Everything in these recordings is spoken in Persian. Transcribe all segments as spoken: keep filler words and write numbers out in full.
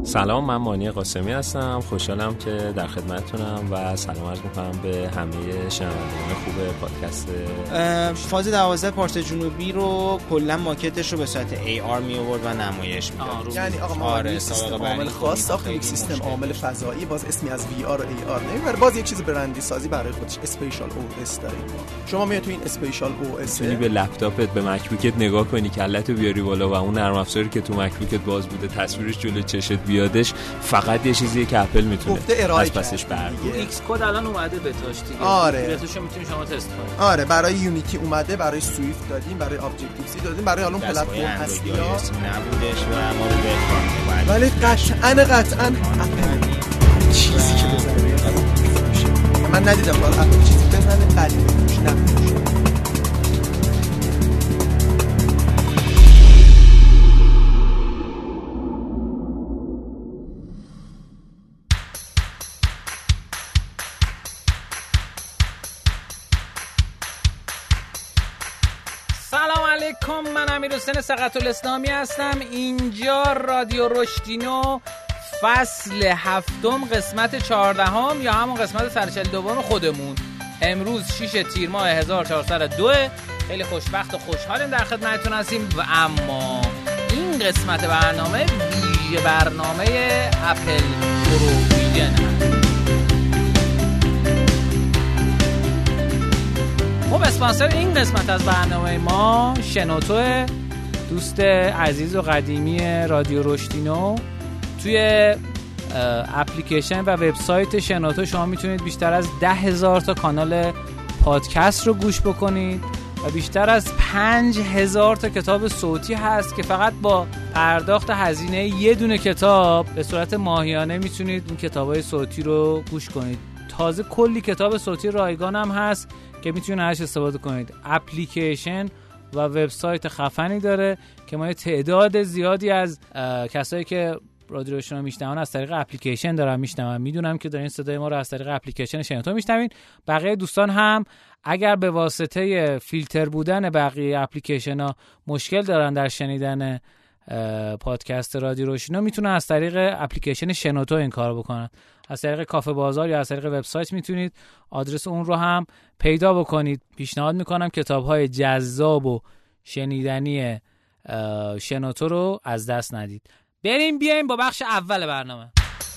سلام، من مانی قاسمی هستم. خوشحالم که در خدمتتونم و سلام عرض می‌کنم به همه شنوندگان خوب پادکست. فاز دوازده پارس جنوبی رو کلا ماکتش رو به صورت ای آر می آورد و نمایش میداد. یعنی آقا ما آره سیستم عامل خاص ساختیم، یک سیستم عامل فضایی، باز اسمی از وی آر و ای آر نمیبره، باز یک چیز برندی سازی برای خودش، اسپیشال او اس داریم. شما میاد تو این اسپیشال او اس یعنی به لپتاپت به مکبوکت نگاه کنی، کلتو بیاری بالا و اون نرم افزاری که تو مکبوکت باز بوده تصویرش جلوی چشت بیادش، فقط یه چیزیه که اپل میتونه از پسش برداره. ایکس کد الان اومده بتاش دیگه. آره. بتاشو میتونید شما تست کنید. آره، برای یونیتی اومده، برای سویفت دادیم، برای ابجکتیو سی دادیم، برای الان پلتفرم هستی ها نبودش و ما رو بفهمیم. ولی قطعاً قطعاً اپل چیزی که بزنه من ندیدم بالا اپل چیزی بزنه قدیمی توش نبوده. من امیرحسین ثقت‌الاسلامی هستم. اینجا رادیو رشدینو فصل هفتم قسمت چهاردهم یا همون قسمت سرچل دوم خودمون. امروز شش تیر ماه هزار و چهارصد و دو. خیلی خوشبخت و خوشحالیم در خدمتتون هستیم و اما این قسمت برنامه ویژه برنامه اپل پرو ویژن هست. خب اسپانسر این قسمت از برنامه ما شنوتو، دوست عزیز و قدیمی رادیو رشدینو. توی اپلیکیشن و وبسایت شنوتو شما میتونید بیشتر از ده هزار تا کانال پادکست رو گوش بکنید و بیشتر از پنج هزار تا کتاب صوتی هست که فقط با پرداخت هزینه یه دونه کتاب به صورت ماهیانه میتونید این کتابای صوتی رو گوش کنید. تازه کلی کتاب صوتی رایگان هم هست که میتونید ازش استفاده کنید. اپلیکیشن و وبسایت خفنی داره که ما یه تعداد زیادی از کسایی که رادیو رشدینو میشنون از طریق اپلیکیشن دارن میشنون. میدونم که دارین صدای ما رو از طریق اپلیکیشن شنوتو میشنوین. بقیه دوستان هم اگر به واسطه فیلتر بودن بقیه اپلیکیشن‌ها مشکل دارن در شنیدن پادکست رادیو رشدینو، میتونن از طریق اپلیکیشن شنوتو این کارو بکنن. از طریق کافه بازار یا از طریق وبسایت میتونید آدرس اون رو هم پیدا بکنید. پیشنهاد میکنم کتاب‌های جذاب و شنیدنی شنوتو رو از دست ندید. بریم بیایم با بخش اول برنامه.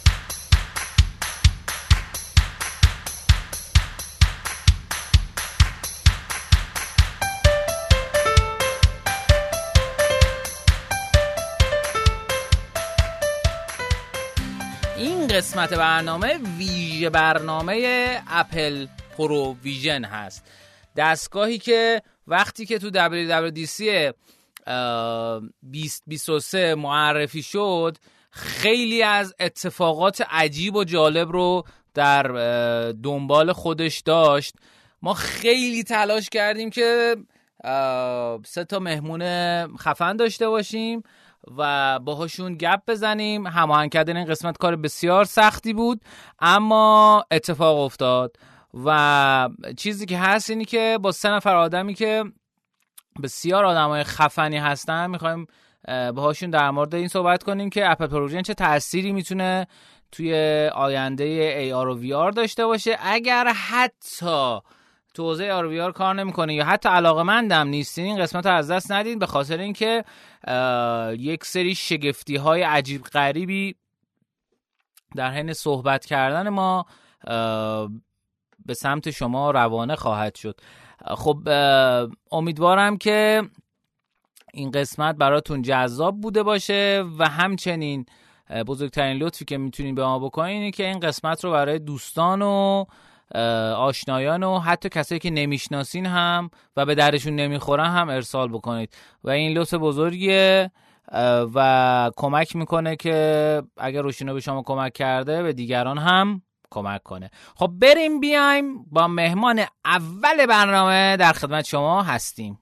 این قسمت برنامه ویژه برنامه اپل پرو ویژن هست. دستگاهی که وقتی که تو دبلیو دبلیو دی سی بیست بیست و سه معرفی شد خیلی از اتفاقات عجیب و جالب رو در دنبال خودش داشت. ما خیلی تلاش کردیم که سه تا مهمون خفن داشته باشیم و باهاشون گپ بزنیم. هماهنگ کردن این قسمت کار بسیار سختی بود اما اتفاق افتاد و چیزی که هست اینی که با سه نفر آدمی که بسیار آدمای خفنی هستن میخوایم باهاشون در مورد این صحبت کنیم که اپل پرو ویژن چه تأثیری میتونه توی آینده ای آر و وی آر داشته باشه. اگر حتی تو حوزه آر وی آر کار نمیکنه یا حتی علاقه‌مندم نیستین این قسمت رو از دست ندید، به خاطر اینکه یک سری شگفتی های عجیب غریبی در حین صحبت کردن ما به سمت شما روانه خواهد شد. خب امیدوارم که این قسمت براتون جذاب بوده باشه و همچنین بزرگترین لطفی که میتونین به ما بکنین اینه که این قسمت رو برای دوستان و آشنایان و حتی کسایی که نمیشناسین هم و به دردشون نمیخورن هم ارسال بکنید و این لطف بزرگیه و کمک میکنه که اگر روشینو به شما کمک کرده به دیگران هم کمک کنه. خب بریم بیایم با مهمان اول برنامه در خدمت شما هستیم.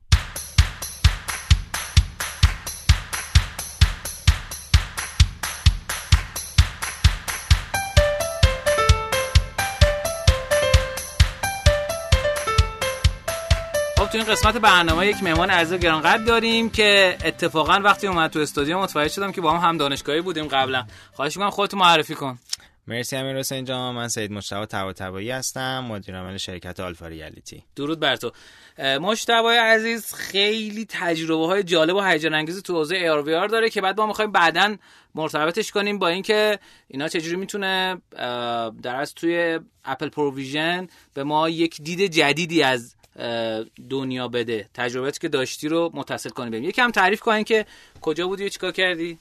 تو این قسمت برنامه یک مهمان عزیز گرانقدر داریم که اتفاقا وقتی اومد تو استودیو متوجه شدم که با هم هم دانشگاهی بودیم قبلا. خواهش می‌کنم خودت معرفی کن. مرسی امیر حسین جان. من سید مجتبی طباطبایی هستم، مدیر عامل شرکت آلفا ریالیتی. درود بر تو. مجتبی عزیز خیلی تجربه‌های جالب و هیجان انگیز تو حوزه ای آر وی آر داره که بعد ما می‌خوایم بعداً مرتبطش کنیم با اینکه اینا چجوری میتونه در اصل توی اپل پروویژن به ما یک دید جدیدی از دنیا بده. تجربه‌ای که داشتی رو متصل کنیم. بریم یکم تعریف کن که کجا بودی و چیکار کردی؟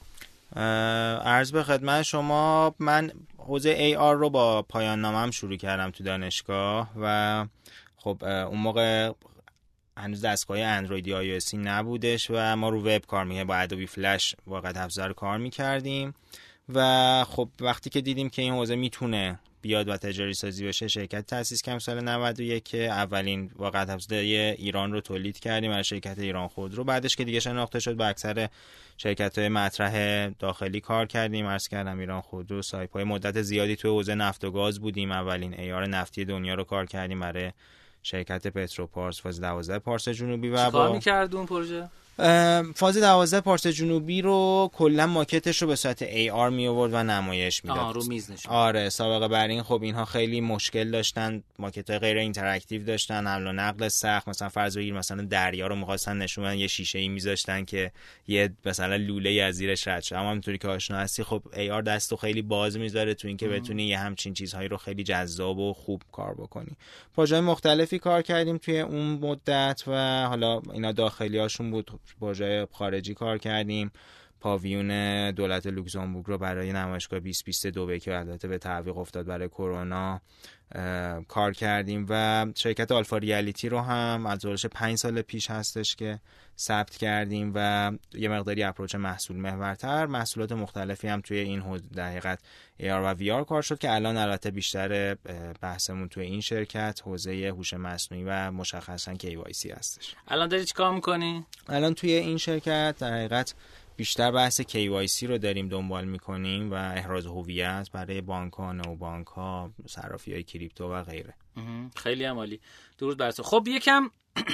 عرض به خدمت شما، من حوزه ای آر رو با پایان نامه‌ام شروع کردم تو دانشگاه و خب اون موقع هنوز دستگاه اندروید یا آی او اس نبودش و ما رو وب کار می‌کردیم، با ادوبی فلش واقعا افزار کار می‌کردیم و خب وقتی که دیدیم که این حوزه میتونه بیاد و تجاری سازی بشه، شرکت تأسیس کردیم سال نود و یک که اولین واقعا افزار ایران رو تولید کردیم از شرکت ایران خودرو. بعدش که دیگه شناخته شد با اکثر شرکت‌های مطرح داخلی کار کردیم. عرض کردم ایران خودرو، سایپای مدت زیادی توی حوزه نفت و گاز بودیم. اولین ای آر نفتی دنیا رو کار کردیم برای شرکت پتروپارس فاز دوازده پارس جنوبی. و چیکار می‌کرد اون پروژه؟ فاز دوازده پارس جنوبی رو کلا ماکتش رو به صورت ای آر می آورد و نمایش میداد. آه رو میز نشون. آره سابقه بر این خب اینها خیلی مشکل داشتن، ماکت‌های غیر اینتراکتیو داشتن، حمل و نقل سخت. مثلا فرض بگیر مثلا دریا رو می‌خواستن نشون بدن، یه شیشه‌ای می‌ذاشتن که یه مثلا لوله‌ای از زیرش رد شه. اما همونطوری که آشنا هستی خب ای آر دستو خیلی باز می‌ذاره تو اینکه بتونی یه همچین چیزهایی رو خیلی جذاب و خوب کار بکنی. پروژه‌های مختلفی کار کردیم توی اون مدت و حالا اینا داخلی‌هاشون بود. پروژه خارجی کار کردیم. پاویون دولت لوکزامبورگ رو برای نمایشگاه بیست بیست دبی که البته به تعویق افتاد برای کرونا کار کردیم و شرکت آلفا ریالیتی رو هم از ظهورش پنج سال پیش هستش که ثبت کردیم و یه مقداری اپروچ محصول محورتر، محصولات مختلفی هم توی این حوزه در حقیقت ای آر و وی آر کار شد که الان البته بیشتر بحثمون توی این شرکت حوزه هوش مصنوعی و مشخصا کی وای سی هستش. الان داری چیکار می‌کنی؟ الان توی این شرکت در حقیقت بیشتر بحث کی وای سی رو داریم دنبال میکنیم و احراز هویت برای بانک‌ها، نوبانک‌ها، صرافی‌های کریپتو و غیره. خیلی عالی. درود بر تو. خب یکم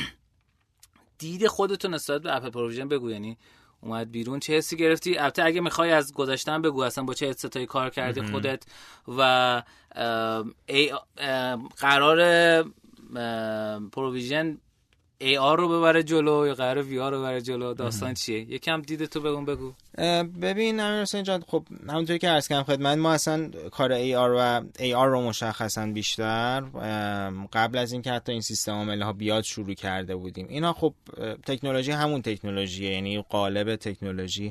دید خودتون نسبت به اپل پروویژن بگو، یعنی اومد بیرون چه حسی گرفتی؟ البته اگه میخوای از گذشته‌ام بگو اصلا با چه استاتایی کار کردی خودت و ای قرار پروویژن ای آر رو ببره جلو یا قرار وی آر رو ببره جلو، داستان چیه؟ یکم دیدتو بگو بگو. ببین امیر حسین جان، خب همونطوری که عرض کردم خدمت، ما اصلا کار ای آر و ای آر رو مشخصا بیشتر قبل از اینکه حتی این سیستم عامله ها بیاد شروع کرده بودیم. اینا خب تکنولوژی همون تکنولوژیه، یعنی قالب تکنولوژی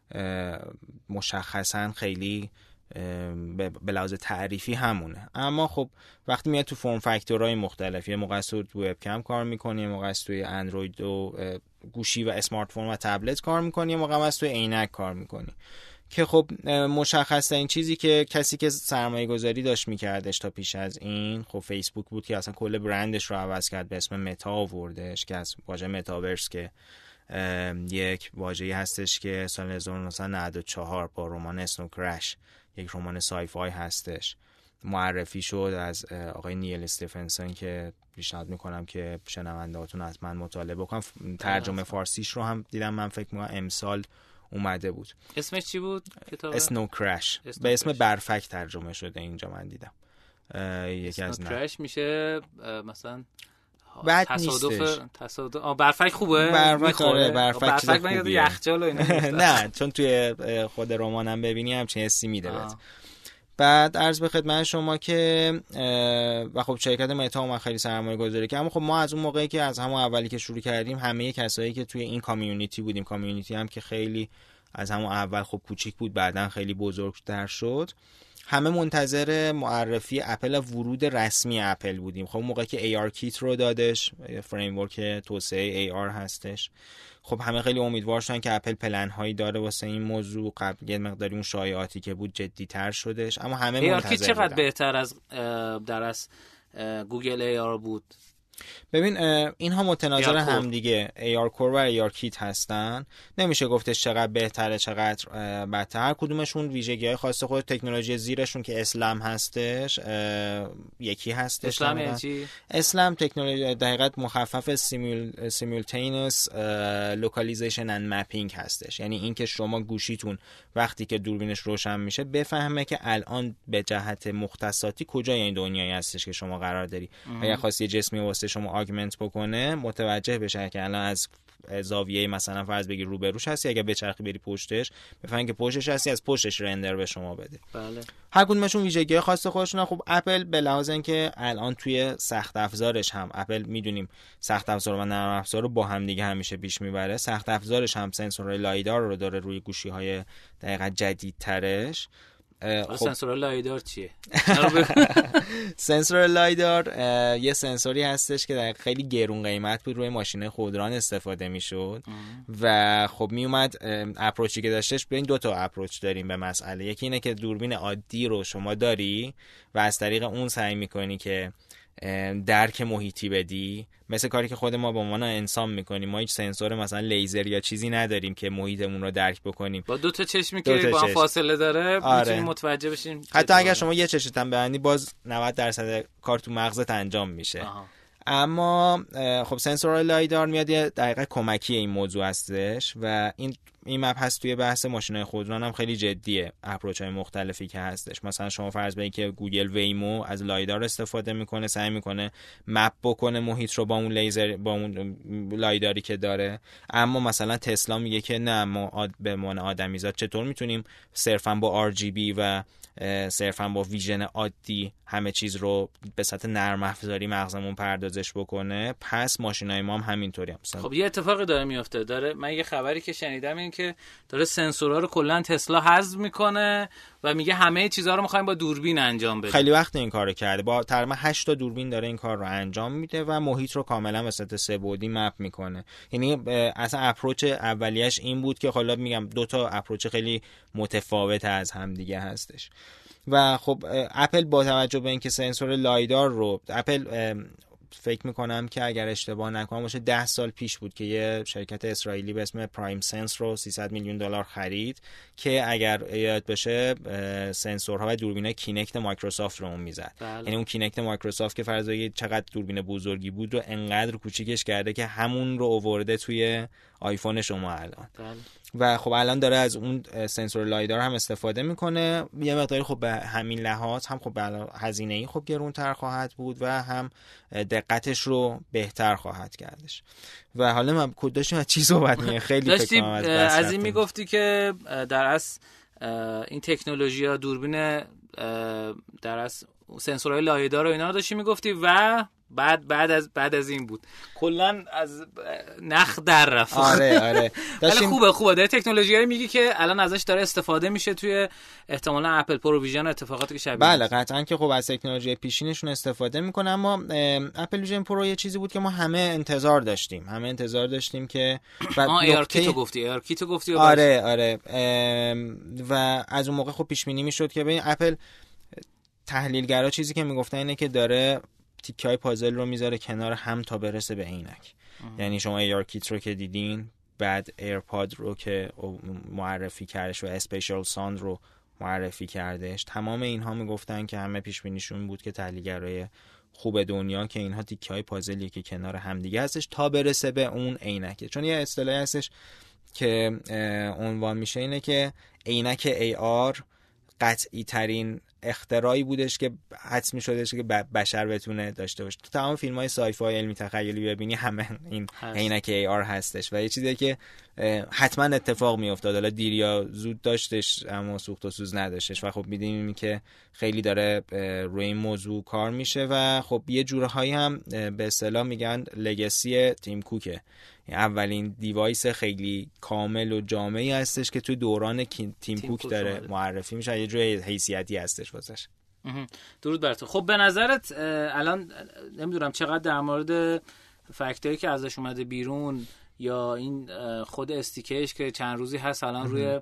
مشخصا خیلی به لحاظ تعریفی همونه، اما خب وقتی میاد تو فرم فاکتورهای مختلف، یه موقع تو وب کم کار میکنی، یه موقع توی اندروید و گوشی و اسمارت فون و تبلت کار میکنی، یه موقع از توی عینک کار میکنی، که خب مشخص این چیزی که کسی که سرمایه گذاری داشت میکردش تا پیش از این خب فیسبوک بود که اصلا کل برندش رو عوض کرد، به اسم متا آوردش که از واژه متاورس که یک واژه‌ای هستش که سال هزار و نهصد و نود و چهار با رمان اسنو کرش، یک رمان سای فای هستش، معرفی شد از آقای نیل استفنسون که پیشنهاد میکنم که شنوندهاتون حتما مطالعه بکنن. ترجمه فارسیش رو هم دیدم، من فکر میکنم امسال اومده بود. اسمش چی بود کتاب؟ اسنو کرش، به اسم برفک ترجمه شده اینجا من دیدم. یکی از اسنو کرش میشه مثلا بد تصادف نیستش. تصادف آ برفک خوبه، برفک آره، برفک برفک من یاد یخچال و اینا نه، چون توی خود رمانم ببینی همچین حسی میده بهت. بعد عرض به خدمت شما که و خب شرکت متا اومد خیلی سرمایه گذاری کرد، اما خب ما از اون موقعی که از همون اولی که شروع کردیم همه کسایی که توی این کامیونیتی بودیم، کامیونیتی هم که خیلی از همون اول خب کوچیک بود بعدن خیلی بزرگتر شد، همه منتظر معرفی اپل و ورود رسمی اپل بودیم. خب موقعی که ای آر کیت رو دادش، فریم ورک توسعه ای آر هستش، خب همه خیلی امیدوار شدن که اپل پلن هایی داره واسه این موضوع. قبل یه مقداری اون شایعاتی که بود جدی تر شدش، اما همه منتظر بودن. ای آر کیت چقدر بهتر از در از گوگل ای آر بود؟ ببین اینها متناظر هم دیگه، ای آر کور و ای آر کیت هستن. نمیشه گفتش چقدر بهتره چقدر بدتر. هر کدومشون ویژگی‌های خاص خود، تکنولوژی زیرشون که اسلم هستش یکی هستش. اسلم یعنی چی؟ اسلم تکنولوژی در حقیقت مخفف سیمول سیمولتینس لوکالیزیشن اند مپینگ هستش. یعنی اینکه شما گوشیتون وقتی که دوربینش روشن میشه بفهمه که الان به جهت مختصاتی کجای این دنیایی هستش که شما قرار داری. اگه خواستی یه جسمی واسه شما آگمنت بکنه متوجه بشه که الان از زاویه مثلا فرض بگیر روبروش هستی، اگه بچرخی بری پشتش بفهمن که پشتش هستی، از پشتش رندر به شما بده. بله. هر کدومشون ویژگی خاص خودشونه. خب اپل به لحاظ اینکه الان توی سخت افزارش هم، اپل میدونیم سخت افزار و نرم افزار رو با هم دیگه همیشه پیش میبره، سخت افزارش هم سنسور لایدار رو داره روی گوشی‌های دقیقاً جدیدترش. خب سنسور لایدار چیه؟ سنسور لایدار یه سنسوری هستش که خیلی گرون قیمت بود، روی ماشین خودران استفاده میشد و خب میومد اپروچی که داشتش، ببین دو تا اپروچ داریم به مسئله. یکی اینه که دوربین عادی رو شما داری و از طریق اون سعی میکنی که درک محیطی بدی، مثل کاری که خود ما با عنوان انسان میکنیم. ما هیچ سنسور مثلا لیزر یا چیزی نداریم که محیطمون رو درک بکنیم. با دو تا چشمی که با هم فاصله داره آره. میتونیم متوجه بشیم. حتی اگر شما یه چشت هم ببندی باز نود درصد کار تو مغزت انجام میشه. آها. اما خب سنسور لایدار میاد یه دقیقه کمکی این موضوع هستش و این این مپ هست توی بحث ماشین‌های خودران هم خیلی جدیه. اپروچ‌های مختلفی که هستش، مثلا شما فرض بگید که گوگل ویمو از لایدار استفاده میکنه، سعی میکنه مپ بکنه محیط رو با اون لیزر با اون لایداری که داره. اما مثلا تسلا میگه که نه، ما به عنوان آدمیزاد چطور میتونیم صرفا با آر جی بی و صرفا با ویژن عادی همه چیز رو به سطح نرم افزاری مغزمون پردازش بکنه. پس ماشینای ما هم همینطوری هستن. خب یه اتفاقی داره میفته. داره من یه خبری که شنیدم این که داره سنسورها رو کلا تسلا حذف میکنه و میگه همه چیزها رو می‌خوایم با دوربین انجام بدیم. خیلی وقت این کارو کرده، با تقریبا هشت تا دوربین داره این کار رو انجام میده و محیط رو کاملا به صورت سه بعدی مپ میکنه. یعنی اصلا اپروچ اولیش این بود که حالا میگم دو تا اپروچ خیلی متفاوت از هم دیگه هستش. و خب اپل با توجه به اینکه سنسور لایدار رو اپل فکر میکنم که اگر اشتباه نکنم باشه ده سال پیش بود که یه شرکت اسرائیلی به اسم پرایم سنس رو سیصد میلیون دلار خرید که اگر یاد بشه سنسورها و دوربین کینکت مایکروسافت رو اون میزد. یعنی اون کینکت مایکروسافت که فرض کنید چقدر دوربین بزرگی بود رو انقدر کوچیکش کرده که همون رو آورده توی آیفون شما الان. بله. و خب الان داره از اون سنسور لایدار هم استفاده میکنه. یه مقداری خب به همین لحاظ هم خب به هزینه‌ای خب گرونتر خواهد بود و هم دقتش رو بهتر خواهد کردش. و حالا من کد داشتیم از چی صحبت می‌کنیم؟ خیلی فکر کنم از بس از این میگفتی که در اصل این تکنولوژی ها دوربین در اصل سنسورهای لایدار و اینا رو داشتی میگفتی و بعد بعد از بعد از این بود کلا از نخ در رفت. آره آره داشتیم خوبه خوبه داره تکنولوژی میگی که الان ازش داره استفاده میشه توی احتمالاً اپل پرو ویژن اتفاقاتی که شبیه. بله قطعاً که خب از تکنولوژی پیشینشون استفاده میکنه. اما اپل ویژن پرو یه چیزی بود که ما همه انتظار داشتیم همه انتظار داشتیم که آ ای آر کیتو گفتی ای آر کیتو گفتی آره آره و از اون موقع خب پیش بینی میشد که ببین اپل تحلیلگرا چیزی که میگفتن اینه که داره تیکه‌های پازل رو میذاره کنار هم تا برسه به عینک. یعنی شما ای آر کیت رو که دیدین، بعد ایرپاد رو که معرفی کردش و اسپیشال ساوند رو معرفی کردش، تمام اینها میگفتن که همه پیش بینیشون بود که تحلیلگرای خوب دنیا که اینها تیکه‌های پازلی که کنار هم دیگه هستش تا برسه به اون عینک. چون یه اصطلاحی هستش که عنوان میشه اینه که عینک ای آر قطعی ترین اختراعی بودش که حتمی شدش که بشر بتونه داشته باشه. تو تمام فیلم‌های سایفای علمی تخیلی ببینی همه این عینک ای آر هستش و یه چیزی که حتما اتفاق میافتاد، حالا دیر یا زود داشتش اما سوخت و سوز نداشتش و خب می‌بینیم که خیلی داره روی این موضوع کار میشه و خب یه جورهایی هم به اصطلاح میگن لگسی تیم کوکه. اولین دیوایس خیلی کامل و جامعی هستش که توی دوران تیم, تیم کوک داره شده. معرفی میشه، یه جوری حیثیتی هستش واسش. درود بر تو. خب به نظرت الان نمیدونم چقدر در مورد فکتایی که ازش اومده بیرون یا این خود استیکرش که چند روزی هست الان روی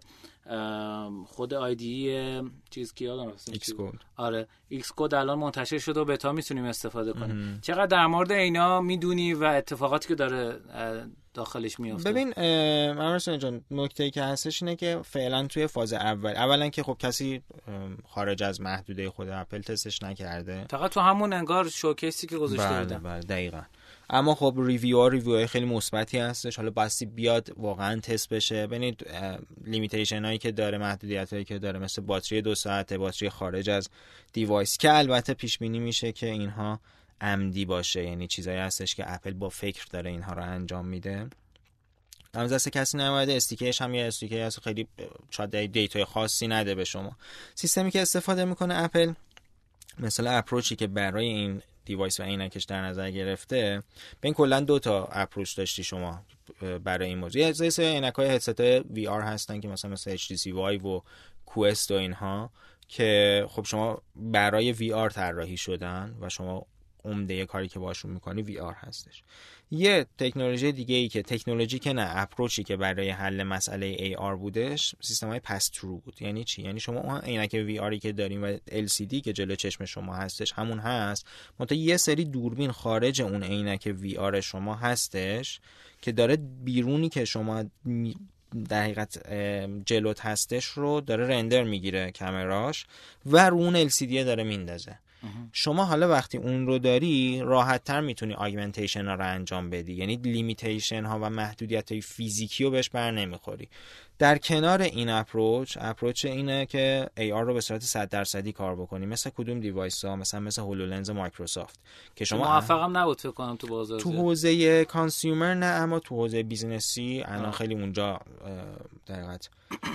خود آیدی چیز که یادم رفت ایکس کد. آره ایکس کد الان منتشر شده و بتا میتونیم استفاده کنیم. چقدر در مورد اینا میدونی و اتفاقاتی که داره داخلش میفته؟ ببین امرسون جان، نکته‌ای که هستش اینه که فعلا توی فاز اول اولا که خب کسی خارج از محدوده خود اپل تستش نکرده، فقط تو همون انگار شوکیسی که گذاشته بودن. بله دقیقاً. اما خب ریویو ها ریویو های خیلی مثبتی هستش. حالا باستی بیاد واقعا تست بشه، ببینید لیمیتیشن هایی که داره، محدودیت هایی که داره، مثل باتری دو ساعته، باتری خارج از دیوایس، که البته پیش بینی میشه که اینها عمدی باشه، یعنی چیزایی هستش که اپل با فکر داره اینها رو انجام میده. از دست کسی نمیاد. استیکرش هم یه استیکر هست خیلی شاید دیتای خاصی نده به شما. سیستمی که استفاده میکنه اپل، مثلا اپروچی که برای این دیوایس و عینکش در نظر گرفته، ببین کلا دو تا اپروچ داشتی شما برای این موضوع. یه سری عینک‌های هدست وی آر هستن که مثلا مثل اچ تی سی وایو و کوست و اینها، که خب شما برای وی آر طراحی شدن و شما عمده کاری که باشون میکنی وی آر هستش. یه تکنولوژی دیگه ای که تکنولوژی که نه اپروچی که برای حل مسئله ای آر بودش، سیستم‌های پس ترو بود. یعنی چی؟ یعنی شما اون عینک وی آری که داریم و ال سی دی که جلو چشم شما هستش همون هست، منتها یه سری دوربین خارج اون عینک وی آر شما هستش که داره بیرونی که شما در حقیقت جلوت هستش رو داره رندر میگیره کامراش و رو اون ال سی دی داره میندازه. شما حالا وقتی اون رو داری راحت تر میتونی آگمنتیشن ها رو انجام بدی، یعنی لیمیتیشن ها و محدودیت های فیزیکی رو بهش بر نمیخوری. در کنار این اپروچ، اپروچ اینه که ای آر رو به صورت صد درصدی کار بکنی، مثل کدوم دیوایس ها، مثلا مثل هولولنز مایکروسافت که شما موفقم نبود فکر کنم تو بازار، تو حوزه کانسیومر نه، اما تو حوزه بیزینسی الان خیلی اونجا در حقیقت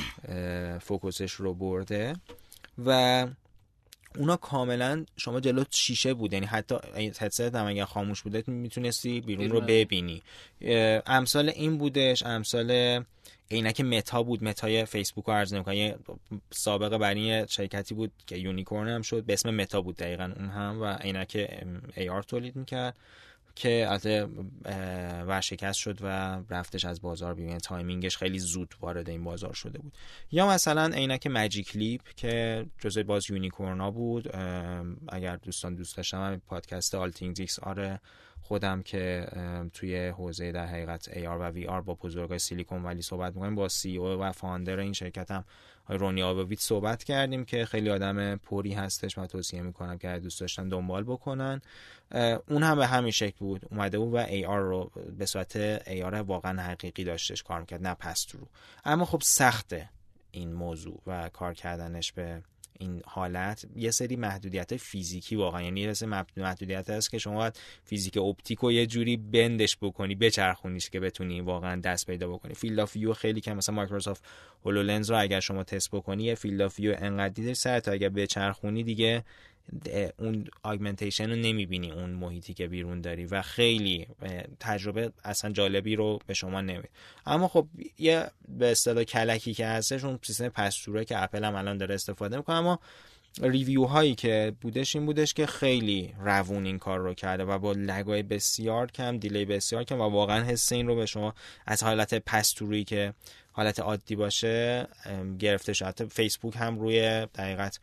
فوکوسش رو برده و اونا کاملا شما جلو شیشه بود، یعنی حتی هدست هم اگه خاموش بوده میتونستی بیرون رو ببینی. امثال این بودش، امثال عینک متا بود، متای فیسبوک رو عرض نمی‌کنم، یه سابقه برای شرکتی بود که یونیکورن هم شد به اسم متا بود دقیقاً اون هم، و عینک ای آر تولید میکرد که البته ورشکست شد و رفتش از بازار بیرون. تایمینگش خیلی زود وارد این بازار شده بود. یا مثلا عینک ماجیک لیپ که جزء باز یونیکورنا بود. اگر دوستان دوست داشتن من پادکست آل تینگز ایکس آر خودم که توی حوزه در حقیقت ای آر و وی آر با بزرگای سیلیکون ولی صحبت می‌کنیم، با سی او و فاوندر این شرکت هم رونی آبویت صحبت کردیم که خیلی آدم پوری هستش و توصیه میکنم که دوست داشتن دنبال بکنن. اون هم به همین شکل بود، اومده بود و ای آر رو به صورت ای آر واقعا حقیقی داشتش کار میکرد، نه پست رو. اما خب سخته این موضوع و کار کردنش به این حالت، یه سری محدودیت فیزیکی واقعا، یعنی یه سری محدودیت هست که شما باید فیزیک اپتیک رو یه جوری بندش بکنی، بچرخونیش که بتونی واقعا دست پیدا بکنی. فیلد آف ویو خیلی که مثلا مایکروسافت هولولنز رو اگر شما تست بکنی یه فیلد آف ویو انقدر دیده سر تا اگر بچرخونی دیگه اون آگمنتیشن رو نمیبینی، اون محیطی که بیرون داری و خیلی تجربه اصلا جالبی رو به شما نمیده. اما خب یه به اصطلاح کلکی که هستش اون سیستم پستوره که اپل هم الان داره استفاده میکنه، اما ریویو هایی که بودش این بودش که خیلی روون این کار رو کرده و با لگای بسیار کم، دیلی بسیار کم، و واقعا حس این رو به شما از حالت پستوری که حالت عادی باشه گرفته شده. فیسبوک هم روی دقیقت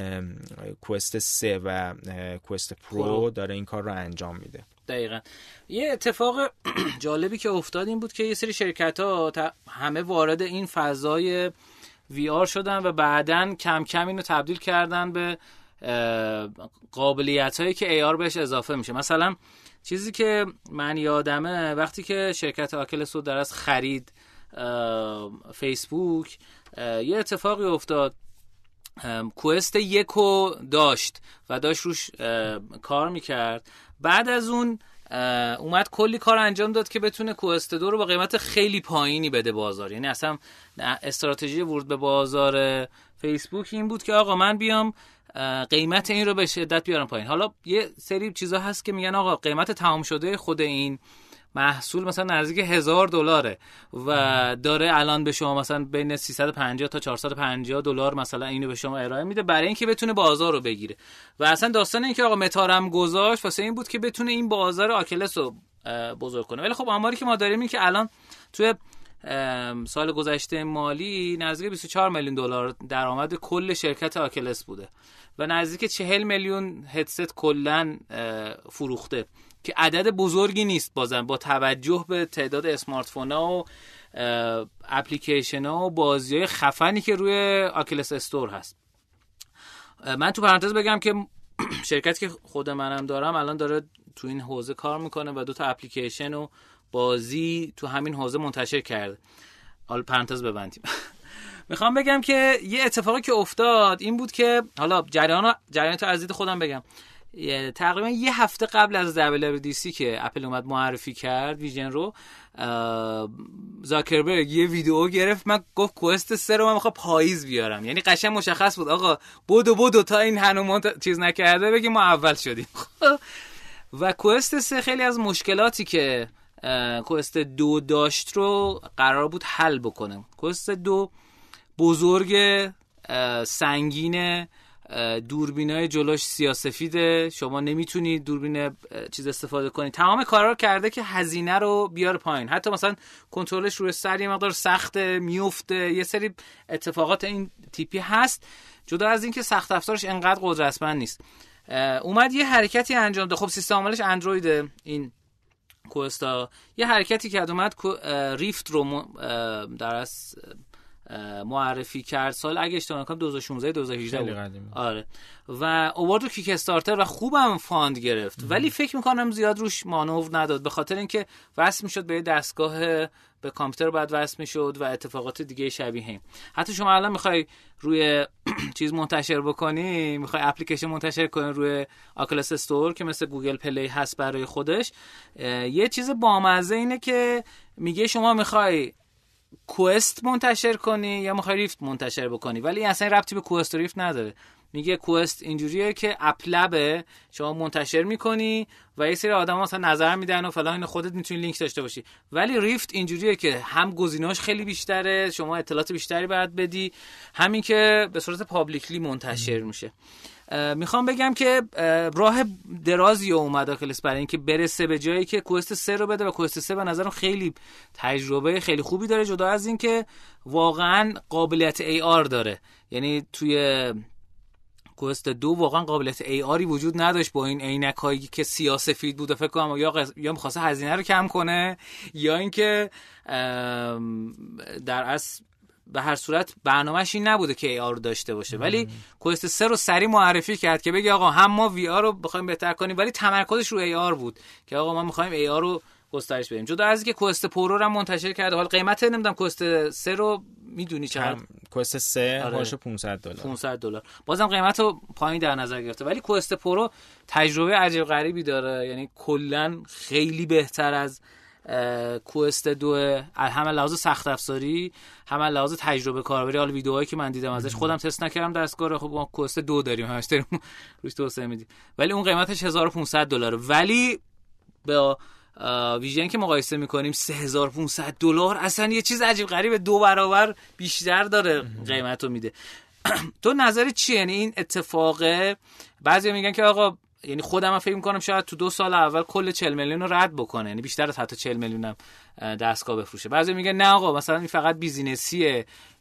کوست سه و کوست پرو داره این کار رو انجام میده. دقیقاً. یه اتفاق جالبی که افتاد این بود که یه سری شرکت ها همه وارد این فضای وی آر شدن و بعدن کم کم اینو تبدیل کردن به قابلیت هایی که ای آر بهش اضافه میشه. مثلا چیزی که من یادمه وقتی که شرکت آکلس رو در از خرید فیسبوک، یه اتفاقی افتاد. کوست یکو داشت و داشت روش کار میکرد، بعد از اون اومد کلی کار انجام داد که بتونه کوست دو رو با قیمت خیلی پایینی بده بازار. یعنی اصلا استراتژی ورود به بازار فیسبوک این بود که آقا من بیام قیمت این رو به شدت بیارم پایین. حالا یه سری چیزا هست که میگن آقا قیمت تمام شده خود این محصول مثلا نزدیک هزار دلاره و داره الان به شما مثلا بین سیصد و پنجاه تا چهارصد و پنجاه دلار مثلا اینو به شما ارائه میده برای اینکه بتونه بازار رو بگیره. و اصلا داستان این که آقا متارم گذاشت واسه این بود که بتونه این بازار آکلس رو بزرگ کنه. ولی خب آماری که ما داریم این که الان توی سال گذشته مالی نزدیک بیست و چهار میلیون دلار درآمد کل شرکت آکلس بوده و نزدیک چهل میلیون هدست کلا فروخته که عدد بزرگی نیست بازم با توجه به تعداد اسمارت فون‌ها و اپلیکیشن‌ها و بازی‌های خفنی که روی آکلس استور هست. من تو پرانتز بگم که شرکتی که خود منم دارم الان داره تو این حوزه کار میکنه و دو تا اپلیکیشن و بازی تو همین حوزه منتشر کرده. حالا پرانتز ببندیم. میخوام بگم که یه اتفاقی که افتاد این بود که حالا جریان جریان تو از دید خودم بگم، تقریبا یه هفته قبل از دبلیو دبلیو دی سی که اپل اومد معرفی کرد ویژن رو، زاکربرگ یه ویدیو گرفت، من گفت کوست سه رو من میخوام پاییز بیارم. یعنی قشنگ مشخص بود آقا بودو بودو تا این هنوز چیز نکرده بگی ما اول شدیم. و کوست سه خیلی از مشکلاتی که کوست دو داشت رو قرار بود حل بکنه. کوست دو بزرگ، سنگینه، دوربینای جلوش سیاه‌سفیده، شما نمیتونید دوربین چیز استفاده کنید. تمام کارا رو کرده که هزینه رو بیاره پایین. حتی مثلا کنترلش روی سر یه مقدار سخته، میفته، یه سری اتفاقات این تیپی هست. جدا از این که سخت افزارش انقدر قدرتمند نیست. اومد یه حرکتی انجام داد. خب سیستم عاملش اندروید این کوستا، یه حرکتی که اومد ریفت رو در از معرفی کرد سال اگه اشتباه نکنم دو هزار و شانزده دو هزار و هجده بود. آره و اوارد رو کیک استارتر و خوبم فاند گرفت ام. ولی فکر میکنم زیاد روش مانور نداد به خاطر اینکه وصل میشد به دستگاه به کامپیوتر بعد وصل میشد و اتفاقات دیگه شبیه هم. حتی شما الان میخوای روی چیز منتشر بکنی، میخوای اپلیکیشن منتشر کنی روی آکلس استور که مثل گوگل پلی هست برای خودش، یه چیز بامزه اینه که میگه شما میخوای کوست منتشر کنی یا میخوای ریفت منتشر بکنی، ولی اصلا ربطی به کوست و ریفت نداره. میگه کوست اینجوریه که اپلبه، شما منتشر میکنی و یه سری آدم مثلا نظر میدن و فلان، خودت میتونی لینک داشته باشی. ولی ریفت اینجوریه که هم گزینه‌اش خیلی بیشتره، شما اطلاعات بیشتری باید بدی، همین که به صورت پابلیکلی منتشر میشه. میخوام بگم که راه درازی اومد آکلس برای اینکه برسه به جایی که کوست سه رو بده و کوست سه به نظرم خیلی تجربه خیلی خوبی داره، جدا از این که واقعا قابلیت ای آر داره. یعنی توی کوست دو واقعا قابلیت ای آری وجود نداشت با این عینکایی که سیاه سفید بود. فکر کنم یا غز... یا می‌خواسته هزینه رو کم کنه یا اینکه در اصل به هر صورت برنامه‌اش این نبوده که ای آر رو داشته باشه. ولی کوست سه رو سریع معرفی کرد که بگی آقا هم ما وی آر رو بخوایم بهتر کنیم، ولی تمرکزش رو ای آر بود که آقا ما می‌خوایم ای آر رو گسترش بدیم. جدا از اینکه کوست پرو رو منتشر کرده. حالا قیمت نمیدونم کوست سه رو میدونی چقدر؟ کوست سه هاش پانصد دلار. پانصد دلار. بازم قیمت رو پایین در نظر گرفته، ولی کوست پرو تجربه عجیب غریبی داره. یعنی کلا خیلی بهتر از کوست دو، هم لحاظ سخت افزاری هم لحاظ تجربه کاربری. حالا ویدیوهایی که من دیدم ازش، خودم تست نکردم دستگاه، خب ما کوست دو داریم همش داریم روش توسعه میدیم، ولی اون قیمتش هزار و پانصد دلاره. ولی با ویژن که مقایسه میکنیم سه هزار و پانصد دلار اصلا یه چیز عجیب غریبه، دو برابر بیشتر داره قیمتو میده. تو نظری چیه؟ یعنی این اتفاقه بعضیا میگن که آقا، یعنی خودم هم فکر میکنم شاید تو دو سال اول کل چهل میلیون رو رد بکنه، یعنی بیشتر از حتی چهل میلیون هم دستگاه بفروشه. بعضی میگن نه آقا مثلا این فقط بیزینسیه،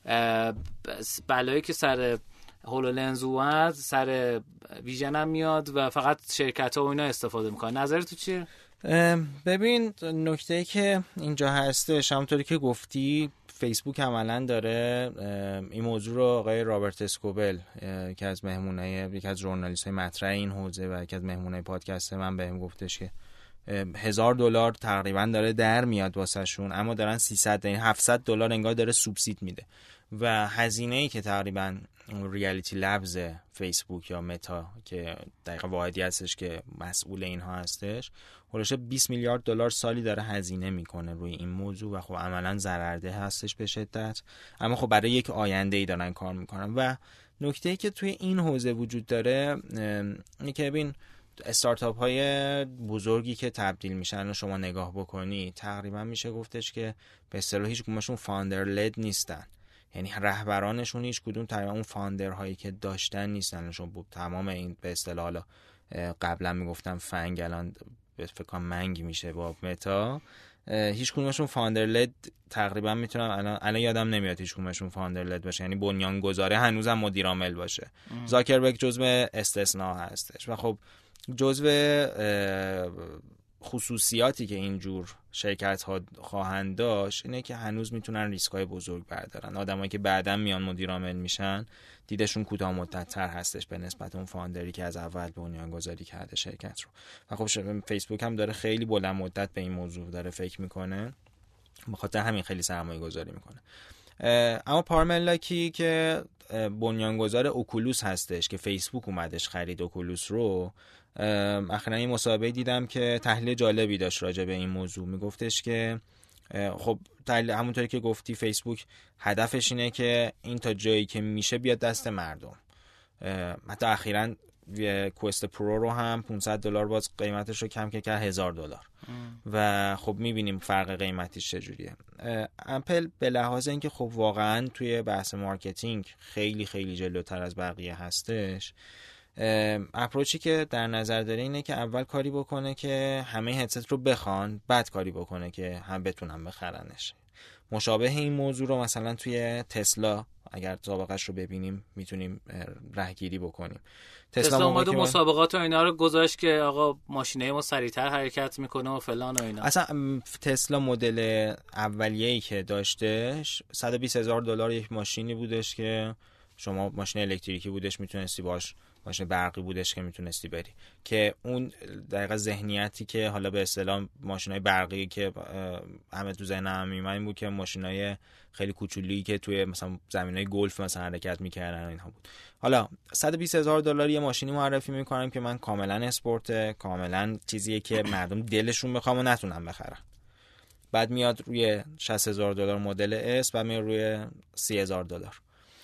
بلایی که سر هولولنز اومد سر ویژن هم میاد و فقط شرکت ها و اینا استفاده میکنن. نظر تو چیه؟ ببین نکته‌ای که اینجا هستش همونطوری که گفتی، فیسبوک عملاً داره این موضوع رو آقای رابرت اسکوبل که از مهمونای یکی از ژورنالیست‌های مطرح این حوزه و یکی از مهمونای پادکست من بهم گفتش که هزار دلار تقریبا داره در میاد واسهشون، اما دارن سیصد یعنی هفتصد دلار انگار داره سوبسید میده و هزینه‌ای که تقریبا ریالیتی لبز فیسبوک یا متا که دقیقاً واحدی هستش که مسئول اینها هستش، حدود بیست میلیارد دلار سالی داره هزینه میکنه روی این موضوع و خب عملاً ضررده هستش به شدت، اما خب برای یک آینده‌ای دارن کار میکنن. و نکته‌ای که توی این حوزه وجود داره اینه که ببین استارتاپ های بزرگی که تبدیل میشن شما نگاه بکنی، تقریبا میشه گفتش که به اصطلاح هیچ کدومشون فاندر لد نیستن، یعنی رهبرانشون هیچ کدوم تقریبا اون فاندرهایی که داشتن نیستن. شما بود تمام این به اصطلاح قبلا میگفتم فنگ الان فکر کنم منگ میشه با متا، هیچ کدومشون فاوندر لد تقریبا میتونم الان الان یادم نمیاد هیچ کدومشون فاوندر لد باشه، یعنی بنیانگذاره هنوزم مدیر عامل باشه. زاکربرگ جزو استثناء هستش و خب جزو خصوصیاتی که اینجور شرکت ها خواهند داشت اینه که هنوز میتونن ریسک های بزرگ بردارن. آدمایی که بعداً میان مدیر عامل میشن دیدشون کوتاه مدت تر هستش به نسبت اون فاوندری که از اول بنیانگذاری کرده شرکت رو. و خب فیسبوک هم داره خیلی بلند مدت به این موضوع داره فکر میکنه، بخاطر همین خیلی سرمایه گذاری میکنه. اما پارملاکی که بنیانگذار اوکولوس هستش که فیسبوک اومدش خرید اوکولوس رو، اخیراً این مصاحبه دیدم که تحلیل جالبی داشت راجع به این موضوع. میگفتش که خب همونطوری که گفتی فیسبوک هدفش اینه که این تا جایی که میشه بیاد دست مردم. حتی اخیراً کوست پرو رو هم پانصد دلار باز قیمتش رو کم کرد هزار دلار و خب میبینیم فرق قیمتیش چجوریه. اپل به لحاظ اینکه خب واقعاً توی بحث مارکتینگ خیلی خیلی جلوتر از بقیه هستش، اپروچی که در نظر داره اینه که اول کاری بکنه که همه هدست رو بخوان، بعد کاری بکنه که هم بتونن بخرنش. مشابه این موضوع رو مثلا توی تسلا اگر سابقش رو ببینیم میتونیم رهگیری بکنیم. تسلا اومد مسابقات و اینا رو گذاشت که آقا ماشینه ما سریعتر حرکت میکنه و فلان و اینا. اصلا تسلا مدل اولیه‌ای که داشتش صد و بیست هزار دلار یک ماشینی بودش که شما ماشین الکتریکی بودش میتونستی باش، ماشین برقی بودش که میتونستی بری، که اون دقیقا ذهنیتی که حالا به اصطلاح ماشینای برقی که همه تو ذهنم میاد این بود که ماشینای خیلی کوچولی که توی مثلا زمینای گلف مثلا حرکت میکردن اینها بود. حالا صد و بیست هزار دلار یه ماشینی معرفی میکنم که من کاملا اسپورت، کاملا چیزیه که مردم دلشون میخوام و نتونن بخرن. بعد میاد روی شصت هزار دلار مدل اس، بعد میاد روی سی هزار دلار.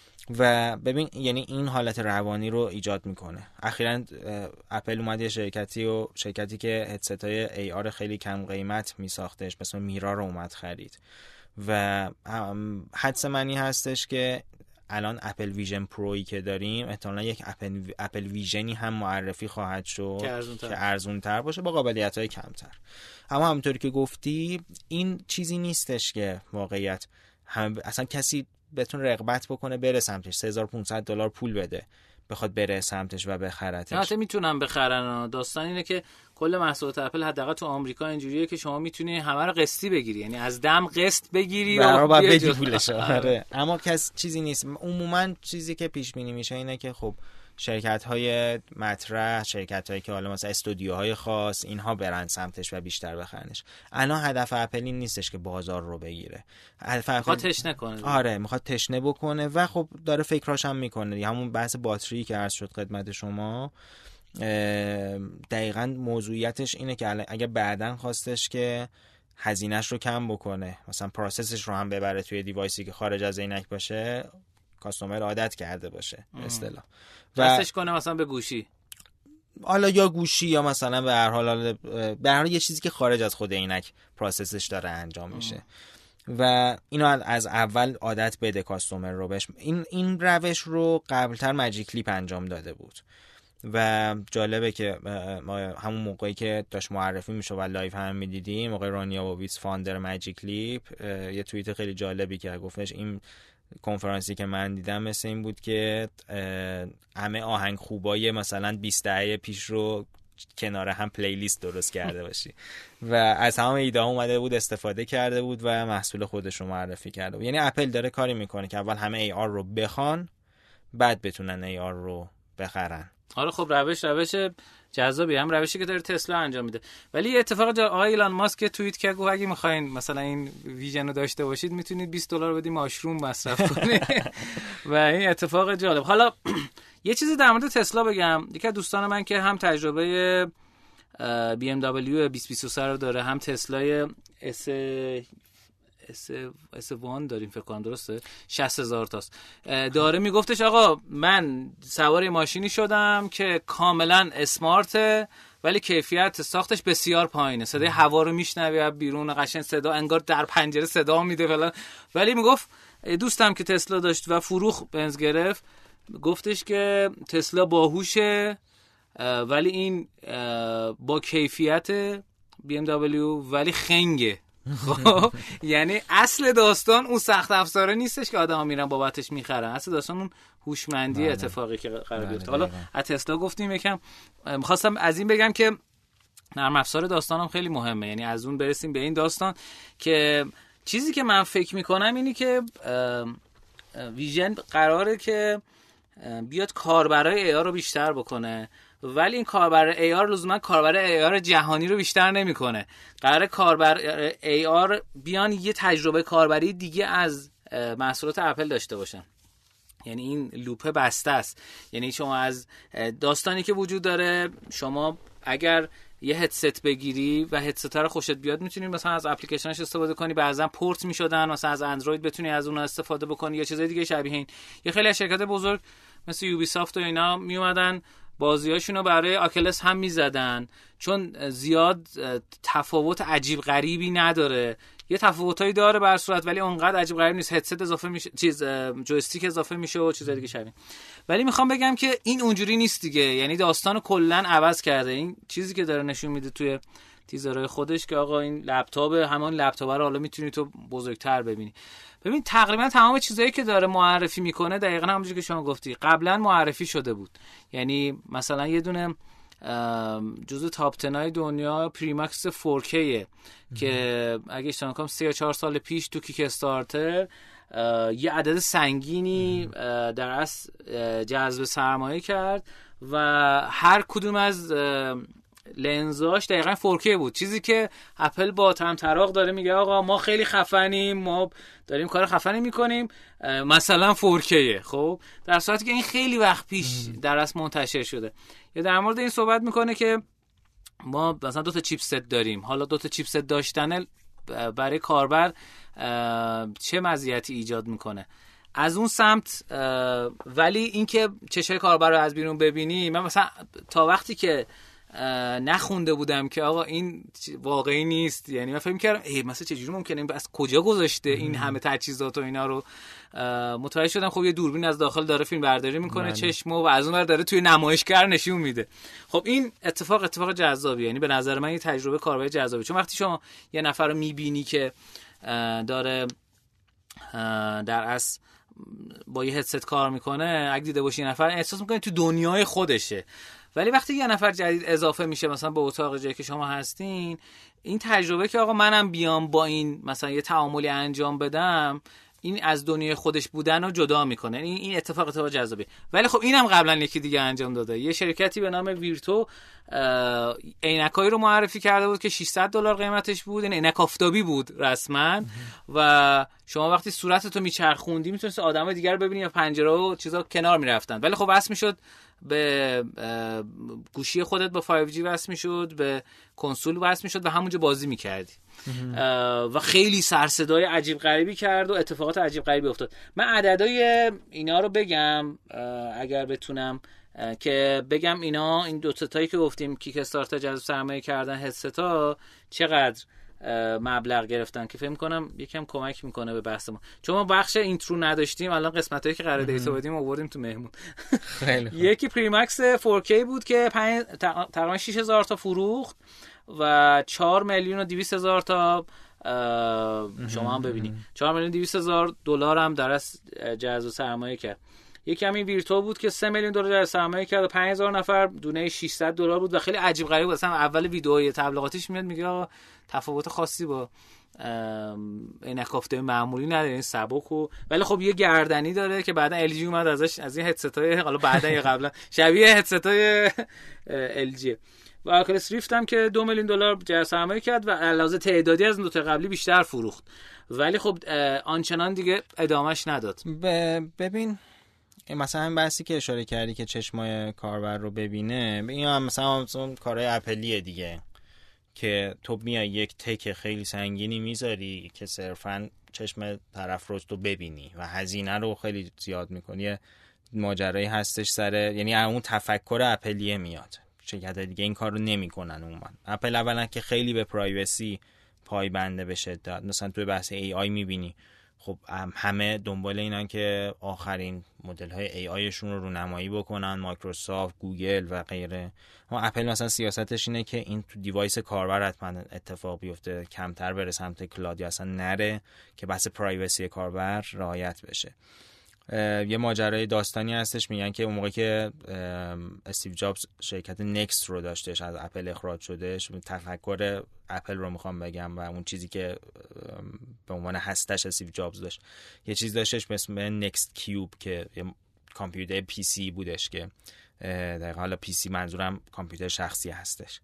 و ببین یعنی این حالت روانی رو ایجاد میکنه. اخیراً اپل اومد یه شرکتی و شرکتی که هدست‌های ای آر خیلی کم قیمت میساختش مثلا میرا رو اومد خرید و حدس منی هستش که الان اپل ویژن پرویی که داریم احتمالاً یک اپل اپل ویژنی هم معرفی خواهد شد که ارزون تر باشه با قابلیت‌های کمتر. اما همونطوری که گفتی این چیزی نیستش که واقعیت هم اصلا کسی بتون رغبت بکنه بره سمتش، سه هزار و پانصد دلار پول بده بخواد بره سمتش و بخرتش. البته میتونن بخرن. داستان اینه که کل محصولات اپل حداقل تو آمریکا اینجوریه که شما میتونی همه رو قسطی بگیری، یعنی از دم قسط بگیری و بعد بدی پولش. آره اما کس چیزی نیست. عموما چیزی که پیش بینی میشه اینه که خب شرکت‌های مطرح، شرکت‌هایی که حالا مثلا استودیوهای خاص اینها برن سمتش و بیشتر بخرنش. الان هدف اپل این نیستش که بازار رو بگیره. هدف اپل میخواد تشنه کنه. آره میخواد تشنه بکنه و خب داره فکراش هم میکنه. همون بحث باتری که عرض شد خدمت شما دقیقاً موضوعیتش اینه که اگه بعداً خواستش که هزینه‌اش رو کم بکنه، مثلا پروسسش رو هم ببره توی دیوایسی که خارج از عینک باشه، کاستومر عادت کرده باشه به اصطلاح و دستش کنه مثلا به گوشی، حالا یا گوشی یا مثلا به هر حال به هر حال یه چیزی که خارج از خود عینک پروسسش داره انجام میشه ام. و اینو از اول عادت بده کاستومر رو بهش. این این روش رو قبلتر ماجیک لیپ انجام داده بود و جالبه که همون موقعی که داشت معرفی میشه و لایو هم میدیدیم موقع رانیابوویتس فاوندر ماجیک لیپ یه توییت خیلی جالبی که گفتش این کنفرانسی که من دیدم مثل این بود که همه آهنگ خوبای مثلا بیست دقیقه پیش رو کنار هم پلیلیست درست کرده باشی و از همه ایده ها اومده بود استفاده کرده بود و محصول خودش رو معرفی کرده بود. یعنی اپل داره کاری میکنه که اول همه ای آر رو بخوان بعد بتونن ای آر رو بخرن. آره خب روش روش جذابی، هم روشی که داره تسلا انجام میده. ولی اتفاق جا آقای ایلان ماسک توییت کرد گفت اگه میخواین مثلا این ویژن رو داشته باشید میتونید بیست دلار بدید ماشروم مصرف کنید و این اتفاق جالب. حالا یه چیزی در مورد تسلا بگم. یکی از دوستان من که هم تجربه بی ام دبلیو بیست بیست و سه رو داره، هم تسلای اس اس اس وان داریم فکر کنم درسته شصت هزار تاست داره، میگفتش آقا من سوار ماشینی شدم که کاملا اسمارته ولی کیفیت ساختش بسیار پایینه، صدای هوا رو میشنوی بیرون، قشنگ صدا انگار در پنجره صدا میده فلان. ولی میگفت دوستم که تسلا داشت و فروخ بنز گرفت گفتش که تسلا باهوشه ولی این با کیفیت بی ام دبلیو ولی خنگه. خب یعنی اصل داستان اون سخت افزاره نیستش که آدما میرن بابتش میخرن، اصل داستان اون هوشمندی اتفاقی که قرار بیفته. حالا از تسلا گفتیم، یکم می‌خواستم از این بگم که نرم افزار داستانم خیلی مهمه، یعنی از اون برسیم به این داستان که چیزی که من فکر میکنم اینی که ویژن قراره که بیاد کاربرای ای آر رو بیشتر بکنه، ولی این کاربر ای آر لزوما کاربر ای آر جهانی رو بیشتر نمیکنه. قراره کاربر ای آر بیان یه تجربه کاربری دیگه از محصولات اپل داشته باشن. یعنی این لوپه بسته است. یعنی شما از داستانی که وجود داره، شما اگر یه هدست بگیری و هدست رو خوشت بیاد میتونی مثلا از اپلیکیشنش استفاده کنی، بعضا پورت میشدن مثلا از اندروید بتونی از اون استفاده بکنی یا چیزای دیگه شبیه این. یه خیلی از شرکت بزرگ مثل یوبی سافت و اینا میومدن بازیاشونو برای آکلس هم میزدن، چون زیاد تفاوت عجیب غریبی نداره. یه تفاوتایی داره بر صورت، ولی اونقدر عجیب غریب نیست. هدست اضافه میشه، چیز جویستیک اضافه میشه و چیزای دیگه شبیه. ولی میخوام بگم که این اونجوری نیست دیگه، یعنی داستانو کلا عوض کرده. این چیزی که داره نشون میده توی تیزرهای خودش که آقا این لپتاپ، همون لپتاپ رو حالا میتونی تو بزرگتر ببینی. ببین تقریبا تمام چیزایی که داره معرفی میکنه دقیقاً همونجوری که شما گفتی قبلا معرفی شده بود. یعنی مثلا یه دونه جزو تاپ ده دنیا پریمکس فور کی که اگه اشتباه نکنم سه یا چهار سال پیش تو کیک استارتر یه عدد سنگینی در اصل جذب سرمایه کرد و هر کدوم از لنزاش دقیقاً فور کی بود. چیزی که اپل با طمطراق داره میگه آقا ما خیلی خفنیم، ما داریم کار خفنی میکنیم، مثلا فور کی. خب در صورتی که این خیلی وقت پیش در اصل منتشر شده. یا در مورد این صحبت میکنه که ما مثلا دو تا چیپست داریم، حالا دو تا چیپست داشتن برای کاربر چه مزیتی ایجاد میکنه از اون سمت. ولی اینکه چشای کاربر رو از بیرون ببینی، من مثلا تا وقتی که نخونده بودم که آقا این واقعی نیست، یعنی من فکر می‌کردم ای مثلا چه جوری ممکنه از کجا گذاشته این همه تجهیزات و اینا رو. متوجه شدم خب یه دوربین از داخل داره فیلم برداری میکنه چشمو و از اون ور داره توی نمایشگر نشون میده. خب این اتفاق اتفاق جذابیه، یعنی به نظر من یه تجربه کاربری جذابه، چون وقتی شما یه نفر رو میبینی که داره در اصل با یه هدست کار میکنه، اگه دیده باشی یه نفر احساس میکنی تو دنیای خودشه. ولی وقتی یه نفر جدید اضافه میشه مثلا به اتاق جایی که شما هستین، این تجربه که آقا منم بیام با این مثلا یه تعاملی انجام بدم، این از دنیای خودش بودن رو جدا میکنه. این این اتفاق اتفاق جذابه. ولی خب اینم قبلا یکی دیگه انجام داده. یه شرکتی به نام ویرتو عینکایی رو معرفی کرده بود که ششصد دلار قیمتش بود. این عینک آفتابی بود رسما و شما وقتی صورتتو میچرخوندی میتونستی آدمای دیگر رو ببینی یا پنجره و چیزا کنار میرفتن. ولی خب وصل میشد به گوشی خودت، با فایو جی وصل میشد، به کنسول وصل میشد و همونجا بازی میکردی و خیلی سر صدای عجیب غریبی کرد و اتفاقات عجیب غریبی افتاد. من عددهای اینا رو بگم اگر بتونم، که بگم اینا این دو تایی که گفتیم کیک استارتر جذب سرمایه کردن هدستا چقدر مبلغ گرفتن، که فکر می‌کنم یکم کمک میکنه به بحث ما، چون ما بخش اینترو نداشتیم. الان قسمتایی که قرار دیتا بدیم آوردیم تو مهمون. خیلی خوب. یکی پریمکس فور کی بود که تقریبا شش هزار تا فروخت و چهار میلیون و دویست هزار تا شما هم ببینید چهار میلیون و دویست هزار دلار هم در از جذب سرمایه کرد. یکی همین ویرتو بود که سه میلیون دلار سرمایه کرد و پنج هزار نفر دونه ششصد دلار بود و خیلی عجیب غریب بود. اصلا اول ویدئوی تبلیغاتیش میاد میگه آقا تفاوت خاصی با عینک آفتابی معمولی نداره، این سبک و ولی خب یه گردنی داره که بعدا ال جی اومد ازش از این هدستای حالا بعدا یا قبلا شبیه هدستای ال جی و آکولس ریفت هم که دو میلیون دلار جذب سرمایه کرد و علاوه تعدادی از اون دو تا قبلی بیشتر فروخت، ولی خب آنچنان دیگه ادامهش نداد. ببین مثلا این بحثی که اشاره کردی که چشمای کاربر رو ببینه، این هم مثلا اون کارهای اپلیه دیگه که تو میای یک تک خیلی سنگینی میذاری که صرفاً چشم طرف رو تو ببینی و هزینه رو خیلی زیاد میکنی. ماجرایی هستش سر، یعنی اون تفکر اپلیه میاد. شرکت دیگه این کار رو نمیکنن عموما. اپل اولا که خیلی به پرایوسی پایبنده به شدت، مثلا تو بحث ای آی میبینی خب همه دنبال اینن که آخرین مدل های ای آیشون رو رونمایی بکنن، مایکروسافت، گوگل و غیره. اما اپل مثلا سیاستش اینه که این تو دیوایس کاربر حتما اتفاق بیفته، کمتر بره سمت کلاد یا اصلا نره که بحث پرایوسی کاربر رعایت بشه. یه ماجرای داستانی هستش، میگن که اون موقع که استیو جابز شرکت نکست رو داشتش از اپل اخراج شدهش، تفکر اپل رو میخوام بگم و اون چیزی که به عنوان هستش استیو جابز داشت، یه چیز داشتش به اسم نکست کیوب که یه کامپیوتر پی سی بودش که دقیقا حالا پی سی منظورم کامپیوتر شخصی هستش،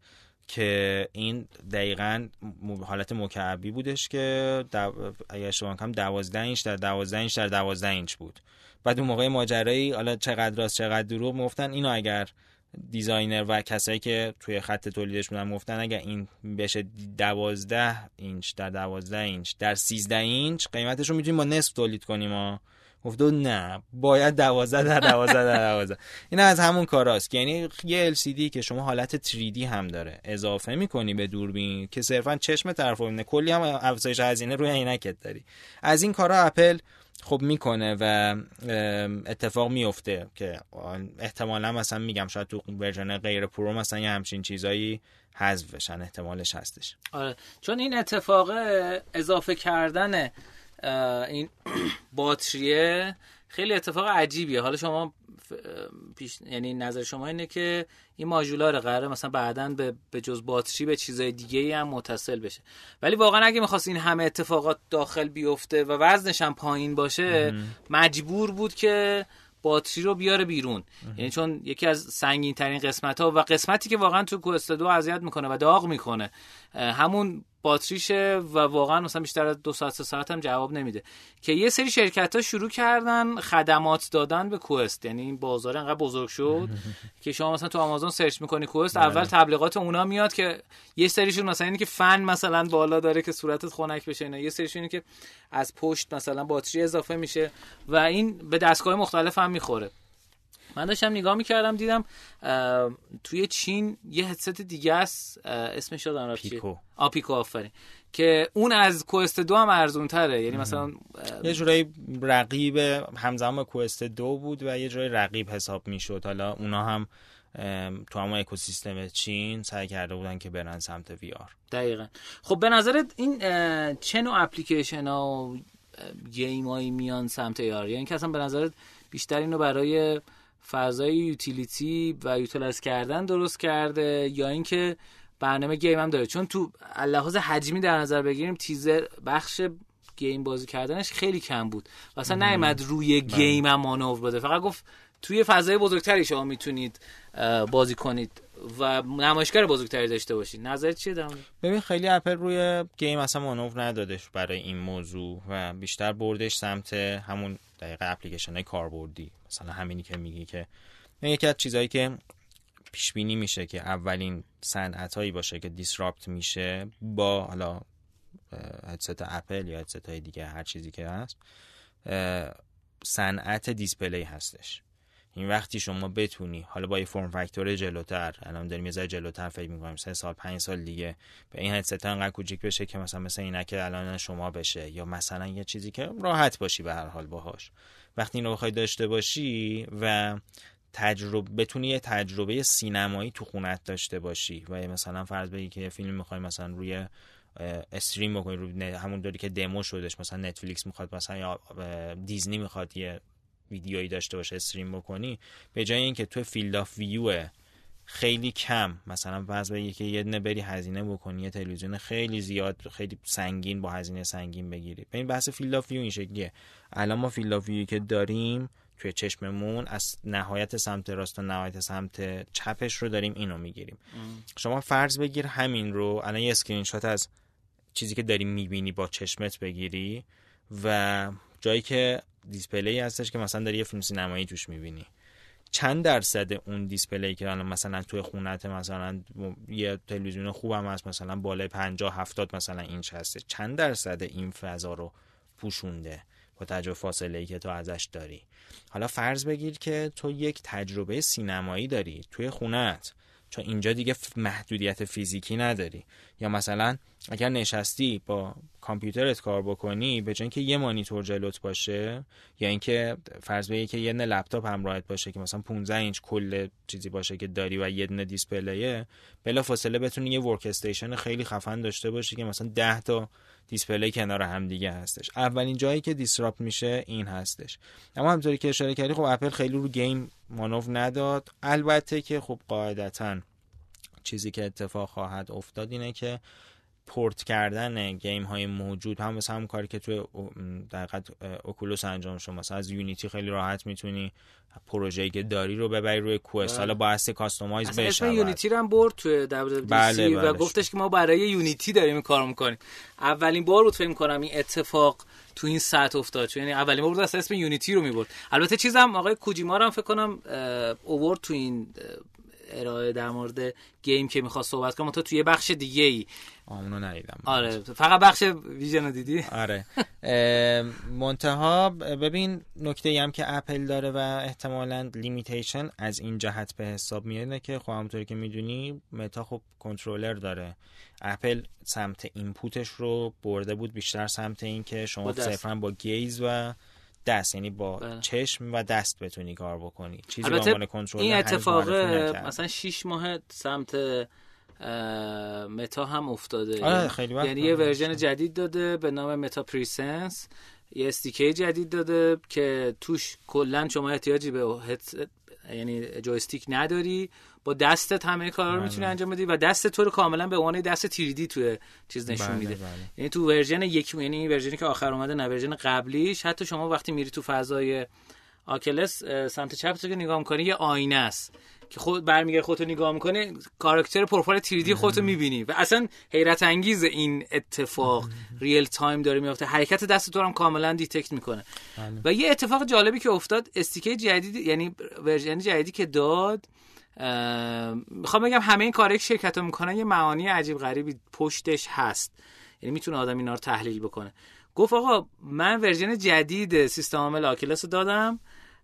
که این دقیقاً حالت مکعبی بودش که دو... اگه اشتباه نکنم دوازده اینچ در دوازده اینچ در دوازده اینچ بود. بعد اون موقع ماجرایی حالا چقدر راست چقدر دروغ میگفتن، اینو اگر دیزاینر و کسایی که توی خط تولیدش بودن میگفتن اگر این بشه دوازده اینچ در دوازده اینچ در سیزده اینچ قیمتش رو میتونیم با نصف تولید کنیم ها. گفتو نه، باید دوازده در دوازده در دوازده. این از همون کاراست که یعنی یه ال سی دی که شما حالت تری دی هم داره اضافه میکنی به دوربین که صرفا چشم طرفو میبینه، کلی هم افزایش هزینه روی عینکت داری. از این کارا اپل خب میکنه و اتفاق میفته که احتمالا مثلا میگم شاید تو ورژن غیر پرو مثلا یه همچین چیزایی حذف بشن، احتمالش هستش. آره، چون این اتفاق اضافه کردن این باتریه خیلی اتفاق عجیبیه. حالا شما پیش یعنی نظر شما اینه که این ماژولار قراره مثلا بعداً به به جز باتری به چیزای دیگه‌ای هم متصل بشه، ولی واقعا اگه می‌خواست این همه اتفاقات داخل بیفته و وزنش هم پایین باشه مجبور بود که باتری رو بیاره بیرون. یعنی چون یکی از سنگین ترین قسمت‌ها و قسمتی که واقعا تو کوست دو اذیت میکنه و داغ میکنه همون باتریشه و واقعا مثلا بیشتر از دو ساعت سه ساعت هم جواب نمیده، که یه سری شرکت‌ها شروع کردن خدمات دادن به کوست. یعنی این بازار انقدر بزرگ شد که شما مثلا تو آمازون سرچ میکنی کوست، اول تبلیغات اونا میاد که یه سریشون مثلا اینه که فن مثلا بالا داره که صورتت خنک بشه اینا، یه سریشون اینه که از پشت مثلا باتری اضافه میشه و این به دستگاه مختلف هم میخوره. من داشتم نگاه میکردم دیدم توی چین یه هدست دیگه است اسمش یادم رفت چیه، آپیکو، آفرین، که اون از کوست دو هم ارزون تره. یعنی مثلا یه جورایی رقیب همزمان کوست دو بود و یه جورایی رقیب حساب میشد. حالا اونا هم تو همون اکوسیستم چین سعی کرده بودن که برن سمت وی آر. دقیقاً. خب به نظرت این چه نوع اپلیکیشن ها و گیمایی میان سمت ای آر؟ یعنی که اصلا به نظرت بیشتر اینو برای فضای یوتیلیتی و یوتیلایز کردن درست کرده یا اینکه برنامه گیم هم داره؟ چون تو لحاظ حجمی در نظر بگیریم تیزر بخش گیم بازی کردنش خیلی کم بود و اصلا نیامد روی گیم هم مانور بده، فقط گفت توی فضای بزرگتری شما میتونید بازی کنید و نمایشگر بزرگتری داشته باشید. نظرت چیه در مورد؟ ببین خیلی اپل روی گیم اصلا مانور ندادش برای این موضوع و بیشتر بردش سمت همون دقیقه اپلیکیشن های کاربردی. مثلا همینی که میگی که یکی از چیزایی که پیش بینی میشه که اولین صنعتایی باشه که دیسراپت میشه با حالا هدست اپل یا هدست های دیگه هر چیزی که هست، صنعت دیسپلی هستش. این وقتی شما بتونی حالا با یه فرم فاکتور جلوتر، الان داریم یه ذره جلوتر فکر می‌کنیم سه سال پنج سال دیگه به این هدست انقدر کوچیک بشه که مثلا مثلا اینا که الان شما بشه، یا مثلا یه چیزی که راحت باشی به هر حال باهاش، وقتی اینو بخوای داشته باشی و تجربه بتونی یه تجربه سینمایی تو خونت داشته باشی و مثلا فرض بگی که یه فیلم می‌خوای مثلا روی استریم بکنی، روی همون دوری که دمو شدش، مثلا نتفلیکس میخواد مثلا یا دیزنی میخواد یه ویدیویی داشته باشه استریم بکنی، به جای اینکه تو فیلد آف ویو خیلی کم مثلا فرض بگی که یه دونه بری هزینه بکنی یه تلویزیون خیلی زیاد خیلی سنگین با هزینه سنگین بگیری. ببین بحث فیلد آف ویو این شکلیه. الان ما فیلد آف ویو که داریم توی چشممون از نهایت سمت راست تا نهایت سمت چپش رو داریم اینو میگیریم. شما فرض بگیر همین رو الان یه اسکرین شات از چیزی که داری میبینی با چشمت بگیری و جایی که دیسپلی هستش که مثلا داری یه فیلم سینمایی توش میبینی، چند درصد اون دیسپلی که الان مثلا توی خونت مثلا یه تلویزیون خوبم هست مثلا بالای پنجاه هفتاد مثلا اینچ هسته، چند درصد این فضا رو پوشونده با توجه فاصله‌ای که تو ازش داری؟ حالا فرض بگیر که تو یک تجربه سینمایی داری توی خونت، چون اینجا دیگه محدودیت فیزیکی نداری، یا مثلا اگر نشستی با کامپیوترت کار بکنی، به جای اینکه یه مانیتور جلوت باشه یا اینکه فرض بگیر که یه دونه لپتاپ همراهت باشه که مثلا پانزده اینچ کل چیزی باشه که داری و یه دونه دیسپلیه، بلافاصله بتونی یه ورک استیشن خیلی خفن داشته باشی که مثلا ده تا دیسپلی کنار هم دیگه هستش. اولین جایی که دیسراپت میشه این هستش. اما همونطوری که اشاره کردی خب اپل خیلی رو گیم مانور نداد. البته که خب قاعدتاً چیزی که اتفاق خواهد افتاد اینه که پورت کردن گیم های موجود هم مثلا هم کاری که توی در حقیقت اوکولوس انجام شد، مثلا از یونیتی خیلی راحت میتونی پروژه‌ای که داری رو ببری روی کوست، حالا باعث کاستومایز بشه. اسم یونیتی رو هم برد توی دبلیو دبلیو دی سی و گفتش که ما برای یونیتی داریم کار میکنیم. اولین بار بود فکر کنم این اتفاق تو این سطح افتاد، یعنی اولین بار بود اصلا اسم یونیتی رو میبرد. البته چیزم آقای کوجیما رو هم فکر کنم اوورد تو این ارائه در مورد گیم که میخواد صحبت کنم، تو توی بخش دیگه ای اونو ندیدم. آره فقط بخش ویژن رو دیدی؟ آره. منتها ببین نکته ای هم که اپل داره و احتمالاً لیمیتیشن از این جهت به حساب میاد که خب همونطوری که میدونی متا خب کنترلر داره. اپل سمت اینپوتش رو برده بود بیشتر سمت این که شما صرفاً با گیز و دست، یعنی با بله. چشم و دست بتونی کار بکنی. چیزی به عنوان کنترلر این اتفاق مثلا شش ماه سمت متا هم افتاده. آره خیلی وقت یعنی یه ورژن جدید داده به نام متا پریسنس، یه استیکی جدید داده که توش کلا شما احتیاجی به هدست یعنی جویستیک نداری، با دستت همه کارا رو میتونی انجام بدی و دست تو رو کاملا به عنوان دست تری دی توی چیز نشون میده. یعنی تو ورژن یک، یعنی این ورژنی که آخر اومده، نه ورژن قبلیش، حتی شما وقتی میری تو فضای آکلس سمت چپ تو که نگاه می‌کنی یه آینه است که خود برمیگره خودتو نگاه می‌کنی، کاراکتر پروفایل تری دی خودتو می‌بینی و اصلا حیرت انگیز این اتفاق ریل تایم داره میفته. حرکت دست تو رو هم کاملا دیتکت میکنه. و یه اتفاق جالبی که افتاد، استیکر جدید یعنی ورژن جدیدی که داد، میخوام بگم همه این کاری که شرکت‌ها میکنن یه معانی عجیب غریبی پشتش هست، یعنی میتونه آدم اینا رو تحلیل بکنه. گفت آقا من ورژن جدید سیستم عامل آکیلس رو دادم،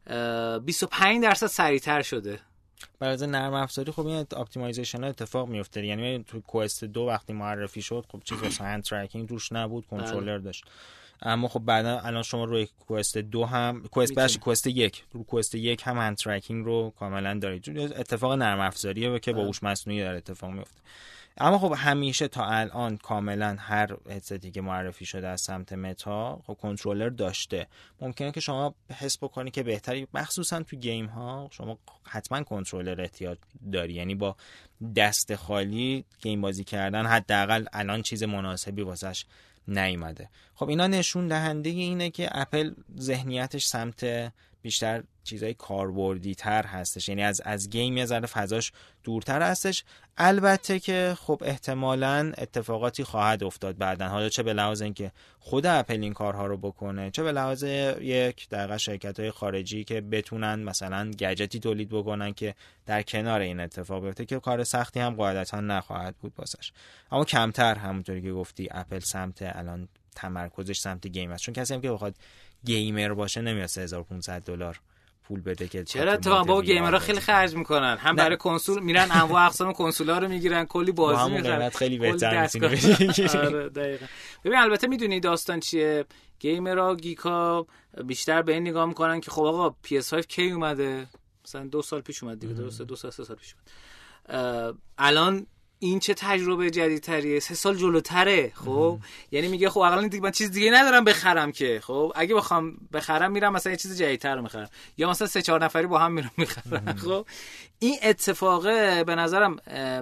بیست و پنج درصد سریعتر شده. برای نرم افزاری خب این اپتیمایزیشن ها اتفاق میفته. یعنی تو کوست دو وقتی معرفی شد خب چیز واسه هند ترکینگ روش نبود، کنترلر داشت. اما خب بعدا الان شما روی کوست دو هم کوست بخش کوست یک رو کوست یک هم هند ترکینگ رو کاملا دارید. اتفاق نرم افزاریه که با هوش مصنوعی داره اتفاق میفته. اما خب همیشه تا الان کاملا هر هدستی که معرفی شده از سمت متا خب کنترلر داشته. ممکنه که شما حس بکنی که بهتری، مخصوصا تو گیم ها شما حتما کنترلر احتیاج داری، یعنی با دست خالی گیم بازی کردن حداقل الان چیز مناسبی واسش نیومده. خب اینا نشون دهنده اینه که اپل ذهنیتش سمت بیشتر چیزای کاربردی تر هستش، یعنی از از گیم یه ذره فضاش دورتر هستش. البته که خب احتمالاً اتفاقاتی خواهد افتاد بعدن، حالا چه به لحاظ اینکه خود اپل این کارها رو بکنه، چه به لحاظ یک دقیقه شرکت‌های خارجی که بتونن مثلا گجتی تولید بکنن که در کنار این اتفاق بیفته، که کار سختی هم قاعدتاً نخواهد بود واسش. اما کمتر همونطوری که گفتی اپل سمت الان تمرکزش سمت گیم است، چون کسی هم که بخواد گیمر باشه نمیاد سه هزار و پانصد دلار پول بده که چرا تو بابا گیمرها خیلی خرج میکنن، هم برای کنسول میرن انواع اقسام کنسولا رو میگیرن، کلی بازی میخرن، خیلی بهتر میتونه. آره دقیقاً. ببین البته میدونی داستان چیه، گیمرها گیکا بیشتر به این نگاه میکنن که خب آقا پی اس پنج کی اومده، مثلا دو سال پیش اومد دیگه، درسته دو سال سه سال پیش اومد، الان این چه تجربه جدیدتریه، سه سال جلوتره. خب یعنی میگه خب اقلا دیگه من چیز دیگه ندارم بخرم که، خب اگه بخوام بخرم میرم مثلا یه چیز جدیدتر رو میخرم، یا مثلا سه چهار نفری با هم میرم میخرم. خب این اتفاقه به نظرم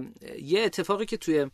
یه اتفاقی که توی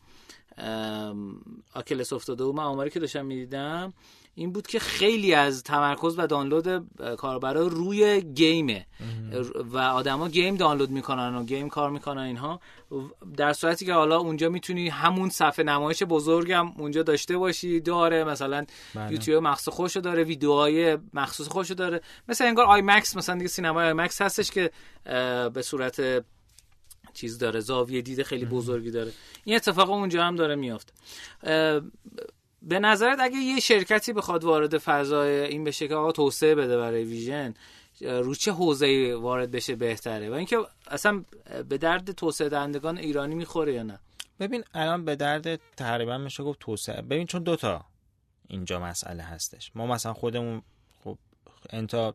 آکلس افتاده و من آماری که داشتم میدیدم این بود که خیلی از تمرکز و دانلود کاربرا روی گیمه و آدما گیم دانلود میکنن و گیم کار میکنن اینها، در صورتی که حالا اونجا میتونی همون صفحه نمایش بزرگم اونجا داشته باشی، داره مثلا بله. یوتیوب مخصوص خودشو داره، ویدیوهای مخصوص خودشو داره، مثلا انگار آی مکس مثلا دیگه سینمای آی مکس هستش که به صورت چیز داره، زاویه دید خیلی بزرگی داره. این اتفاق اونجا هم داره میافته. به نظرت اگه یه شرکتی بخواد وارد فضای این بشه که آقا توسعه بده برای ویژن، رو چه حوزه‌ای وارد بشه بهتره و اینکه اصلا به درد توسعه دهندگان ایرانی میخوره یا نه؟ ببین الان به درد تقریبا میشه گفت توسعه، ببین چون دوتا اینجا مسئله هستش. ما مثلا خودمون خب انتا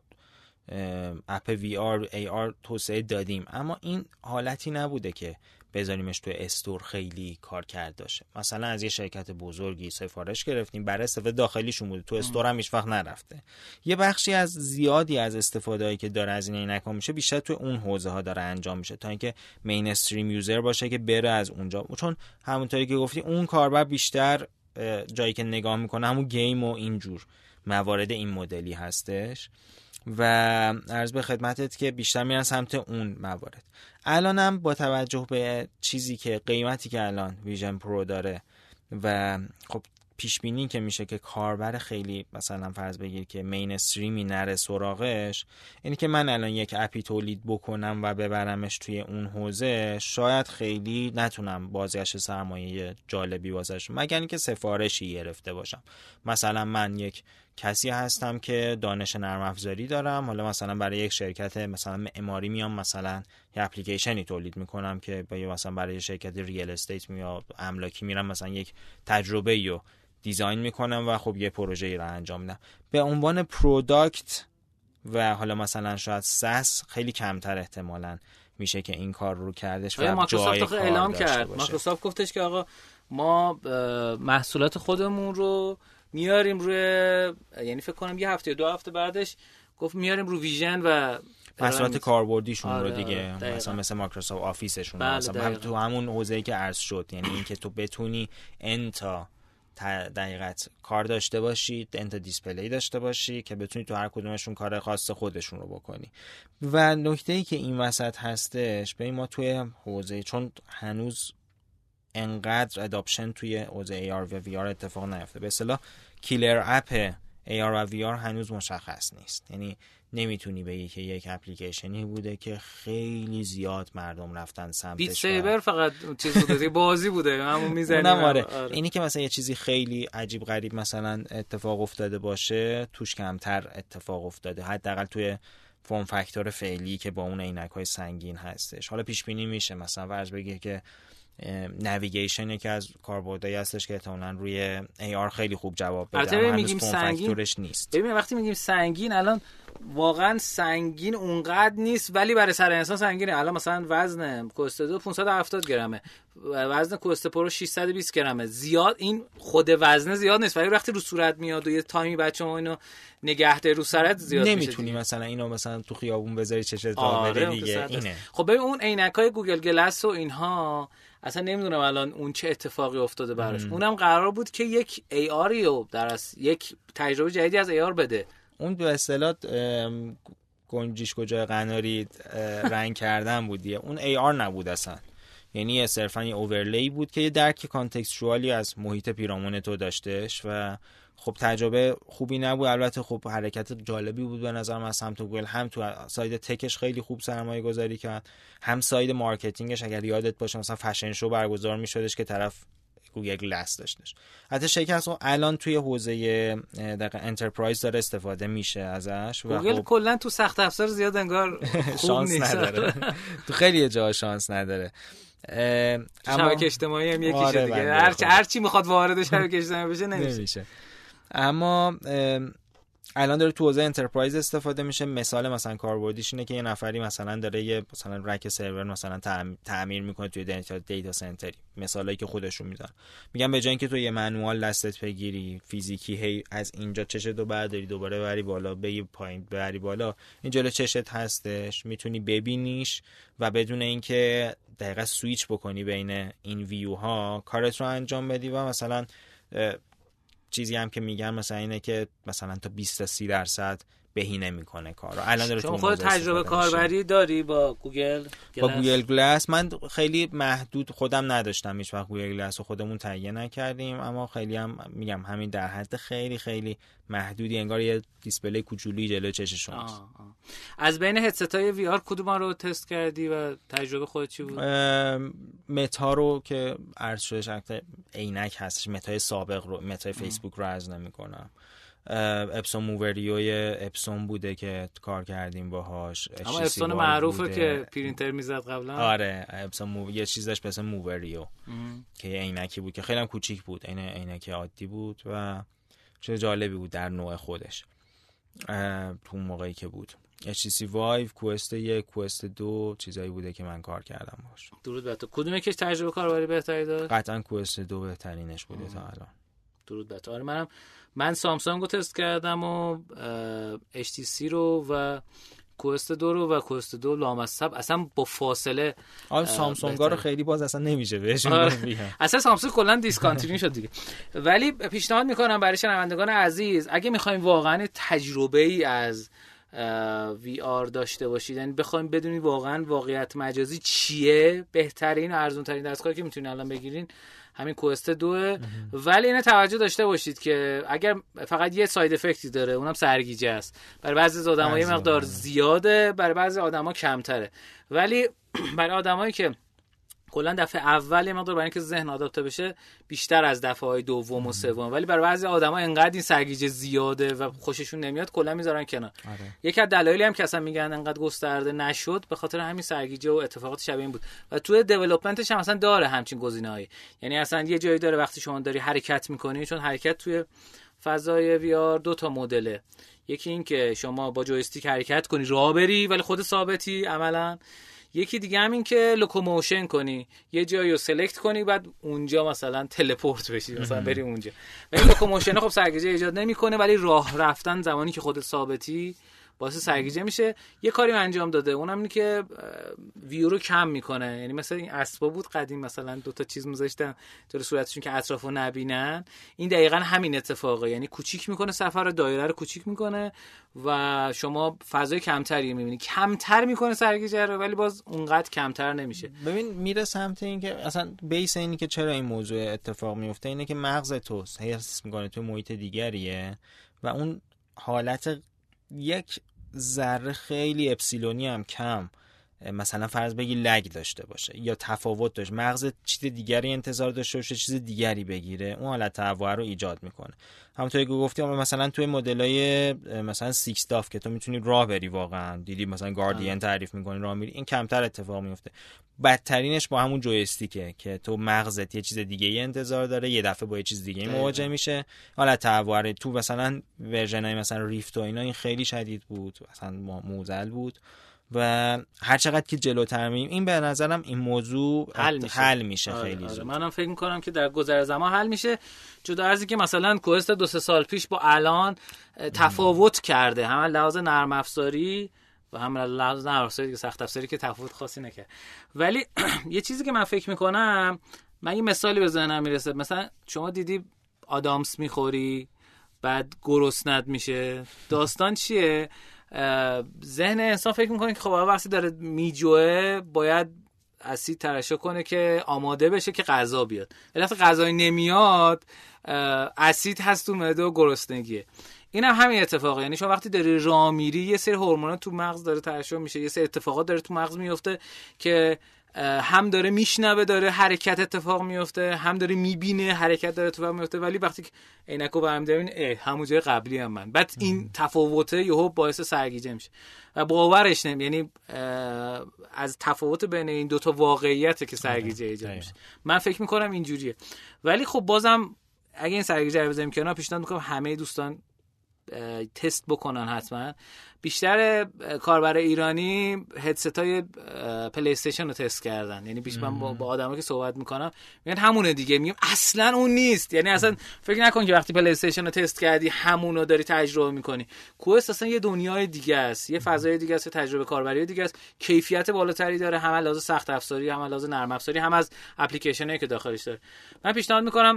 اپ وی آر ای آر توسعه دادیم، اما این حالتی نبوده که بذاریمش تو استور خیلی کار کرد باشه. مثلا از یه شرکت بزرگی سفارش گرفتیم برای استفاده داخلیشون بوده، تو استور هم هیچ وقت نرفته. یه بخشی از زیادی از استفادهایی که داره از این عینک‌ها میشه بیشتر تو اون حوزه ها داره انجام میشه تا اینکه مین استریم یوزر باشه که بره از اونجا، چون همونطوری که گفتی اون کاربر بیشتر جایی که نگاه میکنه همون گیم و اینجور موارد این مدلی هستش و عرض به خدمتت که بیشتر میرن سمت اون موارد. الانم با توجه به چیزی که قیمتی که الان ویژن پرو داره و خب پیش بینی که میشه که کاربر خیلی مثلا فرض بگیر که مین استریمی نره سراغش، اینی که من الان یک اپی تولید بکنم و ببرمش توی اون حوزه شاید خیلی نتونم بازگشت سرمایه جالبی واسش، مگر اینکه سفارشی گرفته باشم. مثلا من یک کسی هستم که دانش نرم افزاری دارم، حالا مثلا برای یک شرکت مثلا معماری میام مثلا یه اپلیکیشنی تولید میکنم که با مثلا برای شرکت ریال استیت یا املاکی میرم مثلا یک تجربه رو دیزاین میکنم و خب یه پروژه‌ای رو انجام میدم. به عنوان پروداکت و حالا مثلا شاید ساس خیلی کمتر احتمالاً میشه که این کار رو کردش و جای کار اعلام کرد. مایکروسافت گفتش که آقا ما محصولات خودمون رو میاریم روی، یعنی فکر کنم یه هفته دو هفته بعدش گفت میاریم رو ویژن و محصولات کاربردیشون آره رو دیگه دقیقا. مثلا مثل مایکروسافت آفیسشون بله مثلا هم تو همون حوزه‌ای که عرض شد، یعنی اینکه تو بتونی انتا دقیقاً کار داشته باشی، انتا دیسپلی داشته باشی که بتونی تو هر کدومشون کار خاص خودشون رو بکنی. و نکته‌ای که این وسط هستش، ببین ما توی حوزه چون هنوز انقدر اداپشن توی حوزه ای آر و وی آر اتفاق نیفته، به اصطلاح کیلر اپ ای آر و وی آر هنوز مشخص نیست. یعنی نمیتونی بگی که یک اپلیکیشنی بوده که خیلی زیاد مردم رفتن سمتش. بیت سیبر فقط چیز بوده، بازی بوده، همون میزنیم. آره. آره. اینی که مثلا یه چیزی خیلی عجیب غریب مثلا اتفاق افتاده باشه توش کمتر اتفاق افتاده، حداقل توی فرم فاکتور فعلی که با اون عینک‌های سنگین هستش. حالا پیش بینی میشه مثلا فرض بگیر که نویگیشن یکی از کاربردهایی هستش که احتمالاً روی ای آر خیلی خوب جواب بده، اما هنوز فرم فاکتورش نیست. ببین وقتی میگیم سنگین، الان واقعا سنگین اونقدر نیست ولی برای سر انسان سنگینه. الان مثلا وزن کوست دو پانصد و هفتاد گرمه، وزن کوست پرو ششصد و بیست گرمه. زیاد این خود وزنه زیاد نیست ولی وقتی رو صورت میاد و یه تایمی بچه‌ها اینو نگهده رو سرت زیاد میشه. نمیتونی مثلا اینو مثلا تو خیابون بذاری چشت تا بره دیگه. اینه خب ببین اون عینکای گوگل گلس و اینها اصلا نمیدونم الان اون چه اتفاقی افتاده براش. اونم قرار بود که یک ای آری رو در اصل یک تجربه جدیدی از ای آر بده. اون به اصطلاح گنجیش کجای قناری رنگ کردن بود دیگه، اون ای آر نبود اصلا، یعنی صرفا یه اوورلی بود که یه درک کانتکستوالی از محیط پیرامون تو داشتش و خب تجربه خوبی نبود. البته خب حرکت جالبی بود به نظرم از سمت گوگل، هم تو ساید تکش خیلی خوب سرمایه گذاری کرد، هم ساید مارکتینگش. اگر یادت باشه مثلا فشن شو برگزار می‌شدش که طرف گوگل گلاس داشتش. حتی شرکت الان توی حوزه دقیقاً انترپرایز داره استفاده میشه ازش و گوگل خب کلا تو سخت افزار زیاد انگار خوب شانس نیست. نداره تو خیلی جا شانس نداره. اما شبکه اجتماعی هم یکیشه دیگه، هر هر چی میخواد وارد شبکه اجتماعی بشه نمیشه, نمیشه. اما الان داره تو حوزه انترپرایز استفاده میشه. مثال مثلا کاربردیش اینه که یه نفری مثلا داره یه مثلا رک سرور مثلا تعمیر میکنه توی دیتا دیتا سنتری، مثالایی که خودشون میذارن، میگن به جای اینکه تو یه منوال دستت بگیری فیزیکی هی از اینجا چشتو برداری دوباره ببری بالا به یه پایین ببری بالا، این جلو چشت هستش، میتونی ببینیش و بدون اینکه دقیقاً سویچ بکنی بین این ویو ها کارت رو انجام بدی. و مثلا چیزی هم که میگن مثلا اینه که مثلا تا بیست تا سی درصد بهینه میکنه کارو. الان داره تو خود تجربه کاربری داری با گوگل با گوگل گلاس؟ من خیلی محدود، خودم نداشتم هیچ وقت گوگل گلاس رو خودمون تهیه نکردیم، اما خیلی هم میگم همین در حد خیلی خیلی محدودی، انگار یه دیسپلی کوچولی جلوی چش شماست. از بین هدست‌های وی آر کدوم رو تست کردی و تجربه خودت چی بود؟ متا رو که عرض شده شکل عینک هستش، متای سابق رو، متای فیسبوک رو عرض نمی‌کنم. اپسون مووریوی اپسون بوده که کار کردیم باهاش. اما اپسون معروفه که پرینتر میزد قبلا. آره اپسون مو... یه چیز داشت به اسم مووریو که یه عینکی بود که خیلی هم کوچیک بود، عین عینک عادی بود و چه جالبی بود در نوع خودش تو موقعی که بود. اچ تی سی وایو، کوست یک، کوست دو چیزایی بوده که من کار کردم باش. درود بر تو. کدوم یکیش تجربه کاربری بهتری داشت؟ قطعا کوست دو بهترینش بوده تا الان. درود بر تو. آره منم من سامسونگ رو تست کردم و اچ تی سی رو و کوست دو رو و کوست دو لامصب اصلا با فاصله. آره سامسونگ ها رو خیلی باز اصلا نمیشه بهشون آره. اصلا سامسونگ کلا دیسکانتینیو شد دیگه. ولی پیشنهاد میکنم برای شنوندگان عزیز اگه میخوایم واقعا تجربه ای از وی آر داشته باشید، یعنی بخوایم بدونید واقعا واقعیت مجازی چیه، بهترین و ارزون ترین دستگاهی که میتونید الان بگیرین همین کوست دوه. ولی اینو توجه داشته باشید که اگر فقط یه ساید افکتی داره اونم سرگیجه است. برای بعضی از آدم‌ها یه مقدار زیاده، برای بعضی آدم‌ها کمتره. ولی برای آدمایی که کلا دفعه اول یه مقدار برای اینکه ذهن آداپته بشه بیشتر از دفعه‌های دوم و سوم، ولی برای بعضی آدما انقدر این سرگیجه زیاده و خوششون نمیاد کلا میذارن کنار. آره. یکی از دلایلی هم که اصلا میگن انقدر گسترده نشد به خاطر همین سرگیجه و اتفاقات شبیه این بود. و توی دیولپمنتش هم اصلا داره همچین گزینه‌هایی، یعنی اصلا یه جایی داره وقتی شما داری حرکت می‌کنی، چون حرکت توی فضای وی آر دو تا مدله، یکی این که شما با جویستیک حرکت کنی راه بری ولی خود ثابتی عملاً، یکی دیگه هم این که لوکوموشن کنی، یه جایی رو سلکت کنی بعد اونجا مثلا تلپورت بشی مثلا بری اونجا. و این لوکوموشن خب سرگیجه ایجاد نمیکنه، ولی راه رفتن زمانی که خودت ثابتی واسه سرگیجه میشه. یه کاری انجام داده اونم اینه که ویو رو کم میکنه، یعنی مثلا این اسباب بود قدیم مثلا دو تا چیز میذاشتن تو صورتشون که اطرافو نبینن، این دقیقاً همین اتفاقه، یعنی کوچیک میکنه سفر دایره رو کوچیک میکنه و شما فضای کمتری میبینی، کمتر میکنه سرگیجه رو ولی باز اونقدر کمتر نمیشه. ببین میره سمت این که اصلا بیس اینی که چرا این موضوع اتفاق میفته اینه که مغز تو حس میکنه تو محیط دیگریه و اون حالت یک ذره خیلی اپسیلونی هم کم مثلا فرض بگی لگ داشته باشه یا تفاوت داشته، مغز چیز دیگری انتظار داشته باشه چیز دیگری بگیره، اون حالت تهوع رو ایجاد میکنه. همونطوری که گفتیم مثلا توی مدلای مثلا سیکس داف که تو میتونی راه بری، واقعا دیدی مثلا گاردین تعریف میکنی راه میری، این کمتر اتفاق میفته. بدترینش با همون جویستیکه که تو مغزت یه چیز دیگه ای انتظار داره، یه دفعه با یه چیز دیگه مواجه میشه، حالت تهوع تو مثلا ورژنای مثلا ریفت و اینا این خیلی شدید بود، مثلا موزل بود و هر چقدر که جلوتر میریم این به نظرم این موضوع حل میشه, حل میشه آره، خیلی آره. زود. منم فکر میکنم که در گذر زمان حل میشه، جدا از اینکه مثلا کوست دو سه سال پیش با الان تفاوت کرده، هم لحاظ نرم افزاری و هم لحاظ نرم افزاری که سخت افزاری که تفاوت خاصی نکرد. ولی یه چیزی که من فکر میکنم، من یه مثالی به ذهنم میرسه، مثلا شما دیدی آدامس میخوری بعد گرسنت میشه، داستان چیه؟ ذهن انسان فکر میکنه که خب وقتی داره میجوه باید اسید ترشح کنه که آماده بشه که غذا بیاد، ولی وقتی غذای نمیاد اسید هست تو معده و گرسنگیه. این هم همین اتفاقه، یعنی شما وقتی داری راه میری یه سری هورمونا تو مغز داره ترشح میشه، یه سری اتفاقات داره تو مغز میفته که هم داره میشنوه داره حرکت اتفاق میفته، هم داره میبینه حرکت داره اتفاق میفته، ولی وقتی عینکو برام ببین همون جای قبلی هم من، بعد این تفاوته یهو باعث سرگیجه میشه و باورش نمی، یعنی از تفاوت بین این دوتا واقعیته که سرگیجه ایجاد میشه. من فکر میکنم اینجوریه، ولی خب بازم اگه این سرگیجه رو بزنیم کنار، پیشنهاد میکنم همه دوستان تست بکنن حتما. بیشتر کاربر ایرانی هدست های پلی استیشن رو تست کردن، یعنی بیشتر من با, با آدمایی که صحبت میکنم میگن همونه دیگه، میگم اصلا اون نیست، یعنی اصلا فکر نکن که وقتی پلی استیشن رو تست کردی همونو داری تجربه میکنی. کوست اصلا یه دنیای دیگه است، یه فضای دیگه است، تجربه کاربری دیگه است، کیفیت بالاتری داره، هم از لحاظ سخت افزاری هم از لحاظ نرم افزاری هم از اپلیکیشنایی که داخلش داره. من پیشنهاد میکنم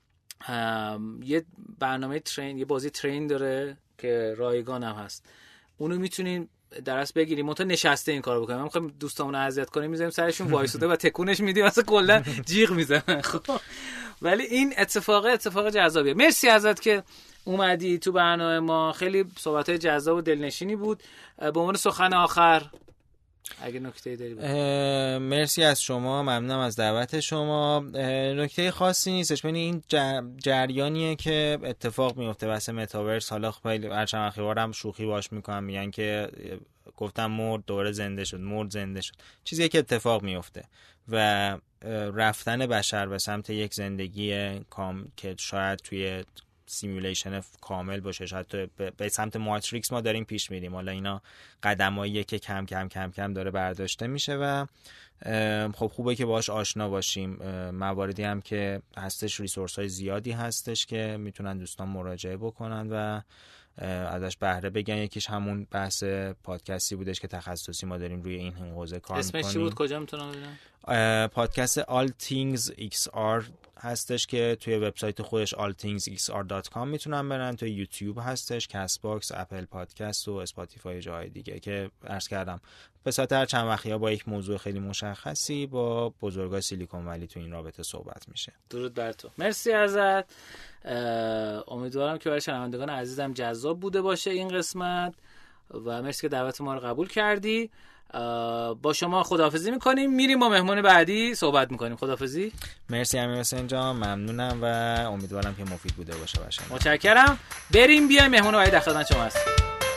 یه برنامه ترین، یه بازی ترین داره که رایگان هم هست، اونو میتونین درس بگیریم، منتها نشسته این کارو بکنیم. من میخوام دوستامون رو اذیت کنیم، میذاریم سرشون وایساده و تکونش میدیم واسه کلا جیغ میزنن. خب ولی این اتفاق اتفاق جذابیه. مرسی ازت که اومدی تو برنامه ما، خیلی صحبت‌های جذاب و دلنشینی بود. به عنوان سخن آخر اگه نکته‌ای داری بگو. مرسی از شما، ممنونم از دعوت شما. نکته خاصی نیستش، یعنی این جریانیه که اتفاق میفته واسه متاورس. حالا خیلی هر چند وقت هم شوخی باش میکنم، میگن که گفتم مرد دوباره زنده شد، مرد زنده شد، چیزی که اتفاق میفته و رفتن بشر به سمت یک زندگی کام که شاید توی سیمولیشن کامل باشه. شاید به سمت ماتریکس ما داریم پیش میریم. حالا اینا قدماییه که کم کم کم کم داره برداشته میشه و خب خوبه که باهاش آشنا باشیم. مواردی هم که هستش، ریسورس های زیادی هستش که میتونن دوستان مراجعه بکنن و ازش بهره بگن. یکیش همون بحث پادکستی بودش که تخصصی ما داریم روی این حوزه کار میکنیم. اسمش چی بود؟ کجا میتونم ببینم؟ پادکست All Things ایکس آر هستش که توی وبسایت خودش all things x r dot com میتونن برن. توی یوتیوب هستش، کست باکس، اپل پادکست و اسپاتیفای جای دیگه که عرض کردم به صورت هر چند وقتیا با یک موضوع خیلی مشخصی با بزرگای سیلیکون ولی تو این رابطه صحبت میشه. درود بر تو. مرسی ازت. امیدوارم که برای شنوندگان عزیزم جذاب بوده باشه این قسمت و مرسی که دعوت ما رو قبول کردی. با شما خداحافظی میکنیم، میریم با مهمون بعدی صحبت میکنیم. خداحافظی. مرسی امیر حسین جان، ممنونم و امیدوارم که مفید بوده باشه باشه. متشکرم. بریم بیایم مهمون بعدی در خدمت شما هست.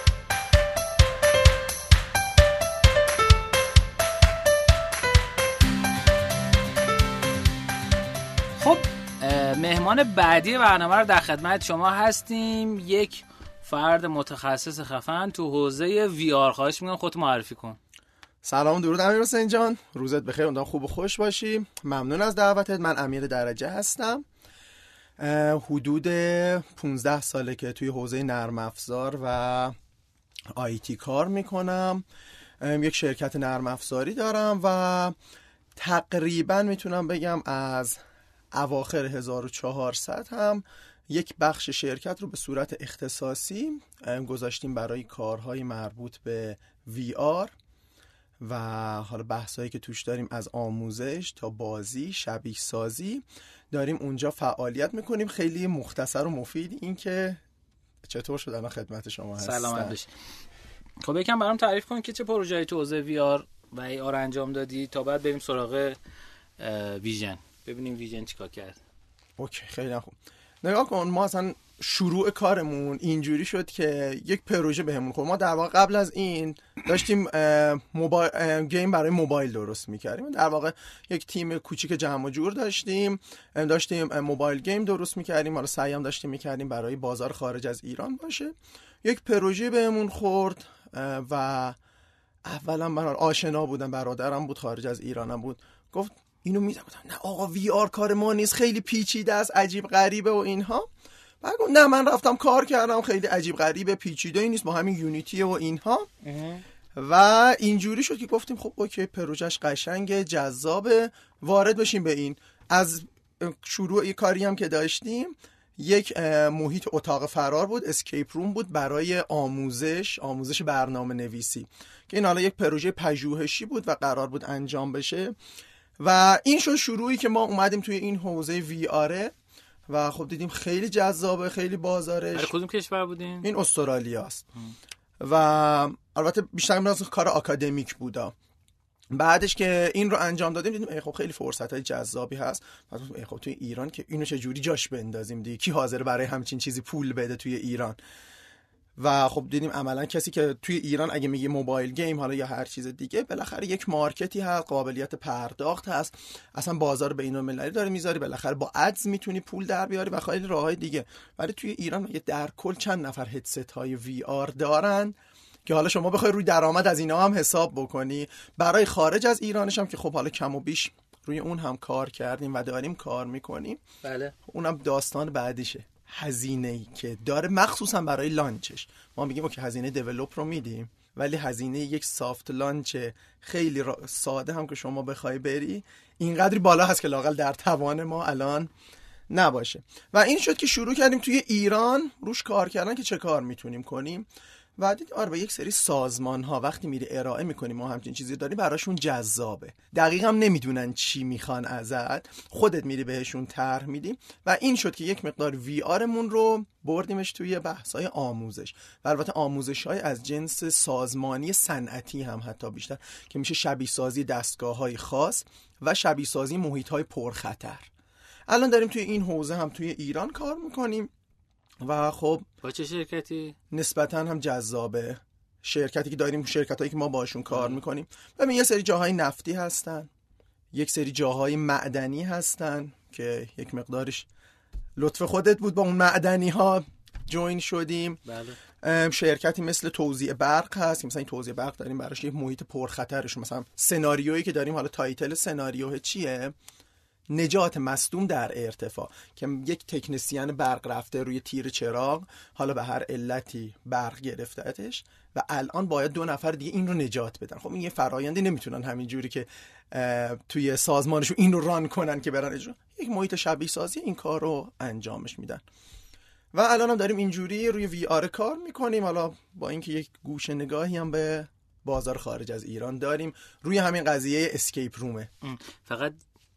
خب مهمان بعدی برنامه رو در خدمت شما هستیم. یک فرد متخصص خفن تو حوزه وی آر. خواهش میکنم خودت معرفی کن. سلام، درود امیر حسین جان، روزت بخیر، امیدوارم خوب و خوش باشی. ممنون از دعوتت. من امیر درجه هستم. حدود پانزده ساله که توی حوزه نرم افزار و آیتی کار میکنم. یک شرکت نرم افزاری دارم و تقریبا میتونم بگم از اواخر هزار و چهارصد هم یک بخش شرکت رو به صورت اختصاصی گذاشتیم برای کارهای مربوط به وی آر و حالا بحثایی که توش داریم از آموزش تا بازی، شبیه سازی، داریم اونجا فعالیت میکنیم. خیلی مختصر و مفید. این که چطور شد الان خدمت شما هستم. سلامت باشی. خب یکم برام تعریف کن که چه پروژه‌ای تو حوزه وی آر و ای آر انجام دادی تا بعد بریم سراغ ویژن، ببینیم ویژن چیکار کرد. اوکی، خیلی خوب. نگاه کن، ما اصلا شروع کارمون اینجوری شد که یک پروژه بهمون خورد. ما در واقع قبل از این داشتیم موبایل گیم برای موبایل درست می‌کردیم. در واقع یک تیم کوچیک جمع و جور داشتیم داشتیم موبایل گیم درست می‌کردیم. حالا سعی هم داشتیم می‌کردیم برای بازار خارج از ایران باشه. یک پروژه بهمون خورد و اولا من آشنا بودم، برادرم بود، خارج از ایرانم بود، گفت اینو می‌ذارم. نه آقا وی آر کار ما نیست، خیلی پیچیده است، عجیب غریبه و اینها. بعد نه، من رفتم کار کردم، خیلی عجیب غریبه، پیچیده ای نیست، با همین یونیتی و اینها. و اینجوری شد که گفتیم خب اوکی، پروژهش قشنگه، جذابه، وارد بشیم به این. از شروع کاری هم که داشتیم یک محیط اتاق فرار بود، اسکیپ روم بود برای آموزش آموزش برنامه نویسی که این حالا یک پروژه پژوهشی بود و قرار بود انجام بشه. و این شد شروعی که ما اومدیم توی این حوزه وی آر و خب دیدیم خیلی جذابه، خیلی بازارش. برای کدوم کشور بودین؟ این استرالیا است و البته بیشتر من کار آکادمیک بودا. بعدش که این رو انجام دادیم دیدیم ای خب خیلی فرصت‌های جذابی هست. بعد ای خب توی ایران که اینو چه جوری جاش بندازیم دیگه، کی حاضر برای همچین چیزی پول بده توی ایران؟ و خب دیدیم عملا کسی که توی ایران اگه میگه موبایل گیم حالا یا هر چیز دیگه، بالاخره یک مارکتی هست، قابلیت پرداخت هست، اصلا بازار بین‌المللی داره میذاری، بالاخره با ادز میتونی پول در بیاری و خیلی راههای دیگه. ولی توی ایران میگه در کل چند نفر هدست های وی آر دارن که حالا شما بخوای روی درآمد از اینا هم حساب بکنی. برای خارج از ایرانش هم که خب حالا کم و بیش روی اون هم کار کردیم و داریم کار میکنیم. بله، اونم داستان بعدیشه، هزینه‌ای که داره مخصوصا برای لانچش. ما میگیم اوکی هزینه دیولپ رو میدیم، ولی هزینه یک سافت لانچ خیلی ساده هم که شما بخوای بری اینقدری بالا هست که لااقل در توان ما الان نباشه. و این شد که شروع کردیم توی ایران روش کار کردن که چه کار میتونیم کنیم. و دید آره به یک سری سازمان ها وقتی میری ارائه میکنیم ما همچین چیزی داریم، براشون جذابه، دقیقا نمیدونن چی میخوان ازت، خودت میری بهشون طرح میدی. و این شد که یک مقدار وی آرمون رو بردیمش توی بحث‌های آموزش و البته آموزش‌های از جنس سازمانی صنعتی هم حتی بیشتر، که میشه شبیه سازی دستگاه‌های خاص و شبیه سازی محیط‌های پرخطر. الان داریم توی این حوزه هم توی ایران کار میکنیم و خب با چه شرکتی؟ نسبتاً هم جذابه. شرکتی که داریم، شرکتایی که ما باشون کار میکنیم، ببین یه سری جاهای نفتی هستن، یک سری جاهای معدنی هستن که یک مقدارش لطف خودت بود با اون معدنی ها جوین شدیم. بله. شرکتی مثل توزیع برق هست، مثلا این توزیع برق داریم براش یه محیط پرخطرش، مثلا سناریویی که داریم، حالا تایتل سناریو چیه؟ نجات مصدوم در ارتفاع، که یک تکنسین برق رفته روی تیر چراغ، حالا به هر علتی برق گرفته‌تش و الان باید دو نفر دیگه این رو نجات بدن. خب این یه فرآیندی، نمیتونن همینجوری که توی سازمانشون این رو ران کنن که برن اجرا، یک محیط شبیه سازی این کار رو انجامش میدن. و الان هم داریم اینجوری روی وی آر کار میکنیم، حالا با اینکه یک گوشه نگاهی هم به بازار خارج از ایران داریم روی همین قضیه اسکیپ رومه. فقط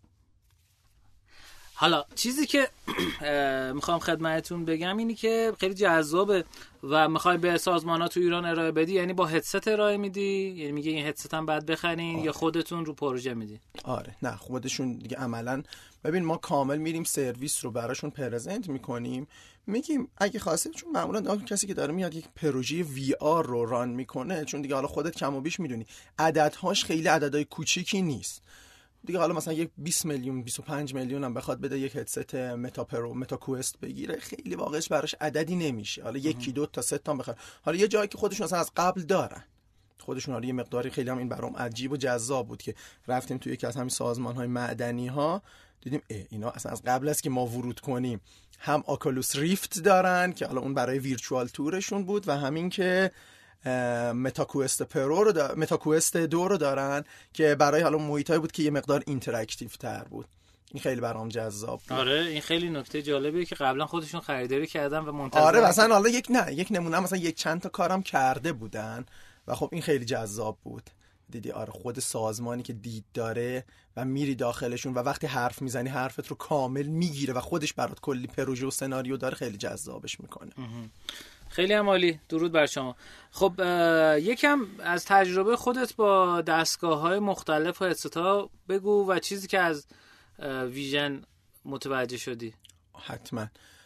حالا چیزی که میخوام خدمتتون بگم اینی که خیلی جذابه و میخوای به سازمان‌ها تو ایران ارائه بدی، یعنی با هدست ارائه میدی، یعنی میگه این هدست هم بعد بخرین، آره. یا خودتون رو پروژه میدی؟ آره نه خودشون دیگه عملاً. ببین ما کامل میریم سرویس رو براشون پرزنت میکنیم، میگیم اگه خواسته، چون معمولا کسی که داره میاد یک پروژه وی آر رو ران میکنه، چون دیگه حالا خودت کم و بیش میدونی عددهاش خیلی عددهای کوچیکی نیست دیگه، حالا مثلا یک بیست میلیون بیست و پنج میلیون هم بخواد بده یک هدست متا پرو متا کوست بگیره، خیلی واقعش براش عددی نمیشه. حالا یکی دو تا سه تا بخواد، حالا یه جایی که خودشون اصلا از قبل دارن خودشون، حالا یه مقداری خیلی هم این برام عجیب و جذاب بود که رفتیم توی یکی از همین سازمان‌های معدنی ها، دیدیم اینا اصلا از قبل است که ما ورود کنیم هم آکولوس ریفت دارن که حالا اون برای ویرچوال تورشون بود و همین که متا کوست پرو رو دا... متا کوست دو رو دارن که برای حالا محیطایی بود که یه مقدار اینتراکتیو تر بود. این خیلی برام جذاب بود. آره این خیلی نکته جالبیه که قبلا خودشون خریداری کردن و منتظر. آره مثلا حالا یک نه یک نمونه مثلا یک چند تا کارم کرده بودن و خب این خیلی جذاب بود. دیدی آره خود سازمانی که دید داره و میری داخلشون و وقتی حرف میزنی حرفت رو کامل میگیره و خودش برات کلی پروژه و سناریو داره، خیلی جذابش میکنه. خیلی هم عالی. درود بر شما. خب یکم از تجربه خودت با دستگاه‌های مختلف و هدست‌ها بگو و چیزی که از ویژن متوجه شدی. حتما.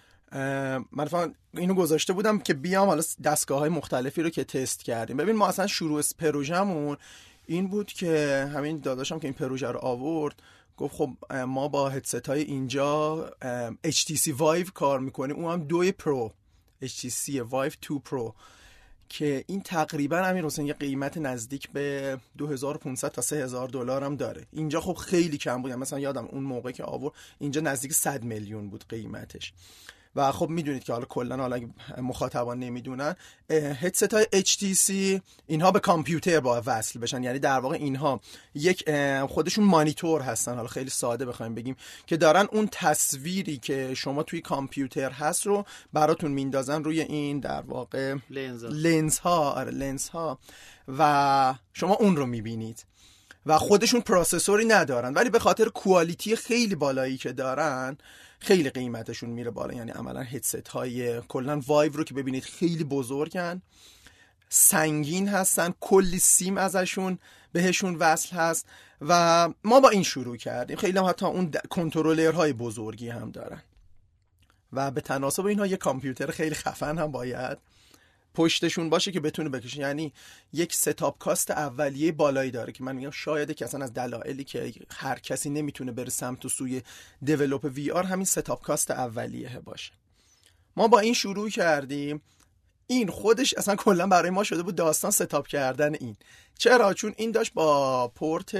من فقط اینو گذاشته بودم که بیام حالا دستگاه‌های مختلفی رو که تست کردیم. ببین ما اصلا شروع پروژه‌مون این بود که همین داداشم که این پروژه رو آورد گفت خب ما با هدست‌های اینجا اچ تی سی Vive کار می‌کنیم، اون هم دو پرو اچ تی سی Vive دو پرو که این تقریبا امیر حسین یه قیمت نزدیک به دو هزار و پانصد تا سه هزار دلار هم داره. اینجا خب خیلی کم بود، مثلا یادم اون موقع که آورد اینجا نزدیک صد میلیون بود قیمتش. و خب میدونید که حالا کلا حالا مخاطبان نمیدونن هدست های اچ تی سی اینها به کامپیوتر با وصل بشن، یعنی در واقع اینها یک خودشون مانیتور هستن، حالا خیلی ساده بخوایم بگیم، که دارن اون تصویری که شما توی کامپیوتر هست رو براتون میندازن روی این در واقع لنز ها. آره لنز ها و شما اون رو میبینید و خودشون پروسسوری ندارن، ولی به خاطر کوالیتی خیلی بالایی که دارن خیلی قیمتشون میره بالا. یعنی عملا هدست های کلا وایو رو که ببینید خیلی بزرگن، سنگین هستن، کلی سیم ازشون بهشون وصل هست و ما با این شروع کردیم. خیلی هم حتی اون کنترلرهای بزرگی هم دارن و به تناسب اینها یه کامپیوتر خیلی خفن هم باید پشتشون باشه که بتونه بکشه. یعنی یک ستاپ کاست اولیه بالایی داره که من میگم شاید که اصلا از دلایلی که هر کسی نمیتونه بره سمت و سوی دیولپ وی آر همین ستاپ کاست اولیه باشه. ما با این شروع کردیم. این خودش اصلا کلا برای ما شده بود داستان ستاپ کردن این. چرا؟ چون این داشت با پورت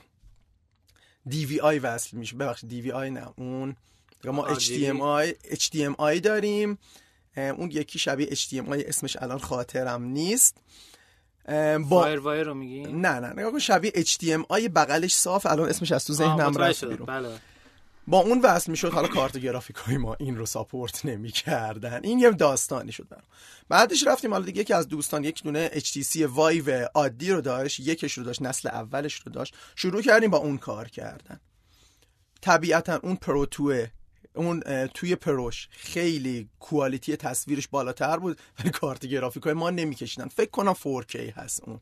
دی وی آی وصل میشه. ببخشید دی وی آی نه، اون ما اچ دی ام آی اچ دی ام آی داریم، اون یکی شبیه اچ دی ام آی اسمش الان خاطرم نیست. با وایر وایر رو میگی؟ نه نه نگاه کن شبیه اچ دی ام آی بغلش صاف، الان اسمش از تو ذهنم رفت بیرون. بله. با اون وصل میشد. حالا کارت گرافیکای ما این رو ساپورت نمیکردن. این یه داستانی شد برام. بعدش رفتیم حالا دیگه که از دوستان یک دونه اچ تی سی وایو عادی رو داشت، یکش رو داشت، نسل اولش رو داشت، شروع کردیم با اون کار کردن. طبیعتا اون پرو توه اون توی پروش خیلی کوالیتی تصویرش بالاتر بود ولی کارت گرافیکای ما نمیکشیدن. فکر کنم فور کی هست اون.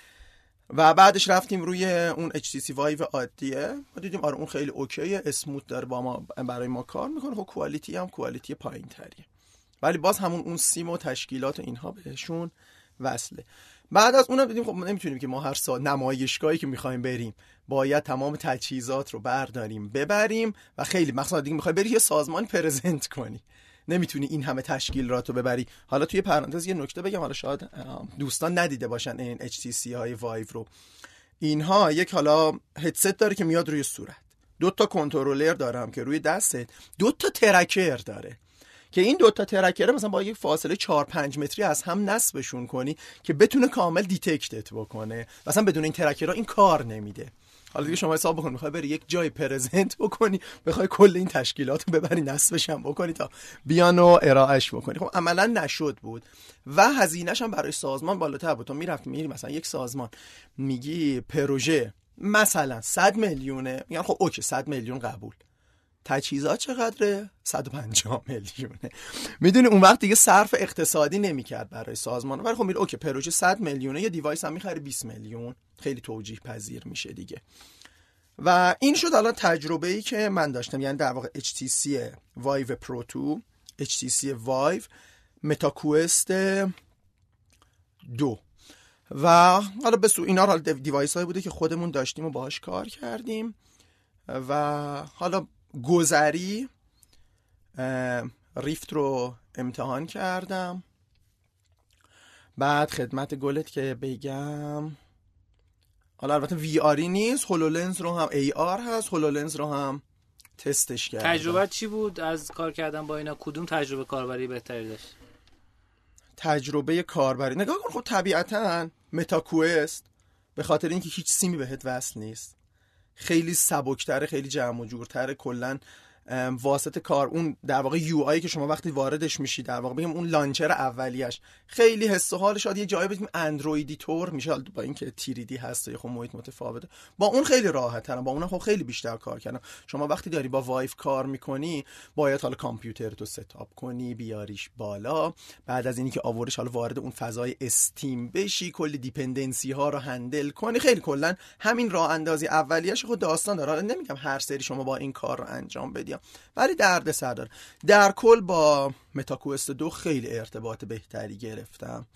و بعدش رفتیم روی اون اچ تی سی وایو عادیه و دیدیم آره اون خیلی اوکیه، اسموت داره، با ما برای ما کار میکنه. خب کوالیتی هم کوالیتی پایین تریه ولی باز همون اون سیم و تشکیلات و اینها بهشون وصله. بعد از اونم دیدیم خب نمیتونیم که ما هر سال نمایشگاهی که میخوایم بریم باید تمام تجهیزات رو برداریم ببریم و خیلی مثلا دیگه میخوای بری یه سازمان پرزنت کنی، نمیتونی این همه تشکیلات رو ببری. حالا توی پرانتز یه نکته بگم، حالا شاید دوستان ندیده باشن این اچ تی سی های وایو رو. اینها یک حالا هدست داره که میاد روی صورت، دو تا کنترلر داره هم که روی دستت، دو تا ترکر داره که این دو تا ترکر مثلا با یک فاصله چهار پنج متری از هم نصبشون کنی که بتونه کامل دیتکتت بکنه. مثلا بدون این ترکرها این کار نمیده. حالا دیگه شما حساب بکن میخوای بری یک جای پرزنت بکنی، بخوای کل این تشکیلات رو ببری نصبش هم بکنی تا بیان و ارائهش بکنی، خب عملا نشد بود و هزینه‌ش هم برای سازمان بالاتر بود. تو میرفت میری مثلا یک سازمان میگی پروژه مثلا صد میلیونه، میگن خب اوکی صد میلیون قبول، تجهیزات چقدره؟ صد و پنجاه میلیونه. میدونی اون وقت دیگه صرف اقتصادی نمیکرد برای سازمان، ولی خب میگه اوکی پروژه صد میلیونه، یه دیوایس هم میخره بیست میلیون، خیلی توجیه پذیر میشه دیگه. و این شد الان تجربه‌ای که من داشتم، یعنی در واقع اچ تی سی وایو پرو دو، اچ تی سی وایو، متاکوست دو و حالا به سو اینا حالا دیوایس هایی بوده که خودمون داشتیم و باهاش کار کردیم. و حالا گذری ریفت رو امتحان کردم. بعد خدمت گلت که بگم، حالا البته وی آری نیست، هولولنز رو هم ای آر هست، هولولنز رو هم تستش کردم. تجربه چی بود از کار کردن با اینا؟ کدوم تجربه کاربری بهتری داشت؟ تجربه کاربری نگاه کن، خب طبیعتاً متاکوست به خاطر اینکه هیچ سیمی بهت وصل نیست، خیلی سبکتره، خیلی جمع و جورتره. کلاً واسطه کار اون در واقع یو آی که شما وقتی واردش میشی، در واقع بگم اون لانچر اولیش خیلی حس و حال شاید یه جایی بگیم اندرویدی طور میشه، با اینکه تری دی هست خب محیط متفاوته، با اون خیلی راحت ترم، با اون خب خیلی بیشتر کار کردم. شما وقتی داری با وایف کار میکنی باید حالا کامپیوتر تو ستاپ کنی، بیاریش بالا، بعد از اینی که آوردش حالا وارد اون فضای استیم بشی، کلی دیپندنسی ها رو هندل کنی. خیلی کلا همین راه اندازی اولیش خود داستان داره. نمیگم هر سری شما با این کار رو انجام بدی، ولی درد سر داره. در کل با متاکوست دو خیلی ارتباط بهتری گرفتم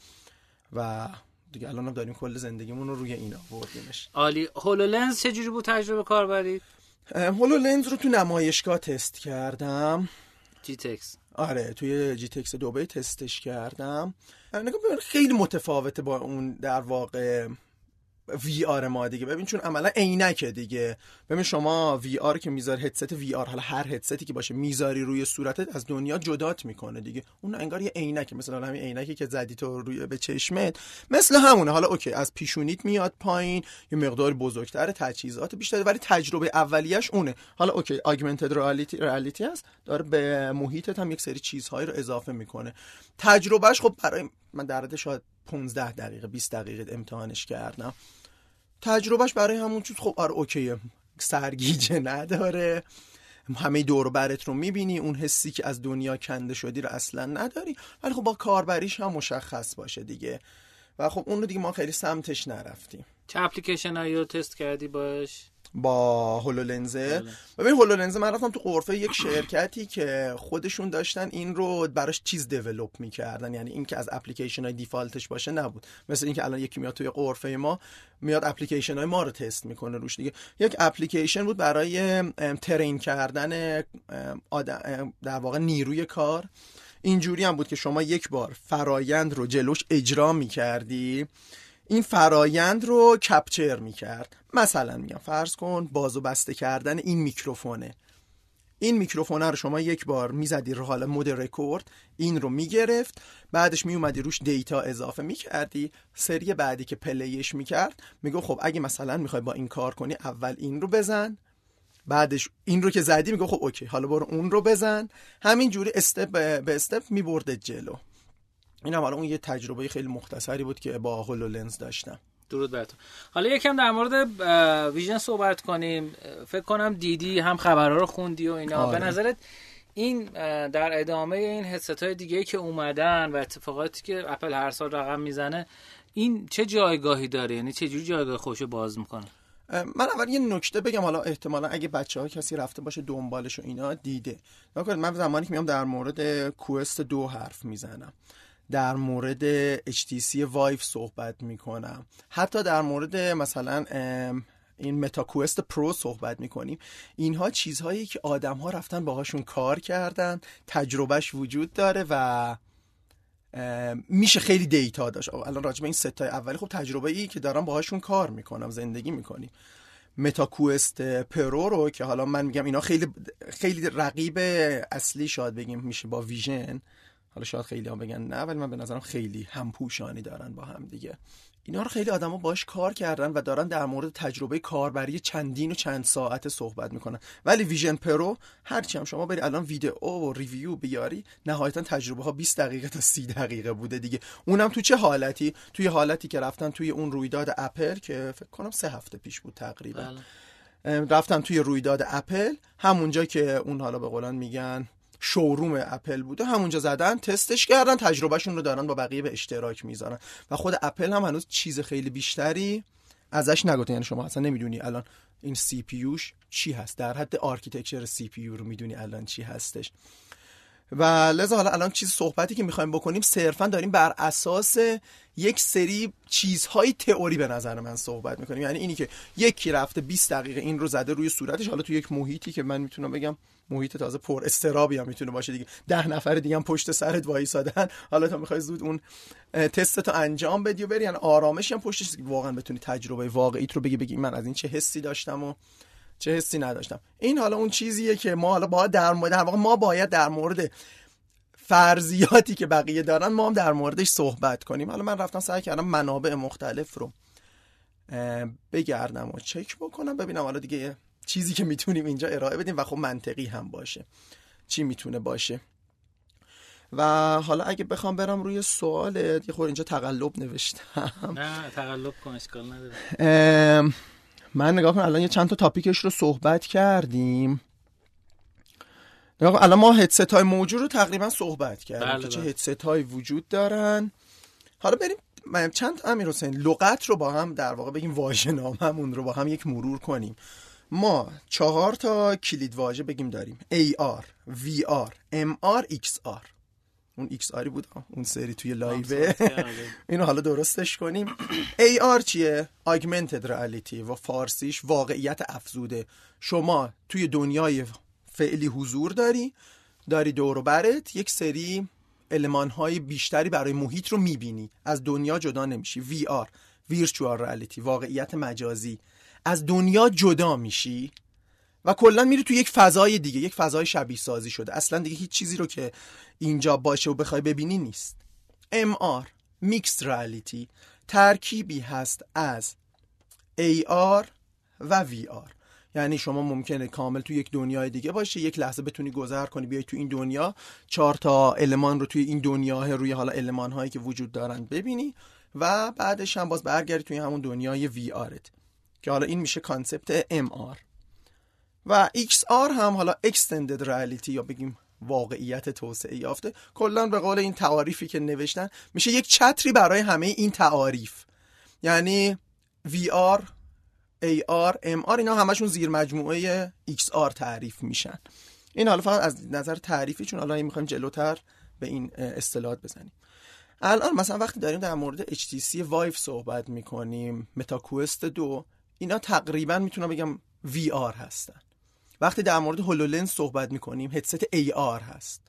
و دیگه الان هم داریم کل زندگیمون رو روی این آوردیمش. عالی. هولولنز چجوری بود تجربه کاربری؟ هولولنز رو تو نمایشگاه تست کردم، جی تکس. آره توی جی تکس دبی تستش کردم. نگاه ببین خیلی متفاوته با اون در واقع وی آر ما دیگه. ببین چون عملا عینکه دیگه. ببین شما وی آر که میذاری، هدست وی آر، حالا هر هدستی که باشه میذاری روی صورتت، از دنیا جدات میکنه دیگه. اون انگار یه عینکه، مثلا همین عینکی که زدی تو روی به چشمت، مثل همونه. حالا اوکی از پیشونیت میاد پایین، یه مقدار بزرگتر، تجهیزات بیشتره، ولی تجربه اولیه‌اش اونه. حالا اوکی آگمنتد رئالیتی رئالیتی هست، داره به محیطت هم یک سری چیزهایی رو اضافه میکنه. تجربهش خب برای من در حد شاید پانزده دقیقه بیست دقیقه امتحانش کردم. تجربهش برای همون چیز خب آره اوکیه، سرگیجه نداره، همه دور و برت رو میبینی، اون حسی که از دنیا کنده شدی رو اصلا نداری، ولی خب با کاربریش هم مشخص باشه دیگه. و خب اون رو دیگه ما خیلی سمتش نرفتیم. چه اپلیکیشن هایی رو تست کردی باش؟ با هولولنز. ببین هولولنز من رفتم تو غرفه یک شرکتی که خودشون داشتن این رو براش چیز دیولپ میکردن، یعنی این که از اپلیکیشن های دیفالتش باشه نبود، مثل این که الان یکی میاد توی غرفه ما میاد اپلیکیشن های ما رو تست میکنه روش دیگه. یک اپلیکیشن بود برای ترین کردن در واقع نیروی کار. اینجوری هم بود که شما یک بار فرایند رو جلوش اجرا میکردی، این فرایند رو کپچر میکرد. مثلا میگم فرض کن باز و بسته کردن این میکروفونه، این میکروفونه رو شما یک بار میزدی رو حالا مود رکورد، این رو میگرفت، بعدش میومدی روش دیتا اضافه میکردی، سری بعدی که پلیش میکرد میگه خب اگه مثلا میخوای با این کار کنی اول این رو بزن، بعدش این رو که زدی میگه خب اوکی حالا برو اون رو بزن، همین جوری استپ به استپ میبرده جلو. این هم حالا اون یه تجربه خیلی مختصری بود که با هولولنز داشتم. درود بر تو. حالا یکم در مورد ویژن صحبت کنیم. فکر کنم دیدی هم خبرها رو خوندی و اینا. آره. به نظرت این در ادامه این هدست‌های دیگه که اومدن و اتفاقاتی که اپل هر سال رقم میزنه، این چه جایگاهی داره؟ یعنی چه جوری جایگاه خودشو باز میکنه؟ من اول یه نکته بگم، حالا احتمالا اگه بچه‌ها کسی رفته باشه دنبالش و اینا دیده. نکنید من زمانی که میام در مورد کوست دو حرف میزنم، در مورد اچ تی سی وایو صحبت میکنم، حتی در مورد مثلا این متاکوست پرو صحبت میکنیم. اینها چیزهایی که آدم‌ها رفتن باهاشون کار کردن، تجربهش وجود داره و میشه خیلی دیتا داشت. الان راجع به این ستای اولی خب تجربه‌ای که دارم باهاشون کار میکنم، زندگی میکنیم. متاکوست پرو رو که حالا من میگم اینا خیلی خیلی رقیب اصلی شاید بگیم میشه با ویژن، حالا شاید خیلی ها بگن نه، ولی من به نظرم خیلی همپوشانی دارن با هم دیگه. اینا رو خیلی آدما باش کار کردن و دارن در مورد تجربه کاربری چندین و چند ساعت صحبت میکنن. ولی ویژن پرو هرچی هم شما بری الان ویدئو و ریویو بیاری، نهایتا تجربه ها بیست دقیقه تا سی دقیقه بوده دیگه. اونم تو چه حالتی؟ توی حالتی که رفتن توی اون رویداد اپل که فکر کنم سه هفته پیش بود تقریبا. بله. رفتن توی رویداد اپل، همونجا که اون حالا به قولن میگن شوروم اپل بوده، همونجا زدن تستش کردن، تجربهشون رو دارن با بقیه به اشتراک میذارن و خود اپل هم هنوز چیز خیلی بیشتری ازش نگفته. یعنی شما اصلا نمیدونی الان این سی پی یوش چی هست، در حد آرکیتکچر سی پی یو رو میدونی الان چی هستش. و لذا حالا الان چیز صحبتی که میخوایم بکنیم صرفا داریم بر اساس یک سری چیزهای تئوری به نظر من صحبت میکنیم. یعنی اینی که یکی رفته بیست دقیقه این رو زده روی صورتش، حالا تو یک محیطی که من میتونم بگم محیط تازه پر استرابی هم میتونه باشه دیگه، ده نفر دیگه هم پشت سرت وایسادن، حالا تا میخوای زود اون تستتو انجام بدی و بری، یعنی آرامشی هم پشتش واقعا بتونی تجربه واقعیت رو بگی بگی من از این چه حسی داشتم و چه حسی نداشتم. این حالا اون چیزیه که ما حالا باید در مورد در واقع ما باید در مورد فرضیاتی که بقیه دارن ما هم در موردش صحبت کنیم. حالا من رفتم سعی کردم منابع مختلف رو بگردم و چک بکنم ببینم حالا دیگه چیزی که میتونیم اینجا ارائه بدیم و خب منطقی هم باشه چی میتونه باشه. و حالا اگه بخوام برم روی سوالت، یه خورده اینجا تقلب نوشتم. نه تقلب کن، اشکال نداره. من نگاه کن الان یه چند تا تاپیکش رو صحبت کردیم. نگاه کن الان ما هدست های موجود رو تقریبا صحبت کردیم بله که چه بله. هدست های وجود دارن. حالا بریم چند امیر حسین لغت رو با هم در واقع بگیم، واژه ناممون رو با هم یک مرور کنیم. ما چهار تا کلید واژه بگیم داریم: ای آر، وی آر، ام آر، ایکس آر. اون ایکس آری بود اون سری توی لایو، اینو حالا درستش کنیم. ای آر چیه؟ Augmented Reality و فارسیش واقعیت افزوده. شما توی دنیای فعلی حضور داری، داری دور و برت یک سری المان‌های بیشتری برای محیط رو می‌بینی، از دنیا جدا نمیشی. وی آر Virtual Reality واقعیت مجازی، از دنیا جدا میشی و کلا میری تو یک فضای دیگه، یک فضای شبیه سازی شده، اصلا دیگه هیچ چیزی رو که اینجا باشه و بخوای ببینی نیست. ام آر Mixed Reality ترکیبی هست از ای آر و وی آر. یعنی شما ممکنه کامل تو یک دنیای دیگه باشی، یک لحظه بتونی گذر کنی بیای تو این دنیا، چهار تا المان رو توی این دنیا روی حالا المان هایی که وجود دارن ببینی و بعدش هم باز برگردی توی همون دنیای وی آرت که حالا این میشه کانسپت ام آر. و ایکس آر هم حالا Extended Reality یا بگیم واقعیت توسعه یافته. کلا به قول این تعاریفی که نوشتن میشه یک چتری برای همه این تعاریف. یعنی وی آر، ای آر، ام آر اینا همشون زیر مجموعه ایکس آر تعریف میشن. این حالا فقط از نظر تعریفی، چون حالا میخوایم جلوتر به این اصطلاحات بزنیم. الان مثلا وقتی داریم در مورد اچ تی سی وایو صحبت میکنیم، متاکوست دو، اینا تقریبا میتونم بگم وی آر هستن. وقتی در مورد هولولنز صحبت میکنیم هدست ای آر هست.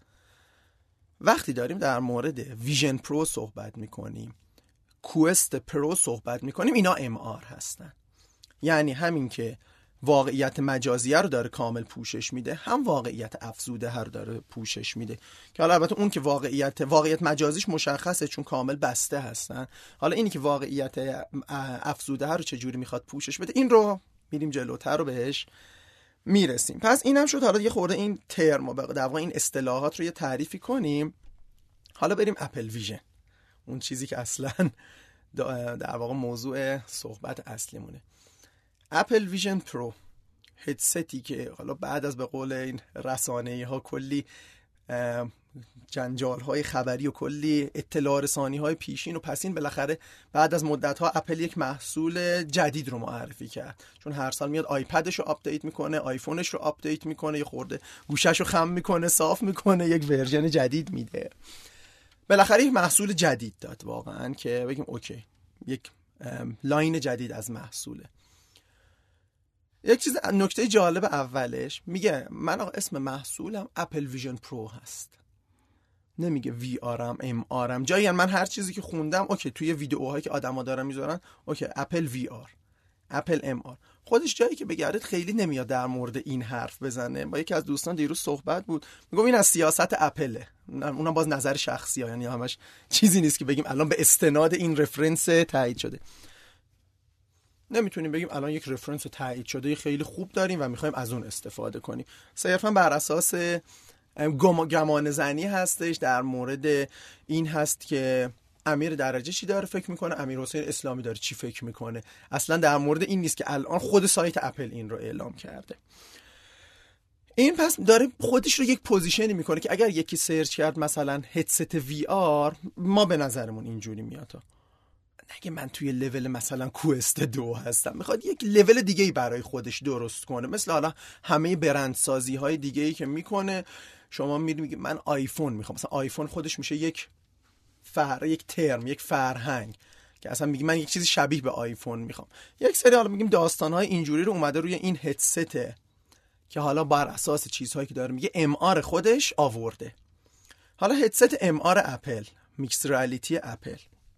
وقتی داریم در مورد ویژن پرو صحبت میکنیم، کوست پرو صحبت میکنیم، اینا ام آر هستن. یعنی همین که واقعیت مجازیه رو داره کامل پوشش میده، هم واقعیت افزوده رو داره پوشش میده که حالا البته اون که واقعیت واقعیت مجازیش مشخصه چون کامل بسته هستن. حالا اینی که واقعیت افزوده رو چجوری میخواد پوشش بده، این رو میریم جلوتر رو بهش میرسیم. پس اینم شد حالا یه خورده این ترم در واقع این اصطلاحات رو یه تعریفی کنیم. حالا بریم اپل ویژن، اون چیزی که اصلا در واقع موضوع صحبت اصلیمونه. اپل ویژن پرو هدستی که حالا بعد از به قول این رسانه‌ای ها کلی جنجال های خبری و کلی اطلاع رسانی های پیشین و پسین، بالاخره بعد از مدت ها اپل یک محصول جدید رو معرفی کرد. چون هر سال میاد آیپدش رو آپدیت میکنه، آیفونش رو آپدیت میکنه، یه خورده گوشش رو خم میکنه، صاف میکنه، یک ورژن جدید میده. بالاخره یک محصول جدید داد واقعا که بگیم اوکی یک لاین جدید از محصوله. یک چیز نکته جالب اولش میگه من آقا اسم محصولم اپل ویژن پرو هست، نمیگه وی آرم ام آرم. جایی من هر چیزی که خوندم اوکی توی ویدیوهایی که آدما دارن میذارن اوکی اپل وی آر اپل ام آر، خودش جایی که بگردید خیلی نمیاد در مورد این حرف بزنه. با یکی از دوستان دیروز صحبت بود میگم این از سیاست اپله، اونم باز نظر شخصی ها، یعنی همش چیزی نیست که بگیم الان به استناد این رفرنس تایید شده. نمیتونیم بگیم الان یک رفرنس تایید شده خیلی خوب داریم و میخوایم از اون استفاده کنیم. صرفا بر اساس گمان زنی هستش در مورد این هست که امیر درجه چی داره فکر میکنه، امیر حسین اسلامی داره چی فکر میکنه. اصلا در مورد این نیست که الان خود سایت اپل این رو اعلام کرده. این پس داره خودش رو یک پوزیشنی میکنه که اگر یکی سرچ کرد مثلا هدست وی آر، ما به نظرمون اینجوری میاد نگه من توی لول مثلا کوست دو هستم، میخواد یک لول دیگه‌ای برای خودش درست کنه، مثل حالا همه برندسازی های دیگه‌ای که میکنه. شما میری میگی من آیفون میخوام، مثلا آیفون خودش میشه یک فر یک ترم یک فرهنگ که اصلا میگی من یک چیزی شبیه به آیفون میخوام. یک سری حالا میگیم داستان‌های اینجوری رو اومده روی این هدسته که حالا بر اساس چیزهایی که داره میگه ام آر خودش آورده. حالا هدست ام آر اپل، میکس رئالیتی اپل،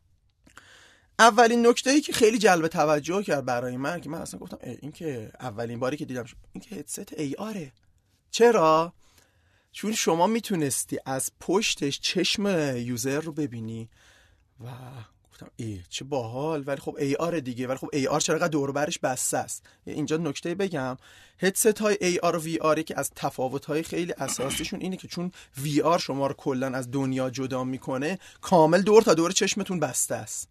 اولین نکته‌ای که خیلی جلب توجه کرد برای من که من اصلا گفتم این که اولین باری که دیدم این که هدست ای آره. چرا؟ چون شما میتونستی از پشتش چشم یوزر رو ببینی و گفتم ای چه باحال، ولی خب ای آر دیگه، ولی خب ای آر چرا دور و برش بسته است. اینجا نکته بگم هدست های ای آر و وی آر که از تفاوت های خیلی اساسیشون اینه که چون وی آر شما رو کلا از دنیا جدا میکنه، کامل دور تا دور چشمتون بسته است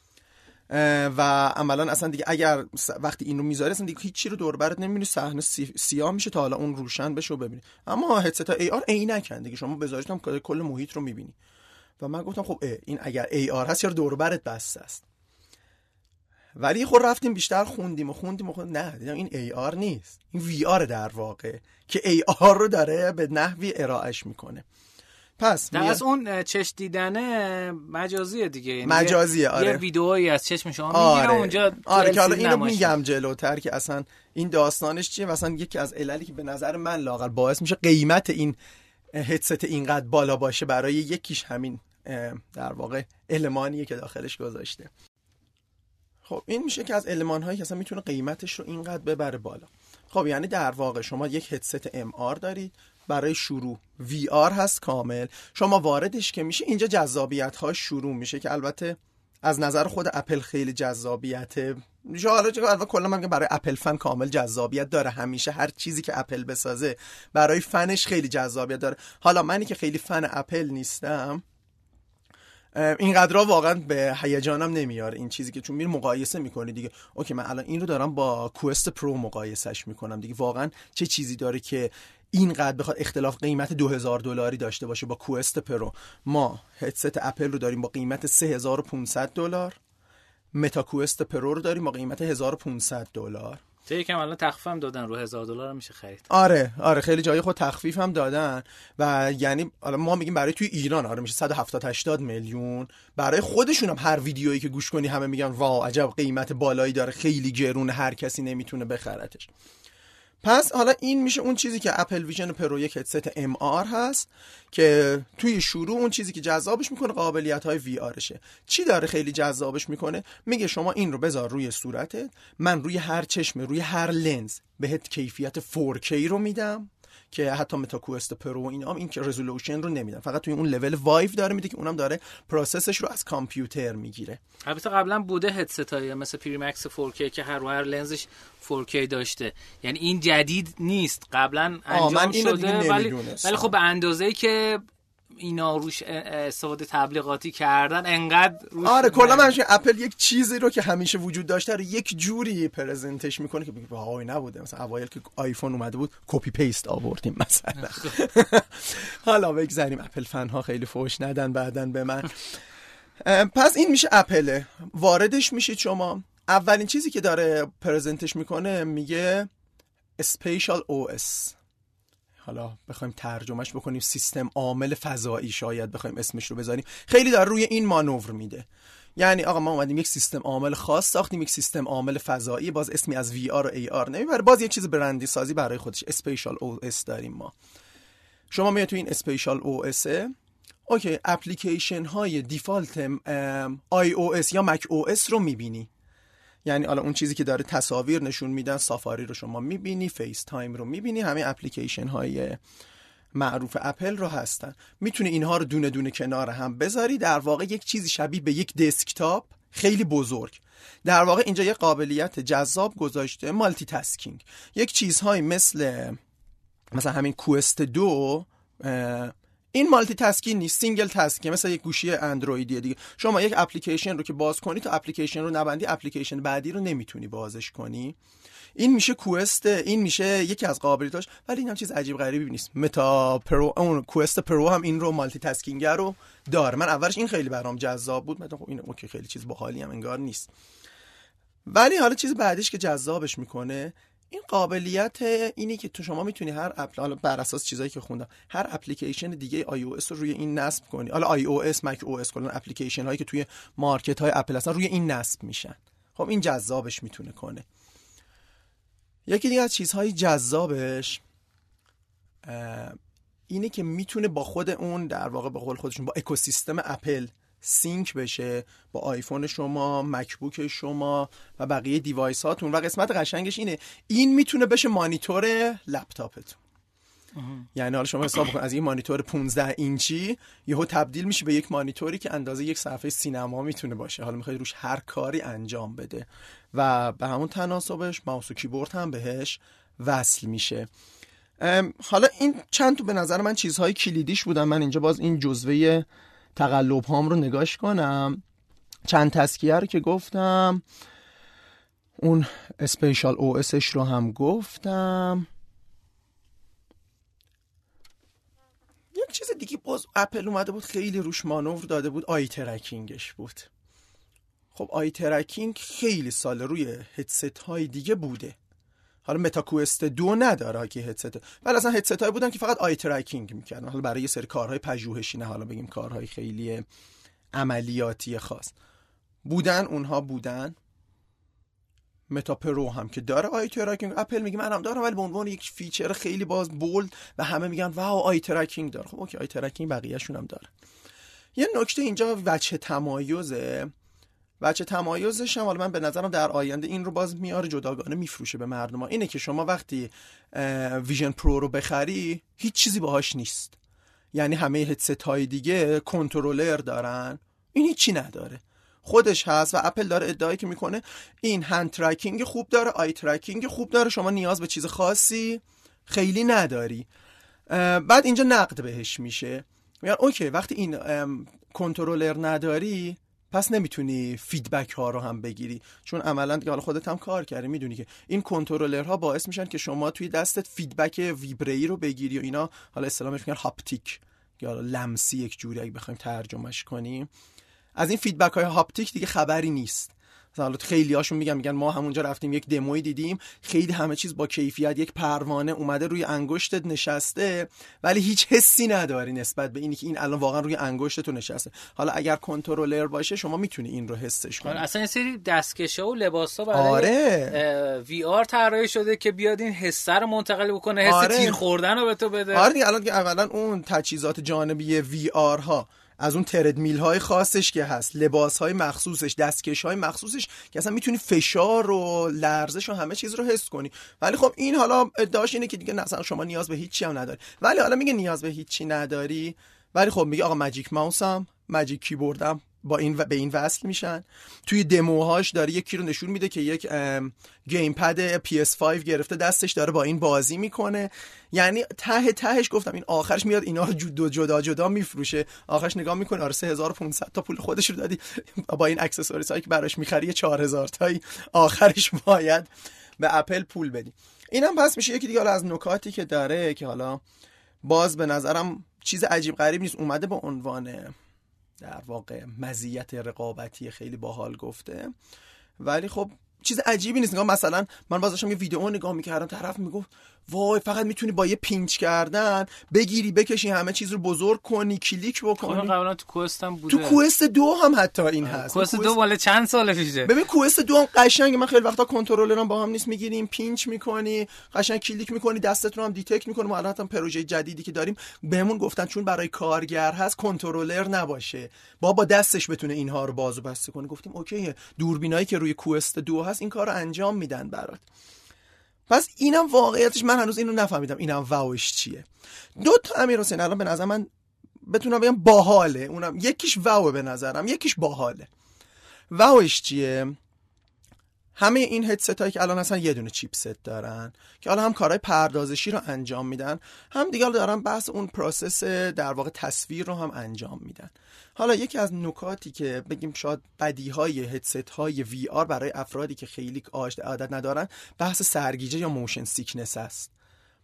و عملا اصلا دیگه اگر وقتی این رو میذاری اصلا دیگه هیچی رو دور برات نمیبینی، صحنه سی... سیاه میشه تا حالا اون روشن بشه و ببینی. اما هدست ای آر عینکن دیگه، شما بذاریش هم کل محیط رو میبینی. و من گفتم خب این اگر ای آر هست چرا دور برت بسته است. ولی خب رفتیم بیشتر خوندیم و خوندیم و خوندیم نه دیدم این ای آر نیست، این وی آر در واقع که ای آر رو داره به نحوی ارائهش میکنه. پس نه از اون چش دیدنه مجازیه دیگه، یعنی مجازیه. آره یه ویدئویی از چشم شما آره. میگیرم اونجا. آره که حالا اینو میگم جلوتر که اصلا این داستانش چیه. مثلا یکی از عللی که به نظر من لااقل باعث میشه قیمت این هدست اینقدر بالا باشه برای یکیش همین در واقع المانیه که داخلش گذاشته. خب این میشه که از المان‌هایی که اصلا میتونه قیمتش رو اینقدر ببره بالا. خب یعنی در واقع شما یک هدست ام آر دارید، برای شروع وی آر هست کامل، شما واردش که میشه اینجا جذابیت ها شروع میشه که البته از نظر خود اپل خیلی جذابیت جالب البته کلا من برای اپل فن کامل جذابیت داره، همیشه هر چیزی که اپل بسازه برای فنش خیلی جذابیت داره. حالا منی که خیلی فن اپل نیستم اینقدرها واقعا به هیجانم نمیاره این چیزی که چون میری مقایسه میکنی دیگه اوکی من الان این رو دارم با کوست پرو مقایسهش میکنم دیگه، واقعا چه چیزی داره که اینقدر بخواد اختلاف قیمت دو هزار دلاری داشته باشه با کوست پرو. ما هدست اپل رو داریم با قیمت سه هزار و پانصد دلار، متا کوست پرو رو داریم با قیمت هزار و پانصد دلار. چه یکم الان تخفیف هم دادن رو هزار دلار هم میشه خرید. آره آره خیلی جای خود تخفیف هم دادن و یعنی حالا ما میگیم برای توی ایران آره میشه صد و هفتاد هشتاد میلیون، برای خودشون هم هر ویدیویی که گوش کنی همه میگن واو عجب قیمت بالایی داره، خیلی گرونه، هر کسی نمیتونه بخرتش. پس حالا این میشه اون چیزی که اپل ویژن پرو یک هدست ام آر هست که توی شروع اون چیزی که جذابش میکنه قابلیت‌های وی آرشه. چی داره خیلی جذابش میکنه؟ میگه شما این رو بذار روی صورتت، من روی هر چشم روی هر لنز بهت کیفیت فور کی رو میدم که حتی متا کوست پرو اینا هم این که رزولوشن رو نمیدن، فقط توی اون لول وایو داره میده که اونم داره پروسسش رو از کامپیوتر میگیره. البته قبلا بوده هدستایی مثل پری مکس فور کی که هر و هر لنزش فور کی داشته، یعنی این جدید نیست، قبلا انجام شده ولی ولی خب به اندازه‌ای که اینا روش استفاده تبلیغاتی کردن انقدر روش آره کلا من اپل یک چیزی رو که همیشه وجود داشته رو یک جوری پرزنتش میکنه که بگی وای نبوده. مثلا اوایل که آیفون اومده بود کپی پیست آوردیم مثلا. حالا بگذاریم اپل فن ها خیلی فوش ندن بعدن به من. پس این میشه اپل، واردش میشید شما. اولین چیزی که داره پرزنتش میکنه میگه اسپیشال او اس، حالا بخوایم ترجمهش بکنیم سیستم عامل فضایی شاید بخوایم اسمش رو بذاریم، خیلی داره روی این مانور میده. یعنی آقا ما اومدیم یک سیستم عامل خاص ساختیم، یک سیستم عامل فضایی، باز اسمی از وی آر و ای آر نمیبره، باز یک چیز برندی سازی برای خودش، اسپیشال او اس داریم ما. شما میاد تو این اسپیشال او اس، اوکی، اپلیکیشن های دیفالت آی او اس یا مک او اس رو میبینی. یعنی حالا اون چیزی که داره تصاویر نشون میدن، سافاری رو شما میبینی، فیس تایم رو میبینی، همه اپلیکیشن های معروف اپل رو هستن. میتونی اینها رو دونه دونه کنار هم بذاری، در واقع یک چیزی شبیه به یک دسکتاپ خیلی بزرگ. در واقع اینجا یک قابلیت جذاب گذاشته، مالتی تاسکینگ. یک چیزهایی مثل مثلا همین کوست دو، این مالتی تاسکینگ نیست، سینگل تاسکینگ، مثلا یک گوشی اندرویدی دیگه. شما یک اپلیکیشن رو که باز کنی، تا اپلیکیشن رو نبندی اپلیکیشن بعدی رو نمیتونی بازش کنی. این میشه کوست، این میشه یکی از قابلیتاش، ولی این هم چیز عجیب غریبی نیست. متا پرو، اون کوست پرو هم این رو مالتی تاسکینگ رو داره. من اولش این خیلی برام جذاب بود، مثلا این اوکی خیلی چیز باحالی هم انگار نیست. ولی حالا چیز بعدیش که جذابش میکنه این قابلیت اینی که تو شما میتونی هر اپل، حالا بر اساس چیزایی که خوندم، هر اپلیکیشن دیگه آی او اس رو روی این نصب کنی. حالا آی او اس، مک او اس، کلا اپلیکیشن هایی که توی مارکت های اپل هستن روی این نصب میشن. خب این جذابش میتونه کنه. یکی دیگه از چیزهای جذابش اینه که میتونه با خود اون، در واقع به قول خودشون، با اکوسیستم اپل سینک بشه، با آیفون شما، مکبوک شما و بقیه دیوایس هاتون. و قسمت قشنگش اینه این میتونه بشه مانیتور لپتاپتون. یعنی حالا شما حساب کن از این مانیتور پانزده اینچی یهو تبدیل میشه به یک مانیتوری که اندازه یک صفحه سینما میتونه باشه. حالا میخواید روش هر کاری انجام بده و به همون تناسبش ماوس و کیبورد هم بهش وصل میشه. حالا این چند تا به نظر من چیزهای کلیدیش بودن. من اینجا باز این جزوه تقلب هام رو نگاش کنم. چند تسکیه رو که گفتم، اون اسپیشال او اسش رو هم گفتم. یک چیز دیگه باز اپل اومده بود خیلی روش مانور داده بود، آی ترکینگش بود. خب آی ترکینگ خیلی سال روی هدست های دیگه بوده. حالا متا کوست دو نداره که هدست، ولی اصلا هدست های بودن که فقط آی ترکینگ میکردن. حالا برای یه سری کارهای پژوهشی، نه حالا بگیم کارهای خیلی عملیاتی خاص بودن، اونها بودن. متا پرو هم که داره آی ترکینگ، اپل میگه منم دارم، ولی به عنوان یک فیچر خیلی باز بولد و همه میگن واو آی ترکینگ داره. خب اوکی آی ترکینگ بقیه‌شون هم داره. یه نکته اینجا وجه تمایزه. وجه تمایزش هم حالا من به نظرم در آینده این رو باز میاره جداگانه میفروشه به مردم ها. اینه که شما وقتی ویژن پرو رو بخری هیچ چیزی باهاش نیست. یعنی همه هدست های دیگه کنترلر دارن، این هیچی نداره، خودش هست. و اپل داره ادعایی که میکنه این هند ترکینگ خوب داره، آی ترکینگ خوب داره، شما نیاز به چیز خاصی خیلی نداری. بعد اینجا نقد بهش میشه، میگن اوکی وقتی این کنترلر نداری پس نمیتونی فیدبک ها رو هم بگیری، چون عملا دیگه حالا خودت هم کار کردی میدونی که این کنترلر ها باعث میشن که شما توی دستت فیدبک ویبری رو بگیری و اینا. حالا اصطلاحش میگن هاپتیک یا حالا لمسی یک جوری اگه بخوایم ترجمهش کنیم. از این فیدبک های هاپتیک دیگه خبری نیست. مثلا خیلی هاشون میگن میگن ما همونجا رفتیم یک دموی دیدیم، خیلی همه چیز با کیفیت، یک پروانه اومده روی انگشتت نشسته ولی هیچ حسی نداری نسبت به اینی که این الان واقعا روی انگشتت نشسته. حالا اگر کنترلر باشه شما میتونی این رو حسش کنی. اصلا یه سری دستکشه و لباسا برای آره. وی آر طراحی شده که بیاد این حس رو منتقل بکنه، حس آره. تیر خوردن رو به تو بده. آره دیگه. الان که اولا اون تجهیزات جانبی وی آر ها، از اون تردمیل های خاصش که هست، لباس های مخصوصش، دستکش های مخصوصش که اصلا میتونی فشار و لرزش و همه چیز رو حس کنی. ولی خب این حالا ادعاش اینه که دیگه مثلا شما نیاز به هیچی هم نداری. ولی حالا میگه نیاز به هیچی نداری، ولی خب میگه آقا ماجیک ماوسم، ماجیک کیبوردم با این و به این وصل میشن. توی دموهاش داره یکی رو نشون میده که یک گیم پد پی اس پنج گرفته دستش، داره با این بازی میکنه. یعنی ته تهش گفتم این آخرش میاد اینا رو جدا جدا جدا میفروشه، آخرش نگاه میکنه آره سه هزار و پانصد تا پول خودش رو دادی با این اکسسوریز هایی که براش میخری چهار هزار تایی آخرش باید به اپل پول بدی. اینم پس میشه یکی دیگه از نکاتی که داره که حالا باز به نظرم چیز عجیب غریب نیست، اومده به عنوان در واقع مزیت رقابتی خیلی باحال گفته. ولی خب چیز عجیبی نیست. نگاه مثلا من باز داشتم یه ویدیو نگاه میکردم، طرف میگفت وای فقط میتونی با یه پینچ کردن بگیری بکشی همه چیز رو بزرگ کنی کلیک بکنی. قبلا تو کوست هم بوده، تو کوست دو هم حتی این هست. کوست دو مال چند سال پیشه. ببین کوست دو هم قشنگه، من خیلی وقتا کنترلرام با هم نیست میگیریم پینچ میکنی قشنگ کلیک میکنی دستت رو هم دیتکت میکنه. ما الان پروژه جدیدی که داریم بهمون گفتن چون برای کارگر هست کنترلر نباشه، با با دستش بتونه اینها رو باز و بسته کنه. گفتیم اوکیه، دوربینایی که روی کوست دو هست این کارو انجام میدن برات. پس اینم واقعیتش من هنوز اینو نفهمیدم اینم واوش چیه. دو تا امیر حسین الان به نظر من بتونم بگم باحاله، اونم یکیش واو به نظرم، یکیش باحاله. واوش چیه؟ همه این هدست هایی که الان اصلا یه دونه چیپست دارن که حالا هم کارهای پردازشی رو انجام میدن، هم دیگه دارن بحث اون پروسس در واقع تصویر رو هم انجام میدن. حالا یکی از نکاتی که بگیم شاید بدیهای هدست های وی آر برای افرادی که خیلی عادت ندارن بحث سرگیجه یا موشن سیکنس است.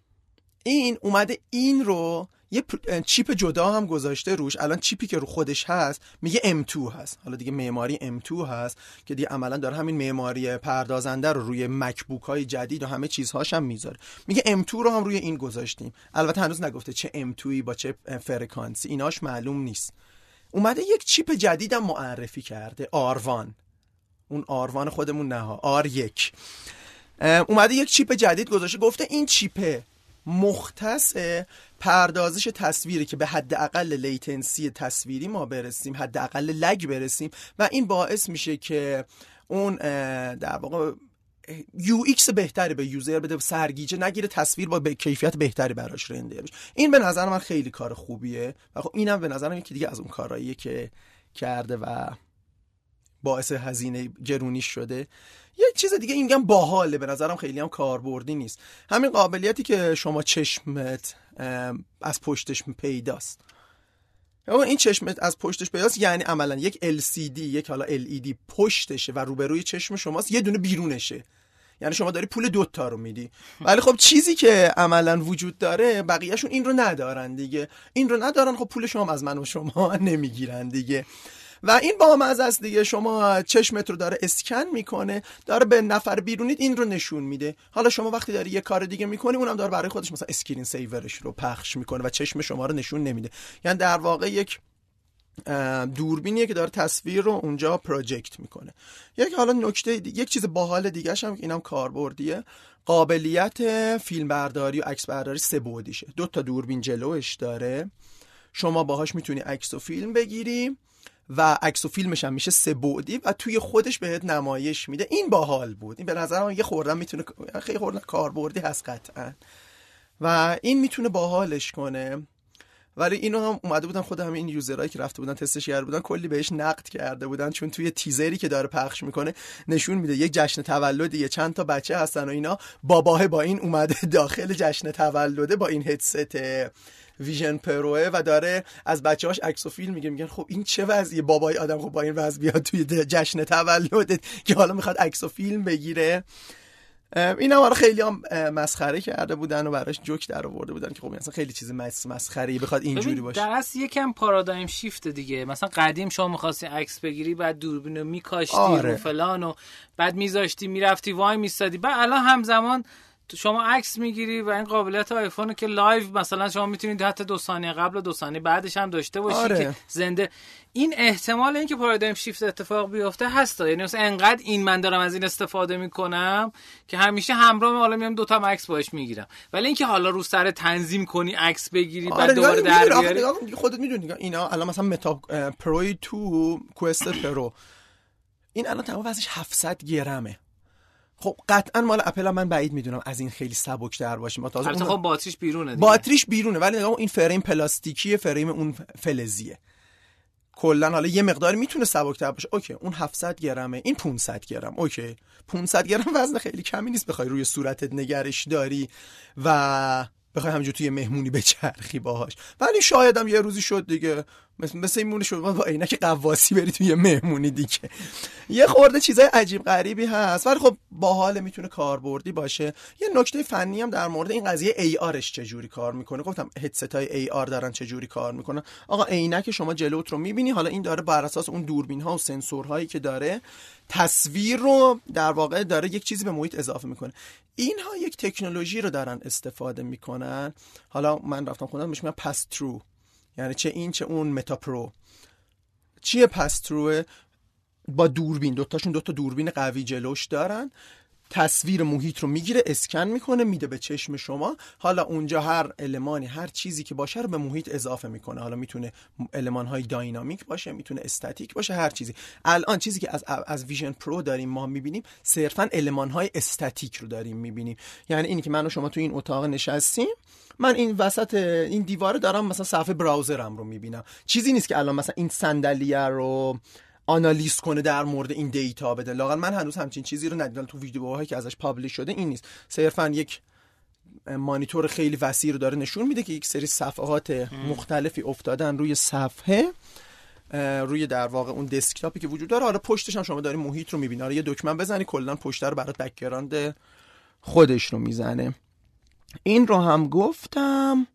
این اومده این رو یه چیپ جدا هم گذاشته روش. الان چیپی که رو خودش هست میگه ام تو هست، حالا دیگه معماری ام تو هست که دیگه عملا داره همین معماری پردازنده رو روی مکبوک های جدید و همه چیزهاش هم میذاره. میگه ام تو رو هم روی این گذاشتیم. البته هنوز نگفته چه ام تویی با چه فرکانسی، ایناش معلوم نیست. اومده یک چیپ جدیدم معرفی کرده، آر وان. اون آر وان خودمون نه ها، آر یک. اومده یک چیپ جدید گذاشته، گفته این چیپ مختص پردازش تصویری که به حداقل لیتنسی تصویری ما برسیم، حداقل لگ برسیم و این باعث میشه که اون در واقع یو ایکس بهتری به یوزر بده، سرگیجه نگیره، تصویر با کیفیت بهتری براش رندر بشه. این به نظر من خیلی کار خوبیه و خب اینم به نظر من یکی دیگه از اون کارهاییه که کرده و باعث هزینه گرونی شده. یک چیز دیگه این میگم باحاله، به نظرم خیلی هم کاربردی نیست، همین قابلیتی که شما چشمت از پشتش پیداست. این چشمت از پشتش پیداست یعنی عملا یک ال سی دی، یک حالا ال ای دی پشتشه و روبروی چشم شماست، یه دونه بیرونشه. یعنی شما داری پول دوتا رو میدی. ولی خب چیزی که عملا وجود داره بقیهشون این رو ندارن دیگه. این رو ندارن، خب پول شما از من و شما نمیگیرن دیگه. و این با مزه است دیگه. شما چشمت رو داره اسکن میکنه، داره به نفر بیرونیت این رو نشون میده. حالا شما وقتی داری یه کار دیگه میکنی اونم داره برای خودش مثلا اسکرین سیورش رو پخش میکنه و چشم شما رو نشون نمیده. یعنی در واقع یک دوربینیه که داره تصویر رو اونجا پروژکت میکنه. یک حالا نکته یک چیز باحال دیگه هم که اینم کاربردیه، قابلیت فیلم برداری و عکس برداری سه بعدیشه. دو تا دوربین جلوش داره، شما باهاش میتونی عکس و فیلم بگیری و عکس و فیلمش هم میشه سه بعدی و توی خودش بهت نمایش میده. این باحال بود. این به نظر من یه خوردن میتونه خیلی خوردن کاربردی هست قطعا و این میتونه باحالش کنه. ولی اینو هم اومده بودن خود همین این یوزرایی که رفته بودن تستش کرده بودن کلی بهش نقد کرده بودن، چون توی تیزری که داره پخش میکنه نشون میده یک جشن تولدی، چند تا بچه هستن و اینا، باباه با این اومده داخل جشن تولده با این هدست ویژن پروه و داره از بچه‌هاش عکس و فیلم میگه. میگن خب این چه وضعیه، بابای آدم خب با این وضع بیاد توی جشن تولدت که حالا میخواد عکس و فیلم بگیره. اینا ما رو خیلی هم مسخره کرده بودن و براش جوک در آورده بودن که خب مثلا خیلی چیز مسخره‌ای بخواد اینجوری باشه. در اصل یکم پارادایم شیفت دیگه. مثلا قدیم شما می‌خواستی عکس بگیری بعد دوربینو می‌کاشتی آره. و فلان و بعد می‌ذاشتی میرفتی وای میستادی. بعد الان همزمان شما عکس میگیری و این قابلیت آیفونه که لایو مثلا شما میتونید حتی دو ثانیه قبل و دو ثانیه بعدش هم داشته باشی آره. که زنده. این احتمال اینکه پارادایم شیفت اتفاق بیفته هست. یعنی مثلا انقدر این من دارم از این استفاده میکنم که همیشه همراه حالا میام دو تا عکس باش میگیرم. ولی اینکه حالا رو سر تنظیم کنی عکس بگیری آره. بعد دوباره در بیاری، خودت میدونی اینا الان مثلا متا پرو تو کوست پرو این الان تمام وزنش هفتصد گرمه. خب قطعا مال اپل هم من بعید میدونم از این خیلی سبک‌تر باشه. ما تازه البته خب باتریش بیرونه دیگه. باتریش بیرونه ولی نگاه این فریم پلاستیکیه، فریم اون فلزیه. کلا حالا یه مقدار میتونه سبک‌تر باشه. اوکی اون هفتصد گرمه، این پانصد گرم. اوکی پانصد گرم وزن خیلی کمی نیست بخوای روی صورتت نگرش داری و بخوای همینجوری توی مهمونی بچرخی باهاش. ولی شاید هم یه روزی شد دیگه مثل مثل این مونه شما با عینک قواسی بری توی مهمونی دیگه. یه خورده چیزای عجیب غریبی هست ولی خب باحال، میتونه کاربردی باشه. یه نکته فنی هم در مورد این قضیه ای آرش چه جوری کار میکنه. گفتم هدستای ای آر دارن چه جوری کار میکنن. آقا عینک شما جلوت رو میبینی، حالا این داره بر اساس اون دوربین ها و سنسورهایی که داره تصویر رو در واقع داره یک چیزی به محیط اضافه میکنه. اینها یک تکنولوژی رو دارن استفاده میکنن. حالا من رفتم خوندم بهش میگن پاس ترو، یعنی چه این چه اون متا پرو. چیه پاس ترو؟ با دوربین، دوتاشون دوتا دوربین قوی جلوش دارن، تصویر محیط رو میگیره، اسکن میکنه، میده به چشم شما. حالا اونجا هر المانی، هر چیزی که باشه رو به محیط اضافه میکنه. حالا میتونه المانهای داینامیک باشه، میتونه استاتیک باشه، هر چیزی. الان چیزی که از از ویژن پرو داریم ما میبینیم صرفا المانهای استاتیک رو داریم میبینیم. یعنی اینی که من و شما تو این اتاق نشستیم، من این وسط این دیواره دارم مثلا صفحه براوزرم رو میبینم. چیزی نیست که الان مثلا این صندلیه رو آنالیز کنه در مورد این دیتا بده. لااقل من هنوز همچین چیزی رو ندیدم تو ویدیوهایی که ازش پابلیش شده. این نیست، صرفا یک مانیتور خیلی وسیع رو داره نشون میده که یک سری صفحات مختلفی افتادن روی صفحه، روی در واقع اون دسکتاپی که وجود داره. حالا پشتش هم شما داری محیط رو میبینی. حالا یه دکمه بزنی کلا پشت رو برات بک‌گراند خودش رو میزنه. این رو هم گفتم.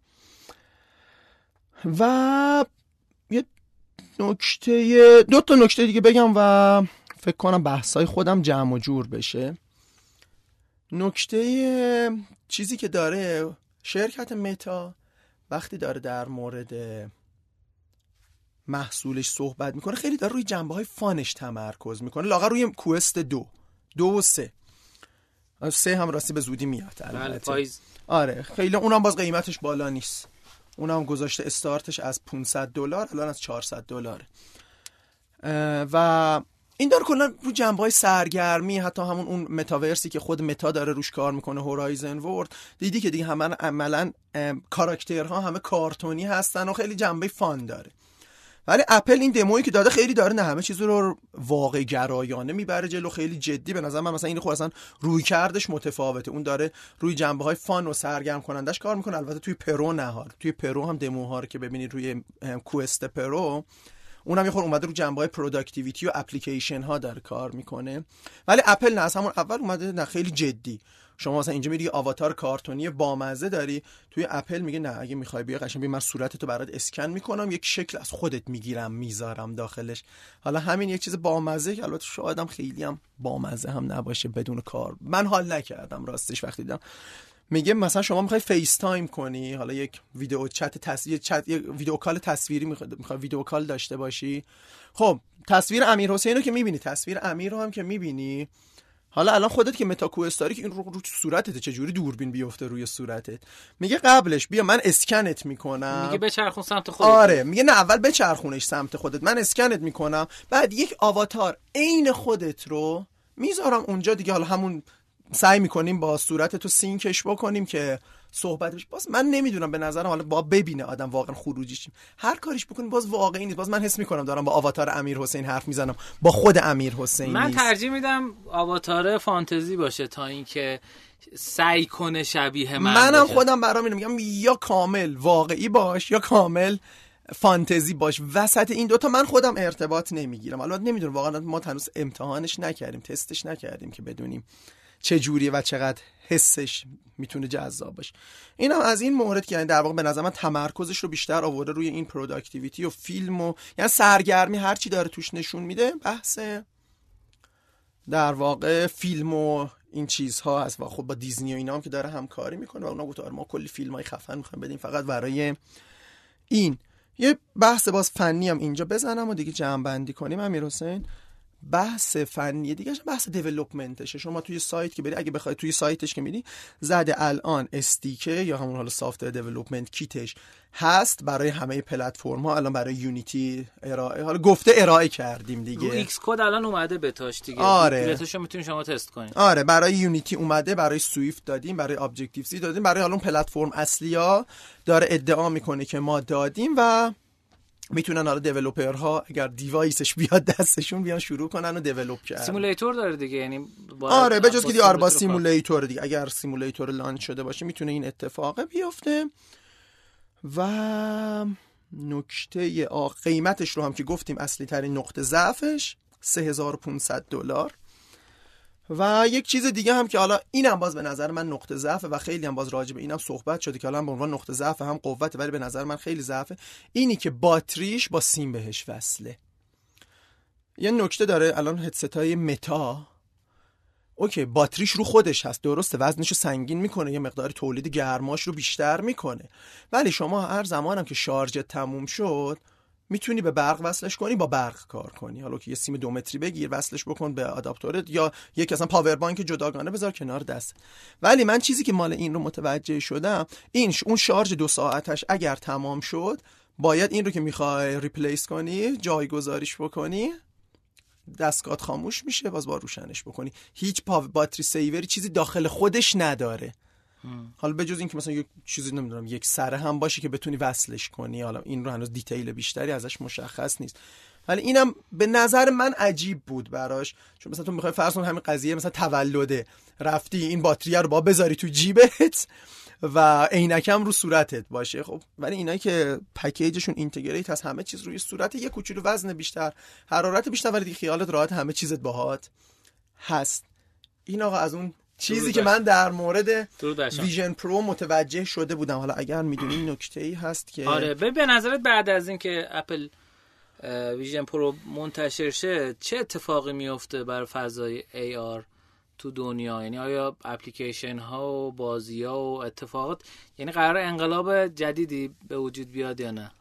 و یه نکته دو تا نکته دیگه بگم و فکر کنم بحثای خودم جمع و جور بشه. نکته چیزی که داره شرکت متا وقتی داره در مورد محصولش صحبت میکنه، خیلی داره روی جنبه های فانش تمرکز میکنه. لااقل روی کوست دو دو و سه سه هم راستی به زودی میاد البته. آره خیلی اونم باز قیمتش بالا نیست. اونم گذاشته استارتش از پانصد دلار الان از چهارصد دلاره. و این داره کلا رو جنبه‌های سرگرمی، حتی همون اون متاورسی که خود متا داره روش کار میکنه، هورایزن ورلد، دیدی که دیگه همه عملاً کاراکترها همه کارتونی هستن و خیلی جنبه فان داره. ولی اپل این دمویی که داده خیلی داره نه همه چیز رو واقع گرایانه میبره جلو، خیلی جدی. به نظر من مثلا این خود اصلا روی کردش متفاوته. اون داره روی جنبه های فان و سرگرم کنندش کار میکنه. البته توی پرو نه ها، توی پرو هم دموها رو که ببینید روی کوست پرو، اونم یه خورده اومده رو جنبه های پروداکتیویتی و اپلیکیشن ها داره کار میکنه. ولی اپل نه، از همون اول اومده نه خیلی جدی. شما مثلا اینجا میری آواتار کارتونی بامزه داری، توی اپل میگه نه اگه میخوای بیا قشنگ بیا من صورتتو برات اسکن میکنم، یک شکل از خودت میگیرم میذارم داخلش. حالا همین یک چیز بامزه که البته شاید هم خیلی هم بامزه هم نباشه بدون کار. من حال نکردم راستش وقتی دیدم. میگه مثلا شما میخوای فیس تایم کنی، حالا یک ویدیو چت تصویر چت یک ویدیو کال تصویری میخوای میخوای ویدیو کال داشته باشی. خب تصویر امیر حسین رو که میبینی، تصویر امیر رو هم که میبینی، حالا الان خودت که متا کوستاری که این رو, رو صورتت چه جوری دوربین بیفته روی صورتت، میگه قبلش بیا من اسکنت میکنم، میگه بچرخون سمت خودت. آره میگه نه اول بچرخونش سمت خودت، من اسکنت میکنم، بعد یک آواتار عین خودت رو میذارم اونجا دیگه. حالا همون سعی میکنیم با صورتتو سینکش بکنیم که صحبت بشه. باز من نمیدونم، به نظرم حالا با ببینه آدم واقعا خروجیش، هر کاریش بکنیم باز واقعی نیست. باز من حس میکنم دارم با آواتار امیر حسین حرف میزنم، با خود امیر حسین من نیست. ترجیح میدم آواتار فانتزی باشه تا اینکه سعی کنه شبیه من منم باشه. خودم برام اینو میگم یا کامل واقعی باش یا کامل فانتزی باش. وسط این دوتا من خودم ارتباط نمیگیرم. البته نمیدونم واقعا، ما هنوز امتحانش نکردیم، تستش نکردیم که بدونیم چه جوریه و چقدر حسش میتونه جذاب باشه. اینم از این مورد که یعنی در واقع به نظر من تمرکزش رو بیشتر آورده روی این پروداکتیویتی و فیلم و یعنی سرگرمی، هر چی داره توش نشون میده بحث در واقع فیلم و این چیزها هست. و خب با دیزنی و اینا هم که داره همکاری میکنه و اونا گفت ما کلی فیلمای خفن میخوایم بدیم فقط برای این. یه بحث باز فنی هم اینجا بزنم و دیگه جمع بندی کنیم. امیر حسین بحث فنی دیگه بحث دیولپمنتشه. شما توی سایت که بری، اگه بخوای توی سایتش که میری زده الان استیکه یا همون حالا سافت دیولپمنت کیتش هست برای همه پلتفرم ها. الان برای یونیتی ارائه، حالا گفته ارائه کردیم دیگه. رو ایکس کد الان اومده بتاش دیگه. آره. بتاشو میتونید شما تست کنید. آره برای یونیتی اومده، برای سویفت دادیم، برای ابجکتیو سی دادیم، برای حالا پلتفرم اصلی‌ها داره ادعا میکنه که ما دادیم و میتونن حالا دیولپرها اگر دیوایسش بیاد دستشون بیان شروع کنن و دیولپ کردن. سیمولیتور داره دیگه، یعنی آره به جز که دیگه آره سیمولیتور دیگه اگر سیمولیتور لانچ شده باشه میتونه این اتفاق بیفته. و نکته آ قیمتش رو هم که گفتیم اصلی ترین نقطه ضعفش سه هزار و پانصد دلار. و یک چیز دیگه هم که حالا اینم باز به نظر من نقطه ضعفه و خیلی هم باز راجع به اینم صحبت شده که حالا به عنوان نقطه ضعف هم قوته ولی به نظر من خیلی ضعفه، اینی که باتریش با سیم بهش وصله. یه نکته داره الان هدست‌های متا، اوکی باتریش رو خودش هست درسته، وزنشو سنگین میکنه، یه مقدار تولید گرماش رو بیشتر میکنه، ولی شما هر زمانم که شارژت تموم شد میتونی به برق وصلش کنی، با برق کار کنی. حالا که یه سیم دو متری بگیر وصلش بکن به آداپتورت یا یک اصلا پاور بانک جداگانه بذار کنار دست. ولی من چیزی که مال این رو متوجه شدم این اون شارژ دو ساعتش اگر تمام شد باید این رو که میخوای ریپلیس کنی جایگذاریش بکنی، دستگاه خاموش میشه باز با روشنش بکنی، هیچ پاور باتری سیوری چیزی داخل خودش نداره. حالا بجز این که مثلا یک چیزی نمیدونم یک سره هم باشه که بتونی وصلش کنی، حالا این رو هنوز دیتیل بیشتری ازش مشخص نیست، ولی اینم به نظر من عجیب بود براش. چون مثلا تو میخوای فرض کن همین قضیه مثلا تولده رفتی این باتری رو با بذاری تو جیبت و عینکم رو صورتت باشه، خب ولی اینایی که پکیجشون اینتگریت هست همه چیز روی صورت، یه کوچولو وزن بیشتر حرارت بیشتر ولی دیگه خیالت راحت همه چیزت باهات هست. این آقا از اون چیزی که من در مورد ویژن پرو متوجه شده بودم. حالا اگر میدونی نکته‌ای هست که آره به نظرت بعد از این که اپل ویژن پرو منتشر شه چه اتفاقی میفته بر فضای ای آر تو دنیا؟ یعنی آیا اپلیکیشن ها و بازی ها و اتفاقات، یعنی قرار انقلاب جدیدی به وجود بیاد یا نه؟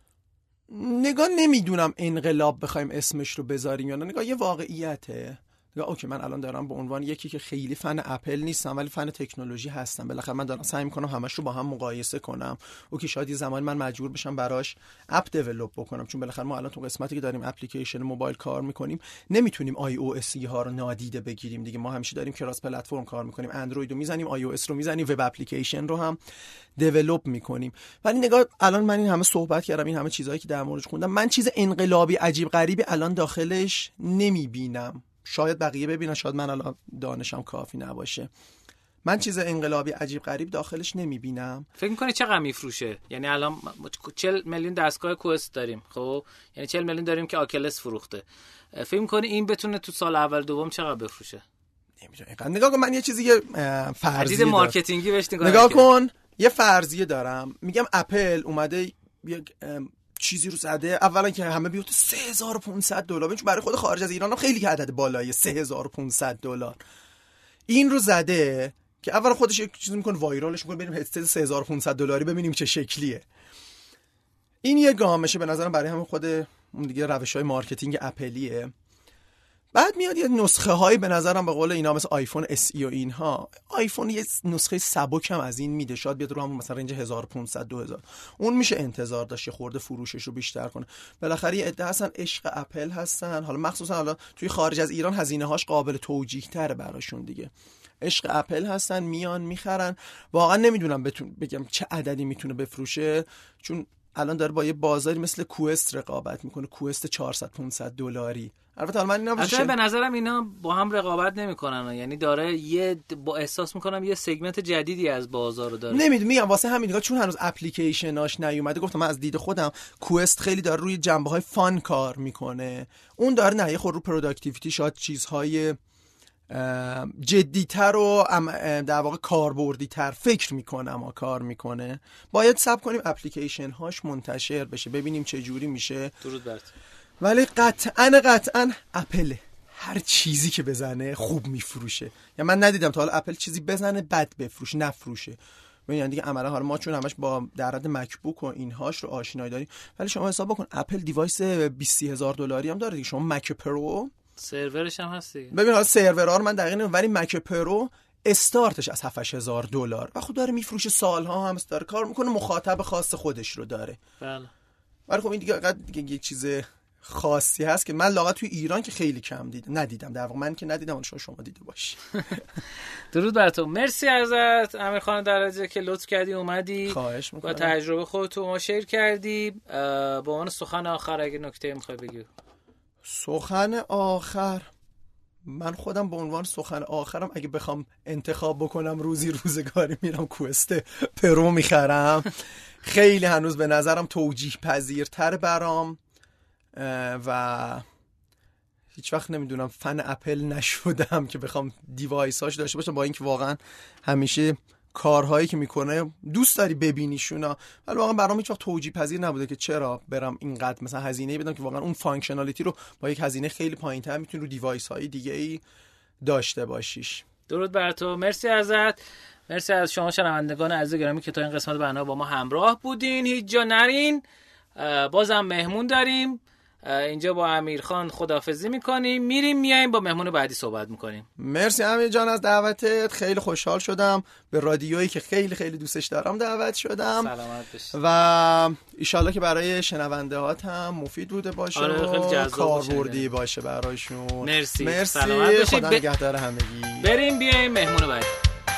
نگاه نمیدونم انقلاب بخوایم اسمش رو بذاریم یا نه، نگاه یه واقعیته. اوکی من الان دارم به عنوان یکی که خیلی فن اپل نیستم ولی فن تکنولوژی هستم، بالاخره من دارم سعی میکنم همش رو با هم مقایسه کنم. اوکی شاید یه زمانی من مجبور بشم براش اپ دیولپ بکنم، چون بالاخره ما الان تو قسمتی که داریم اپلیکیشن موبایل کار میکنیم نمیتونیم آی او اس ها رو نادیده بگیریم دیگه. ما همیشه داریم کراس پلتفرم کار میکنیم، اندروید رو میزنیم، آی او اس رو میزنیم، وب اپلیکیشن رو هم دیولپ میکنیم. ولی نگاه الان من این همه صحبت کردم، این همه چیزایی که در موردش خوندم، من چیز انقلابی عجیب غریبی الان داخلش نمیبینم. شاید بقیه ببینن، شاید من الان دانشم کافی نباشه. من چیز انقلابی عجیب غریب داخلش نمیبینم. فکر می‌کنی چقدر میفروشه؟ یعنی الان چهل میلیون دستگاه کوست داریم، خب یعنی چهل میلیون داریم که آکلس فروخته. فکر می‌کنی این بتونه تو سال اول دوم چقدر بفروشه؟ نمیدونم. نگاه کن من یه چیزی که فرضیه دید مارکتینگی بهش نگاه نگاه کن یه فرضیه دارم، میگم اپل اومده یک چیزی رو زده، اولا که همه بیوت سه هزار و پانصد دلار، چون برای خود خارج از ایران هم خیلی که عدد بالاییه سه هزار و پانصد دلار. این رو زده که اول خودش یک چیزی میکنه وایرالش میکنه، بریم هدست سه هزار و پانصد دلاری ببینیم چه شکلیه. این یه گامشه به نظرم برای همون خود اون دیگه روش‌های مارکتینگ اپلیه. بعد میاد یه نسخه هایی به نظرم به قول اینا مثل آیفون اس ای و اینها، آیفون یه نسخه سبک هم از این میده، شاید بیاد رو هم مثلا رنج هزار و پانصد دو هزار، اون میشه انتظار داشت خورده فروشش رو بیشتر کنه. بالاخره یه عده هستن عشق اپل هستن، حالا مخصوصا حالا توی خارج از ایران هزینه هاش قابل توجیه تره براشون دیگه، عشق اپل هستن میان میخرن. واقعا نمیدونم بتون بگم چه عددی میتونه بفروشه، چون الان داره با یه بازاری مثل کوست رقابت میکنه، کوست چهارصد پانصد دلاری. البته من اینا اصلا به نظرم اینا با هم رقابت نمیکنن، یعنی داره یه با احساس میکنم یه سگمنت جدیدی از بازار رو داره. نمیدونم میگم واسه همین نگاه، چون هنوز اپلیکیشناش نیومده. گفتم من از دید خودم کوست خیلی داره روی جنبه‌های فان کار میکنه، اون داره نه یه خود رو پروداکتیویتی شاید چیزهای جدی‌تر و در واقع کاربردی‌تر فکر میکنه اما کار میکنه. باید صبر کنیم اپلیکیشن هاش منتشر بشه ببینیم چه جوری میشه. درود برت. ولی قطعاً قطعاً اپل هر چیزی که بزنه خوب میفروشه. یا من ندیدم تا حالا اپل چیزی بزنه بد بفروشه نفروشه. یعنی دیگه عملا حالا ما چون همش با در حد مکبوک و اینهاش رو آشنایی داریم، ولی شما حساب بکن اپل دیوایس بیست هزار دلاری هم داره دیگه. شما مک پرو سرورش هم هست دیگه. ببین حالا سرورها رو من دقیقاً نمیدونم، ولی مک پرو استارتش از هفت هزار دلار و خود داره میفروشه، سالها هم داره کار میکنه، مخاطب خاص خودش رو داره. بله. ولی خب این دیگه فقط یک چیز خاصی هست که من لاغت توی ایران که خیلی کم دیدم ندیدم، در واقع من که ندیدم، شما شما دیده باشی. درود بر تو. مرسی ازت امیر خان درجه که لطف کردی اومدی، خواهش میکنم، با تجربه خودت ما شیر کردی. با عنوان سخن آخر اگه نکته میخوای بگی. سخن آخر من خودم به عنوان سخن آخرم اگه بخوام انتخاب بکنم روزی روزگاری میرم کوست پرو میخرم. خیلی هنوز به نظرم توجیه پذیرتر برام و هیچ وقت نمیدونم فن اپل نشدم که بخوام دیوایساش داشته باشم، با اینکه واقعا همیشه کارهایی که میکنه دوست داری ببینیشونا، ولی واقعا برام هیچ وقت توجیه پذیر نبوده که چرا برم اینقدر مثلا هزینه بدم که واقعا اون فانکشنالیتی رو با یک هزینه خیلی پایین‌تر میتونی رو دیوایس های دیگه ای داشته باشیش. درود بر تو، مرسی ازت، مرسی از شما شنوندگان عزیز گرامی که تا این قسمت برنامه با ما همراه بودین. هیچ جا نرین، بازم مهمون داریم اینجا، با امیرخان خداحافظی میکنیم، میریم میایم با مهمون بعدی صحبت میکنیم. مرسی امیر جان از دعوتت، خیلی خوشحال شدم، به رادیویی که خیلی خیلی دوستش دارم دعوت شدم. سلامت باشی و ایشالله که برای شنونده هات هم مفید بوده باشه. آره، و کاربردی باشه برایشون. مرسی, مرسی. سلامت باشی. خدا نگهدار همگی. بریم بیایم مهمون بعدی.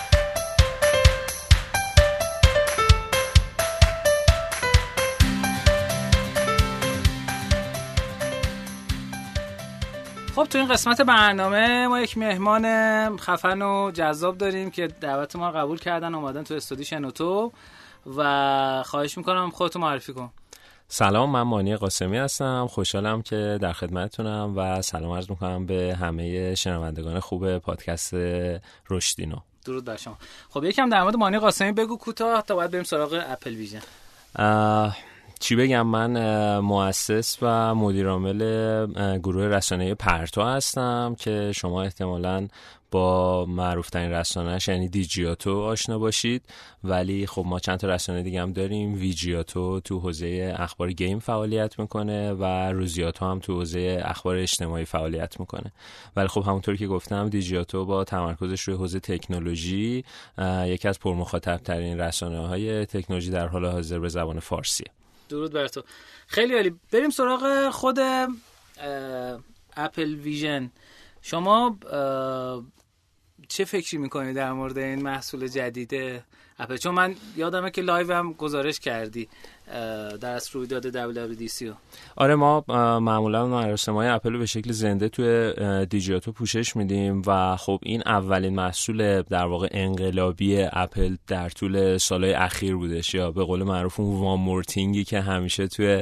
خب تو این قسمت برنامه ما یک مهمان خفن و جذاب داریم که دعوت ما قبول کردن، اومدن تو استودیو شنوتو و خواهش میکنم خودتو معرفی کن. سلام، من مانی قاسمی هستم، خوشحالم که در خدمتتونم و سلام عرض میکنم به همه شنوندگان خوب پادکست رشدینو. درود بر شما. خب یکم در مورد مانی قاسمی بگو کوتاه تا بعد بریم سراغ اپل ویژن. چی بگم، من مؤسس و مدیرعامل گروه رسانه‌ای پرتو هستم که شما احتمالاً با معروف‌ترین رسانه‌اش یعنی دیجیاتو آشنا باشید، ولی خب ما چند تا رسانه دیگه هم داریم. ویجیاتو تو حوزه اخبار گیم فعالیت میکنه و روزیاتو هم تو حوزه اخبار اجتماعی فعالیت میکنه، ولی خب همونطور که گفتم دیجیاتو با تمرکزش روی حوزه تکنولوژی یکی از پرمخاطب‌ترین رسانه‌های تکنولوژی در حال حاضر به زبان فارسی. درود بر تو. خیلی عالی. بریم سراغ خود اپل ویژن. شما چه فکری میکنید در مورد این محصول جدید اپل؟ چون من یادمه که لایو هم گزارش کردی در از رویداد دبلیو دبلیو دی سی. آره، ما معمولا مراسم‌های اپل رو به شکل زنده توی دیجیاتو پوشش میدیم و خب این اولین محصول در واقع انقلابی اپل در طول سالهای اخیر بودش، یا به قول معروف اون وان مورتینگی که همیشه توی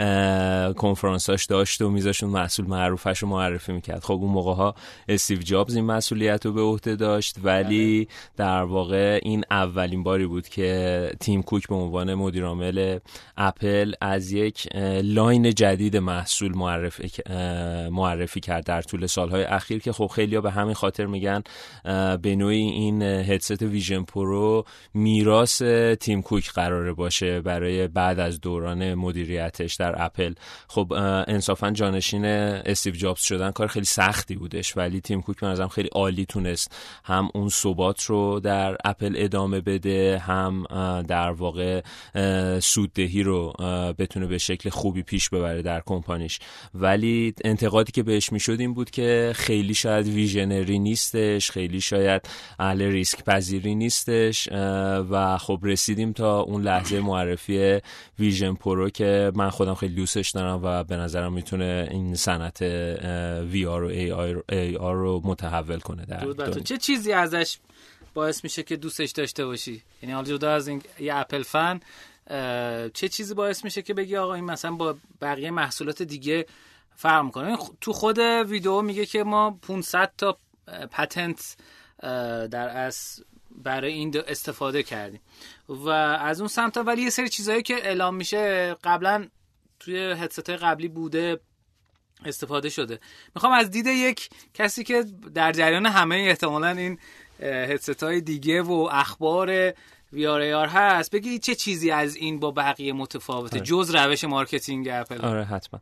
کنفرانساش داشت و میذاشون محصول معروفش رو معرفی میکرد. خب اون موقع‌ها استیو جابز این مسئولیت رو به عهده داشت، ولی در واقع این اولین باری بود که تیم کوک به عنوان مدیر عامل اپل از یک لاین جدید محصول معرفی معرفی کرد در طول سالهای اخیر، که خب خیلی‌ها به همین خاطر میگن به نوعی این هدست ویژن پرو میراث تیم کوک قراره باشه برای بعد از دوران مدیریتش در اپل. خب انصافا جانشین استیو جابز شدن کار خیلی سختی بودش، ولی تیم کوک به نظرم خیلی عالی تونست هم اون ثبات رو در اپل ادامه بده، هم در واقع سوددهی رو بتونه به شکل خوبی پیش ببره در کمپانیش. ولی انتقادی که بهش میشد این بود که خیلی شاید ویژنری نیستش، خیلی شاید اهل ریسک پذیری نیستش و خب رسیدیم تا اون لحظه معرفی ویژن پرو که من خودم خیلی دوستش دارم و به نظرم میتونه این صنعت وی آر و ای آر رو متحول کنه در دنیا. چه چیزی ازش باعث میشه که دوستش داشته باشی؟ یعنی حالا جدا از این یه اپل فن، چه چیزی باعث میشه که بگی آقا این مثلا با بقیه محصولات دیگه فرق میکنه؟ تو خود ویدیو میگه که ما پانصد تا پتنت در اصل برای این استفاده کردیم و از اون سمت، ولی یه سری چیزایی که اعلام میشه قبلا توی هدست‌های قبلی بوده، استفاده شده. میخوام از دید یک کسی که در جریان همه احتمالاً این هدست‌های دیگه و اخبار وی آر ای آر هست بگی چه چیزی از این با بقیه متفاوته جز روش مارکتینگ اپل؟ آره حتما.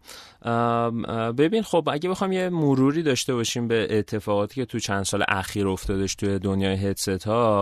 ببین خب اگه بخوام یه مروری داشته باشیم به اتفاقاتی که تو چند سال اخیر افتادش توی دنیای هدست ها،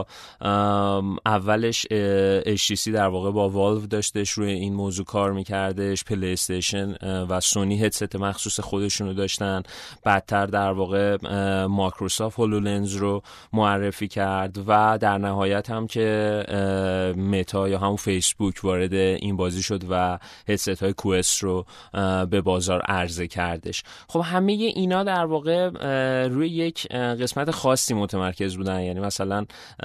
اولش اچ تی سی در واقع با والو داشتش روی این موضوع کار میکردش، پلی استیشن و سونی هدست مخصوص خودشونو داشتن، بعدتر در واقع مایکروسافت هولولنز رو معرفی کرد و در نهایت هم که متا یا همون فیسبوک وارد این بازی شد و هدست های کوست رو به بازار عرضه کردش. خب همه اینا در واقع روی یک قسمت خاصی متمرکز بودن، یعنی مثلا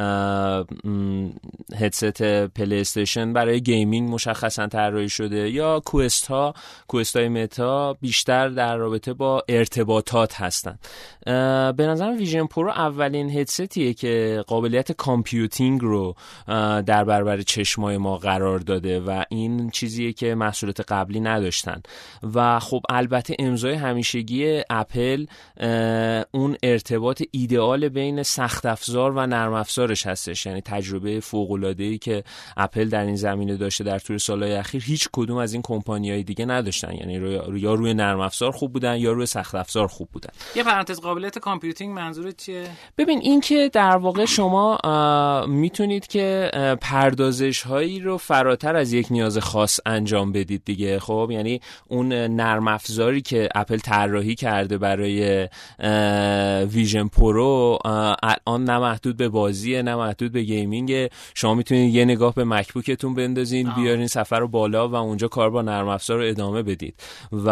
هدست پلی استیشن برای گیمینگ مشخصا طراحی شده، یا کوست ها کوست های متا بیشتر در رابطه با ارتباطات هستن. به نظرم ویژن پرو اولین هدستیه که قابلیت کامپیوتینگ رو در برابر چشمای ما قرار داده و این چیزیه که محصولات قبلی نداشتن. و خب البته امضای همیشگی اپل اون ارتباط ایدئال بین سخت افزار و نرم افزارش هستش، یعنی تجربه فوق‌العاده‌ای که اپل در این زمینه داشته در طول سالهای اخیر هیچ کدوم از این کمپانی‌های دیگه نداشتن، یعنی رو یا روی نرم افزار خوب بودن یا روی سخت افزار خوب بودن. یه پرانتز، قابلیت کامپیوتینگ منظورت چیه؟ ببین این که در واقع شما میتونید که پردازش هایی رو فراتر از یک نیاز خاص انجام بدید دیگه. خب یعنی اون نرم افزاری که اپل طراحی کرده برای ویژن پرو الان نه محدود به بازیه نه محدود به گیمینگ، شما میتونید یه نگاه به مکبوکتون بندازین، آه. بیارین سفر رو بالا و اونجا کار با نرم افزار رو ادامه بدید. و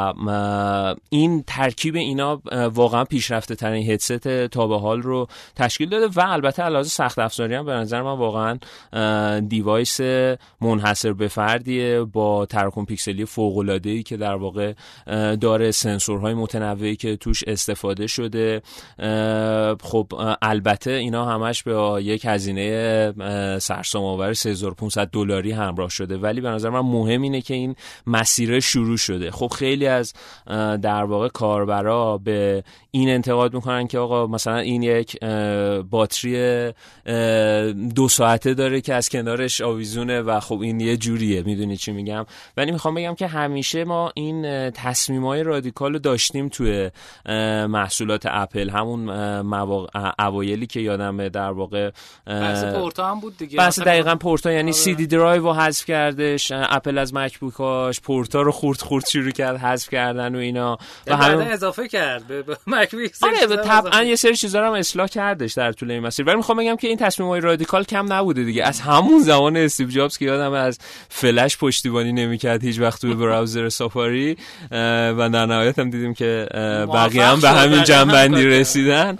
این ترکیب اینا واقعا پیشرفته ترین هدست تا به حال رو تشکیل داده و البته علاوه سخت افزاری هم به نظر من واقعا دیوایس منحصر به فردیه با تراکم پیکسلی فوق العاده ای که در واقع داره، سنسورهای متنوعی که توش استفاده شده. خب البته اینا همش به یک هزینه سرسام آور سه هزار و پانصد دلاری همراه شده، ولی به نظر من مهم اینه که این مسیر شروع شده. خب خیلی از در واقع کاربرا به این انتقاد میکنن که آقا مثلا این یک باتری دو ساعته داره که از کنارش آویزونه و خب این یه جوریه، میدونی چی میگم. ولی میخوام بگم که همیشه ما این تصمیمای رادیکال رو داشتیم توی محصولات اپل، همون مواقع اوایلی که یادمه در واقع بحث پورتا هم بود دیگه، بحث دقیقاً پورتا، یعنی سی دی درایو رو حذف کردش اپل از مکبوکاش، پورتا رو خورد خورد شروع کرد حذف کردن و اینا و بعدن اضافه کرد به مکبوک. آره طبعا یه سری چیزا رو هم اصلاح کردش در طول این مسیر. ولی میخوام بگم که این تصمیم‌های رادیکال کم نبوده دیگه. از همون زمان استیو جابز که یادمه از فلش پشتیبانی نمی‌کرد هیچ وقت توی براوزر سافاری و در نهایت هم دیدیم که بقیه هم به همین جنبندی رسیدن.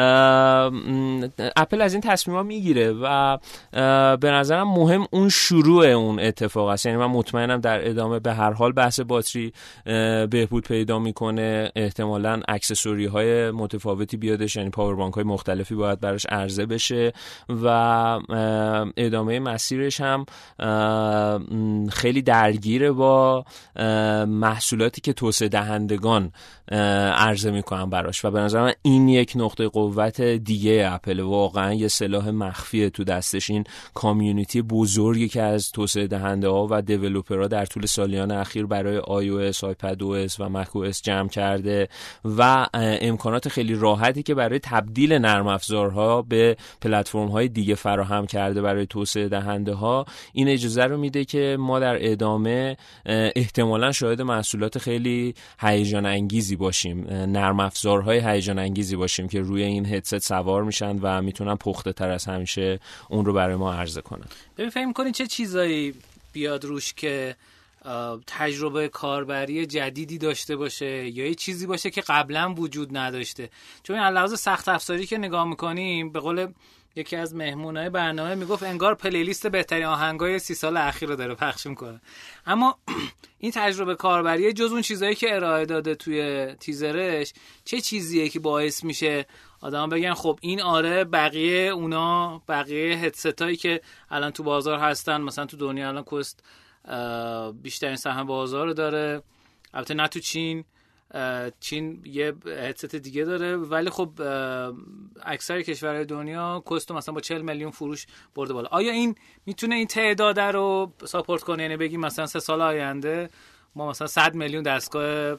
اپل از این تصمیم‌ها میگیره و به نظرم مهم اون شروع اون اتفاق است. یعنی من مطمئنم در ادامه به هر حال بحث باتری بهبود پیدا میکنه، احتمالاً اکسسوری‌های متفاوتی بیادش، یعنی پاور بانک های مختلفی باید براش عرضه بشه و ادامه مسیرش هم خیلی درگیره با محصولاتی که توسعه دهندگان عرضه میکنن براش و به نظر من این یک نقطه قوت دیگه اپل، واقعا یه سلاح مخفیه تو دستش، این کامیونیتی بزرگی که از توسعه دهنده ها و دیولپرها در طول سالیان اخیر برای آی او اس، آیپد او اس و مک او اس جمع کرده و امکانات خیلی راحتی که برای تبدیل نرم افزارها به پلتفرم‌های دیگه فراهم کرده برای توسعه دهنده ها، این اجازه رو میده که ما در ادامه احتمالاً شاهد محصولات خیلی هیجان انگیزی باشیم، نرم افزارهای هیجان انگیزی باشیم که روی این هدست سوار میشن و میتونن پخته تر از همیشه اون رو برای ما عرضه کنن. ببین فکر می‌کنی چه چیزایی بیاد روش که تجربه کاربری جدیدی داشته باشه یا یه چیزی باشه که قبلا وجود نداشته؟ چون این لحاظ سخت افزاری که نگاه میکنیم، به قول یکی از مهمونای برنامه میگفت انگار پلیلیست بهترین آهنگای سی سال اخیر رو داره پخش میکنه. اما این تجربه کاربری جز اون چیزایی که ارائه داده توی تیزرش، چه چیزیه که باعث میشه آدم بگن خب این آره بقیه اونا بقیه هدستایی که الان تو بازار هستن، مثلا تو دنیا الان کوست بیشترین سهم بازار رو داره، البته نه تو چین، چین یه هدست دیگه داره، ولی خب اکثر کشورهای دنیا کوستو مثلا با چهل میلیون فروش برده بالا. آیا این میتونه این تعداد رو ساپورت کنه؟ یعنی بگیم مثلا سه سال آینده ما مثلا صد میلیون دستگاه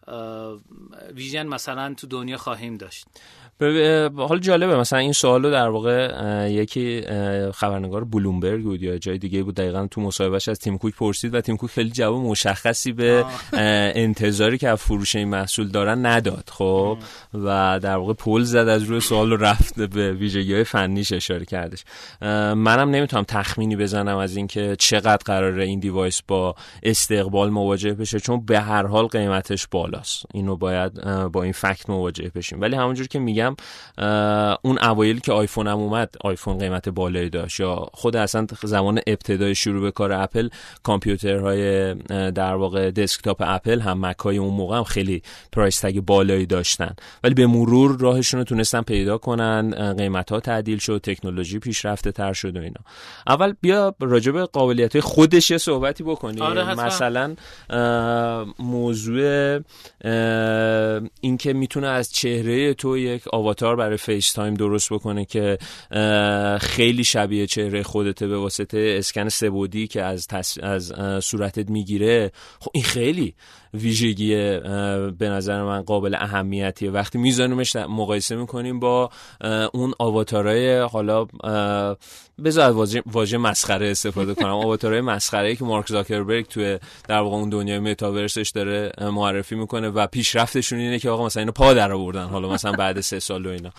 ویژن مثلا تو دنیا خواهیم داشت؟ حال جالبه، مثلا این سوالو در واقع یکی خبرنگار بلومبرگ بود یا جای دیگه بود، دقیقاً تو مصاحبهش از تیم کوک پرسید و تیم کوک خیلی جواب مشخصی به انتظاری که از فروش این محصول دارن نداد. خب و در واقع پول زد از روی سوال و رفت به ویژگی‌های فنیش اشاره کردش. منم نمیتونم تخمینی بزنم از اینکه چقدر قراره این دیوایس با استقبال مواجه بشه، چون به هر حال قیمتش بالاست. اینو باید با این فکت مواجه بشیم. ولی همونجور که میگم اون اوایل که آیفون هم اومد، آیفون قیمت بالایی داشت، یا خود اصلا زمان ابتدای شروع به کار اپل کامپیوترهای در واقع دسکتاپ اپل هم مک‌های اون موقع هم خیلی پرایس تگ بالایی داشتن، ولی به مرور راهشون رو تونستن پیدا کنن، قیمت‌ها تعدیل شد، تکنولوژی پیشرفته تر شد و اینا. اول بیا راجع به قابلیت‌های خودش یه صحبتی بکنیم. آره مثلا موضوع این که میتونه از چهره تو یک آواتار برای فیس تایم درست بکنه که خیلی شبیه چهره خودته به واسطه اسکن سه‌بعدی که از تص... از صورتت میگیره. خب این خیلی ویژگی به نظر من قابل اهمیتیه. وقتی میزانیمش مقایسه میکنیم با اون آواتارهای، حالا بذار واژه واژه مسخره استفاده کنم، آواتارهای مسخره‌ای که مارک زاکربرگ توی در واقع اون دنیای متاورسش داره معرفی میکنه و پیشرفتشون اینه که آقا مثلا اینو پا در آوردن، حالا مثلا بعد سه سال و اینا.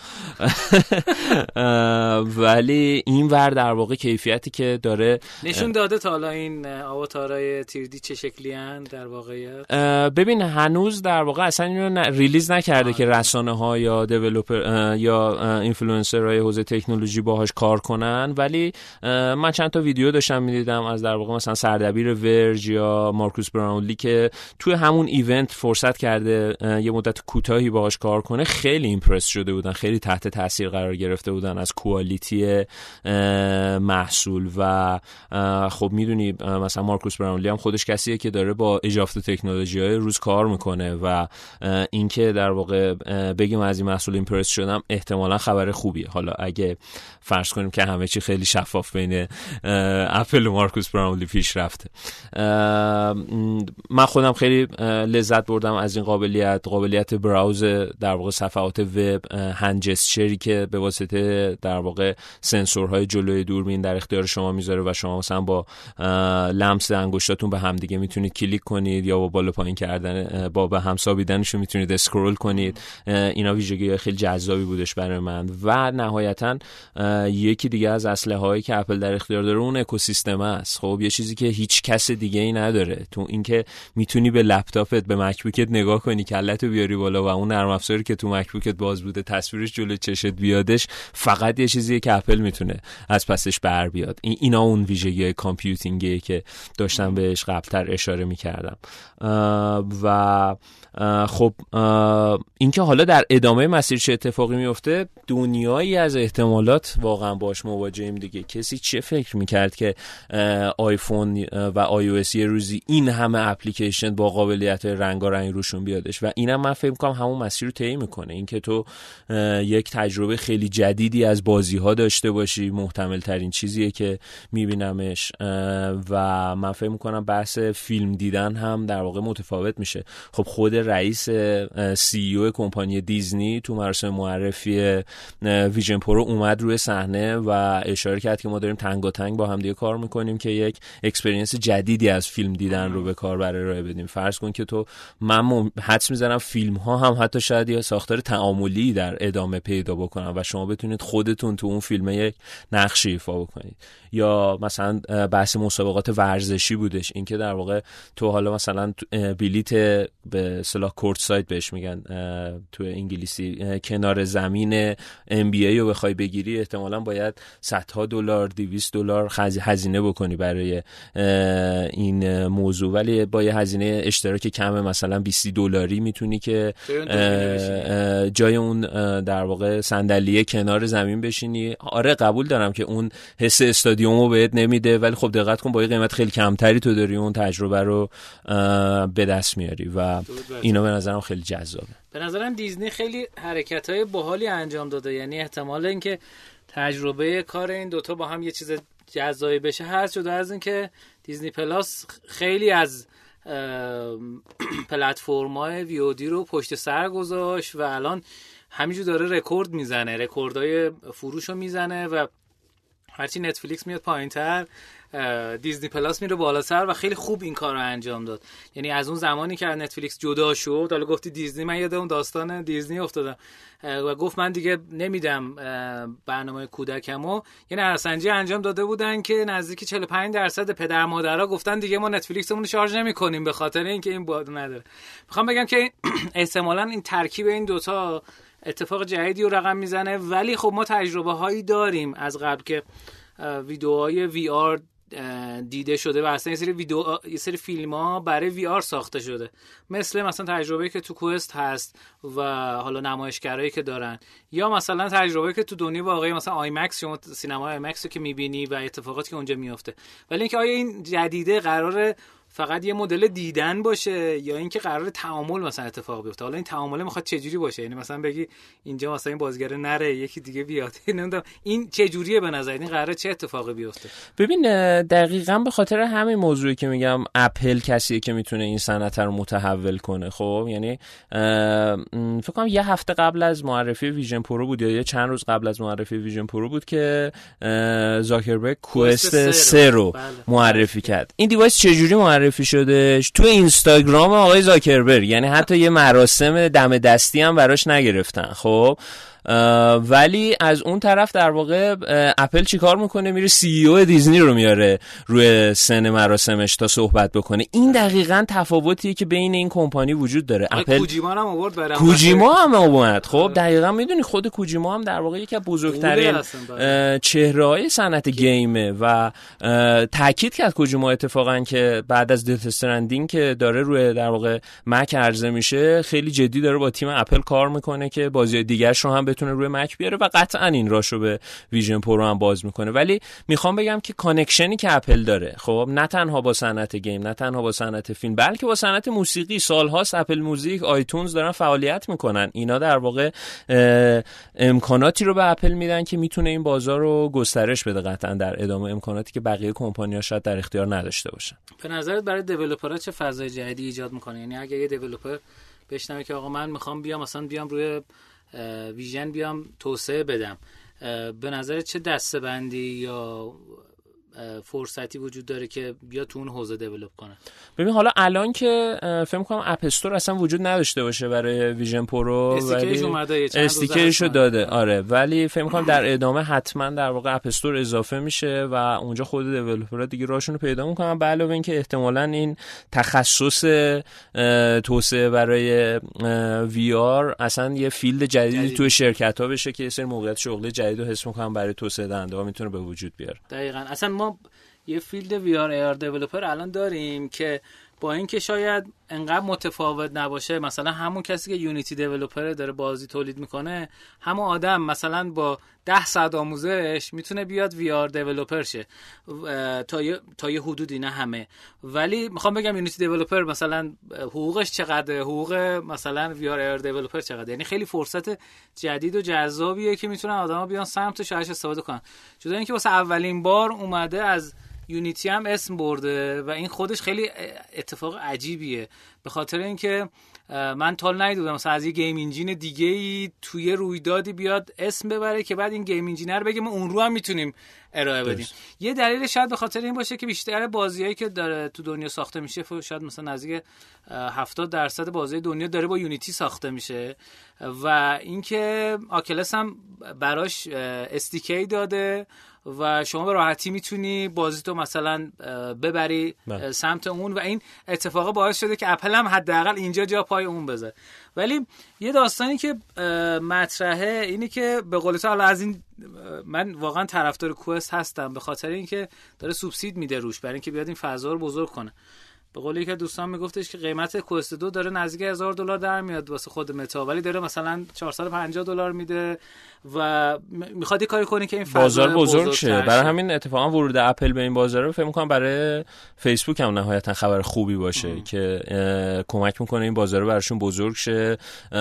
ولی این ور در واقع کیفیتی که داره نشون داده تا حالا این آواتارهای تیردی چه شکلی ان در واقعیت. ببین هنوز در واقع اصلا اینو ریلیز نکرده آه. که رسانه ها یا دیولپر یا اینفلوئنسرهای حوزه تکنولوژی باهاش کار کنن، ولی من چند تا ویدیو داشتم میدیدم از در واقع مثلا سردبیر ورج یا مارکوس براونلی که توی همون ایونت فرصت کرده یه مدت کوتاهی باهاش کار کنه. خیلی ایمپرس شده بودن، خیلی تحت تاثیر قرار گرفته بودن از کوالیتی محصول. و خب میدونی مثلا مارکوس براونلی هم خودش کسیه که داره با ایجافت تکنولوژی های روز کار میکنه و اینکه در واقع بگیم از این محصول ایمپرس شدم احتمالا خبر خوبیه. حالا اگه فرض کنیم که همه چی خیلی شفاف بین اپل و مارکوس براونلی پیش رفته. من خودم خیلی لذت بردم از این قابلیت قابلیت براوز در واقع صفحات وب، هند جسچری که به واسطه در واقع سنسورهای جلوی دوربین در اختیار شما میذاره و شما مثلا با لمس انگشتاتون به هم دیگه میتونید کلیک کنید یا با بالا پایین کردن با به هم سابیدنشون میتونید اسکرول کنید. اینا ویژگی خیلی جذابی بودش برای من. و نهایتا یکی دیگه از اسلحه هایی که اپل در اختیار داره اون اکوسیستم است. خب یه چیزی که هیچ کس دیگه ای نداره، تو اینکه میتونی به لپتاپت به مکبوکت نگاه کنی، کلتو بیاری بالا و اون نرم افزاری که تو مکبوکت باز بوده تصویرش جلوی چشت بیادش، فقط یه چیزیه که اپل میتونه از پسش بر بیاد. این اینا اون ویژگی کامپیوتینگه که داشتم بهش قبلتر اشاره میکردم. و خب اینکه حالا در ادامه مسیر چه اتفاقی میفته، دنیایی از احتمالات واقعا باش مواجهیم دیگه. کسی چه فکر میکرد که آیفون و آی او اس یه روزی این همه اپلیکیشن با قابلیت رنگارنگ روشون بیادش؟ و اینم من فکر میکنم همون مسیر رو طی میکنه. اینکه تو یک تجربه خیلی جدیدی از بازی ها داشته باشی محتمل ترین چیزیه که میبینمش. و من فکر میکنم بحث فیلم دیدن هم در واقع متفاوت میشه. خب خود رئیس سی ای او کمپانی دیزنی تو مراسم معرفی ویژن پرو اومد روی صحنه و اشاره کرد که ما داریم تنگاتنگ با هم دیگه کار میکنیم که یک اکسپریانس جدیدی از فیلم دیدن رو به کار برای ارائه بدیم. فرض کن که تو من حدس میزنم فیلم ها هم حتی شاید یه ساختار تعاملی در ادامه پیدا بکنن و شما بتونید خودتون تو اون فیلم یک نقشی ایفا بکنید. یا مثلا بحث مسابقات ورزشی بودش، اینکه در واقع تو حالا مثلا بلیت به اصطلاح کورت ساید بهش میگن تو انگلیسی، کنار زمین ام بی ای رو بخوای بگیری احتمالاً باید صدها دلار دویست دلار هزینه بکنی برای این موضوع، ولی با یه هزینه اشتراک کم مثلا بیست دلاری میتونی که جای اون در واقع صندلی کنار زمین بشینی. آره قبول دارم که اون حس استادیومو بهت نمیده، ولی خب دقت کن با یه قیمت خیلی کمتری تو داری اون تجربه رو به دست میاری و اینا به نظرم خیلی جذابه. به نظرم دیزنی خیلی حرکت‌های باحالی انجام داده، یعنی احتمال اینکه تجربه کار این دوتا با هم یه چیز جذابی بشه هست. جدا از این که دیزنی پلاس خیلی از پلتفرم‌های وی او دی رو پشت سر گذاشت و الان همینجور داره رکورد میزنه، رکوردهای فروش رو میزنه و هرچی نتفلیکس میاد پایین‌تر دیزنی پلاس میره بالاتر و خیلی خوب این کار رو انجام داد. یعنی از اون زمانی که نتفلیکس جدا شد، حالا گفتی دیزنی، من یاد اون داستان دیزنی افتادم و گفت من دیگه نمیدم برنامه کودکمو. یعنی نظرسنجی انجام داده بودن که نزدیک چهل و پنج درصد پدر مادرها گفتن دیگه ما نتفلیکسمون رو شارژ نمی‌کنیم به خاطر اینکه این باد نداره. میخوام بگم که احتمالاً این ترکیب این دوتا اتفاق جدیدی رو رقم میزنه، ولی خب ما تجربه هایی داریم از قبل که ویدیوهای وی آر دیده شده و اصلا یه سری ویدیو یه سری فیلم ها برای وی آر ساخته شده، مثل مثلا تجربه‌ای که تو کوست هست و حالا نمایشگرایی که دارن، یا مثلا تجربه‌ای که تو دنیا واقعی مثلا آی مکس، شما سینما آی مکس رو که می‌بینی و اتفاقاتی که اونجا میفته. ولی اینکه آیا این جدیده قراره فقط یه مدل دیدن باشه یا اینکه قراره تعامل مثلا اتفاق بیفته؟ حالا این تعامل میخواد چه جوری باشه؟ یعنی مثلا بگی اینجا مثلا این بازیگر نره یکی دیگه بیاد، نمیدونم این چه جوریه به نظر این قراره چه اتفاقی بیفته؟ ببین دقیقاً به خاطر همین موضوعی که میگم اپل کسیه که میتونه این صنعت رو متحول کنه. خب یعنی فکر کنم یه هفته قبل از معرفی ویژن پرو بود یا یه چند روز قبل از معرفی ویژن پرو بود که زاکربرگ کوست سه رو بله. معرفی کرد. این دیوایس چه جوری معرفی شدش؟ تو اینستاگرام آقای زاکربرگ، یعنی حتی یه مراسم دم دستی هم براش نگرفتن. خب ولی از اون طرف در واقع اپل چیکار میکنه؟ میره سی ای او دیزنی رو میاره روی سن مراسمش تا صحبت بکنه. این دقیقاً تفاوتیه که بین این کمپانی وجود داره. اپل کوجیما هم آورد برام، کوجیما هم اومد. خب دقیقاً میدونی خود کوجیما هم در واقع یکی از بزرگترین چهره‌های صنعت گیمه و تاکید کرد کوجیما اتفاقاً که بعد از دث استرندینگ که داره روی در واقع مک عرضه میشه، خیلی جدی داره با تیم اپل کار میکنه که بازی دیگه‌اش رو هم بتونه روی مک بیاره و قطعا این راشو به ویژن پرو هم باز میکنه. ولی میخوام بگم که کانکشنی که اپل داره، خب نه تنها با صنعت گیم، نه تنها با صنعت فیلم، بلکه با صنعت موسیقی. سالهاست اپل موزیک، آیتونز دارن فعالیت میکنن. اینا در واقع امکاناتی رو به اپل میدن که میتونه این بازار رو گسترش بده قطعا در ادامه، امکاناتی که بقیه کمپانی‌ها شاید در اختیار نداشته باشن. به نظرت برای دیولپرها چه فضای جدیدی ایجاد میکنه؟ یعنی اگه یه دیولپر بشنوه که آقا من میخوام بیام مثلا بیام روی ویژن بیام توسعه بدم، به نظر چه دسته‌بندی یا فرصتی وجود داره که بیا تو اون حوزه دیولپ کنه؟ ببین حالا الان که فکر می‌کنم اپ استور اصلا وجود نداشته باشه برای ویژن پرو، ولی استیکرشو داده. آره ولی فکر می‌کنم در ادامه حتما در واقع اپ استور اضافه میشه و اونجا خود دیولپرها دیگه راهشون رو پیدا می‌کنن. به علاوه اینکه احتمالاً این تخصص توسعه برای وی آر اصلا یه فیلد جدیدی جدید. توی شرکت‌ها بشه که یه سری موقعیت شغلی جدید رو حس می‌کنم برای توسعه دهنده‌ها میتونه به وجود بیاره. دقیقاً. اصلا ما یه فیلد وی آر ای آر دیولپر الان داریم که با اینکه شاید انقدر متفاوت نباشه، مثلا همون کسی که یونیتی دیولپر داره بازی تولید میکنه، همون آدم مثلا با ده ساعت آموزش میتونه بیاد وی آر دیولپر شه تا یه تا یه حدودی، نه همه. ولی میخوام بگم یونیتی دیولپر مثلا حقوقش چقدره، حقوق مثلا وی آر ای آر دیولپر چقدره. یعنی خیلی فرصت جدید و جذابیه که میتونن آدما بیان سمتش ازش استفاده کنن. جدا اینکه واسه اولین بار اومده از یونیتی هم اسم برده و این خودش خیلی اتفاق عجیبیه، به خاطر اینکه من تا ندیدم مثلا از یه گیم انجین دیگه‌ای توی رویدادی بیاد اسم ببره که بعد این گیم انجینر بگه ما اون رو هم میتونیم ارائه بدیم. یه دلیل شاید به خاطر این باشه که بیشتر بازیایی که داره تو دنیا ساخته میشه، شاید مثلا نزدیک هفتاد درصد بازی دنیا داره با یونیتی ساخته میشه و اینکه آکلس هم براش استیکی داده و شما به راحتی میتونی بازی تو مثلا ببری بله. سمت اون و این اتفاق باعث شده که اپل هم حداقل اینجا جا پای اون بذاره. ولی یه داستانی که مطرحه اینه که به قول تو حالا از این من واقعا طرفدار کوست هستم، به خاطر اینکه داره سوبسید میده روش برای اینکه بیاد این فضا رو بزرگ کنه. به قول یکی از دوستان میگفتش که قیمت کوست دو داره نزدیک هزار دلار در میاد واسه خود متا، ولی داره مثلا چهارصد و پنجاه دلار میده و میخواد یه کاری کنه که این بازار بزرگ شه. برای همین اتفاقا ورود اپل به این بازار رو فکر می‌کنم برای فیسبوک هم نهایتا خبر خوبی باشه ام. که کمک میکنه این بازار رو براشون بزرگ شه.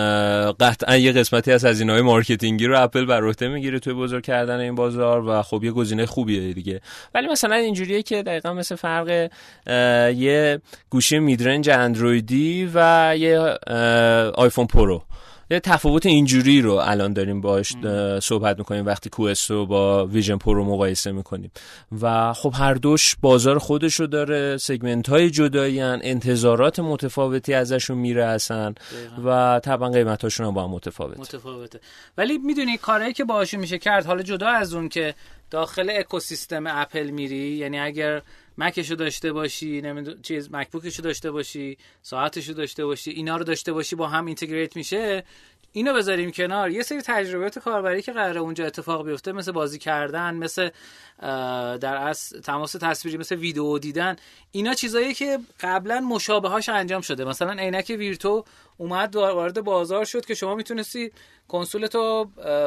قطعا یه قسمتی از هزینه‌های مارکتینگی رو اپل بر عهده میگیره توی بزرگ کردن این بازار و خب یه گزینه خوبیه دیگه. ولی مثلا اینجوریه که دقیقاً مثل فرق یه گوشی میدرنج اندرویدی و یه آیفون پرو. یه تفاوت اینجوری رو الان داریم باهاش صحبت میکنیم وقتی کوست رو با ویژن پرو مقایسه میکنیم و خب هر دوش بازار خودشو داره، سگمنت های جدایی هن، انتظارات متفاوتی ازشون میرسن و طبعا قیمتاشون هم با هم متفاوت متفاوته. ولی میدونی کارهایی که باهاشون میشه کرد، حالا جدا از اون که داخل اکوسیستم اپل میری، یعنی اگر مکشو داشته باشی، نمیدونم چیز مکبوکشو داشته باشی، ساعتشو داشته باشی، اینا رو داشته باشی با هم اینتگریت میشه. اینو بذاریم کنار، یه سری تجربیات کاربری که قراره اونجا اتفاق بیفته، مثل بازی کردن، مثل در اصل تماس تصویری، مثل ویدیو دیدن، اینا چیزایی که قبلا مشابهاش انجام شده. مثلا عینک ویرتو اومد وارد بازار شد که شما میتونستی کنسولتو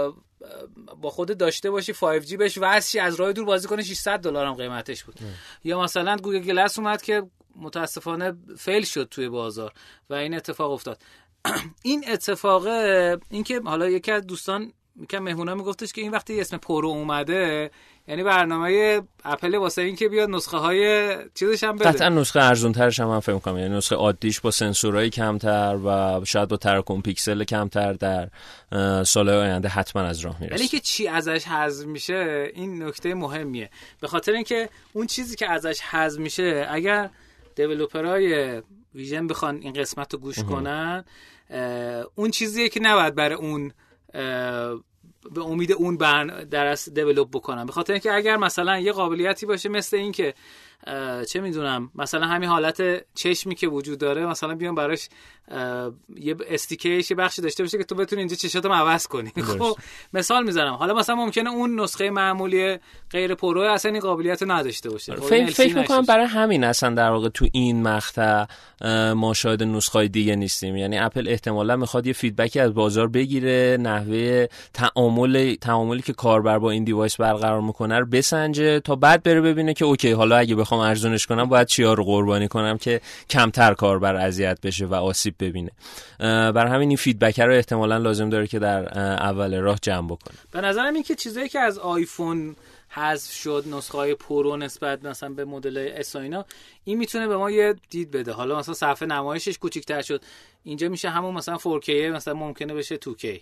با خود داشته باشی، فایو جی بهش وصل از راه دور بازی کنه، ششصد دلار هم قیمتش بود. ام. یا مثلا گوگل گلس اومد که متاسفانه فیل شد توی بازار و این اتفاق افتاد. این اتفاق، این که حالا یکی از دوستان که مهمونا میگفتش که این وقتی اسم پرو اومده یعنی برنامه اپل واسه این که بیاد نسخه های چیزش هم بده. قطعا نسخه ارزون ترش هم من فکر می‌کنم، یعنی نسخه عادیش با سنسورهای کمتر و شاید با تراکم پیکسل کمتر در سال‌های آینده حتما از راه میرسه. ولی که چی ازش حذف میشه این نکته مهمیه، به خاطر اینکه اون چیزی که ازش حذف میشه اگر دیولپرهای ویژن بخوان این قسمت رو گوش کنن، اون چیزیه که نباید برای اون به امید اون در اصل دیولپ بکنن. به خاطر اینکه اگر مثلا یه قابلیتی باشه مثل این که چه میدونم مثلا همین حالت چشمی که وجود داره، مثلا بیان براش یه استیکیش بخشی داشته باشه که تو بتونی اینجا چشاتو عوض کنی. خب مثال میزنم، حالا مثلا ممکنه اون نسخه معمولی غیر پرو اصلا این قابلیت نداشته باشه. فکر فکر می‌کنم برای همین اصلا در واقع تو این مقطع ما شاهد نسخه‌های دیگه نیستیم. یعنی اپل احتمالاً میخواد یه فیدبکی از بازار بگیره، نحوه تعامل تعاملی که کاربر با این دیوایس برقرار میکنه رو بسنجه تا بعد بره ببینه که اوکی حالا اگه بخوام ارزونش کنم باید چیا رو قربانی کنم که کمتر کاربر اذیت بشه و آسیب ببینه. برای همین این فیدبک رو احتمالاً لازم داره که در اول راه جمع بکنه. به نظرم این که چیزایی که از آیفون حذف شد، نسخه‌های پرو نسبت مثلا به مدل اس و اینا، این میتونه به ما یه دید بده. حالا مثلا صفحه نمایشش کوچیک‌تر شد، اینجا میشه همون مثلا فور کی مثلا ممکنه بشه تو کی.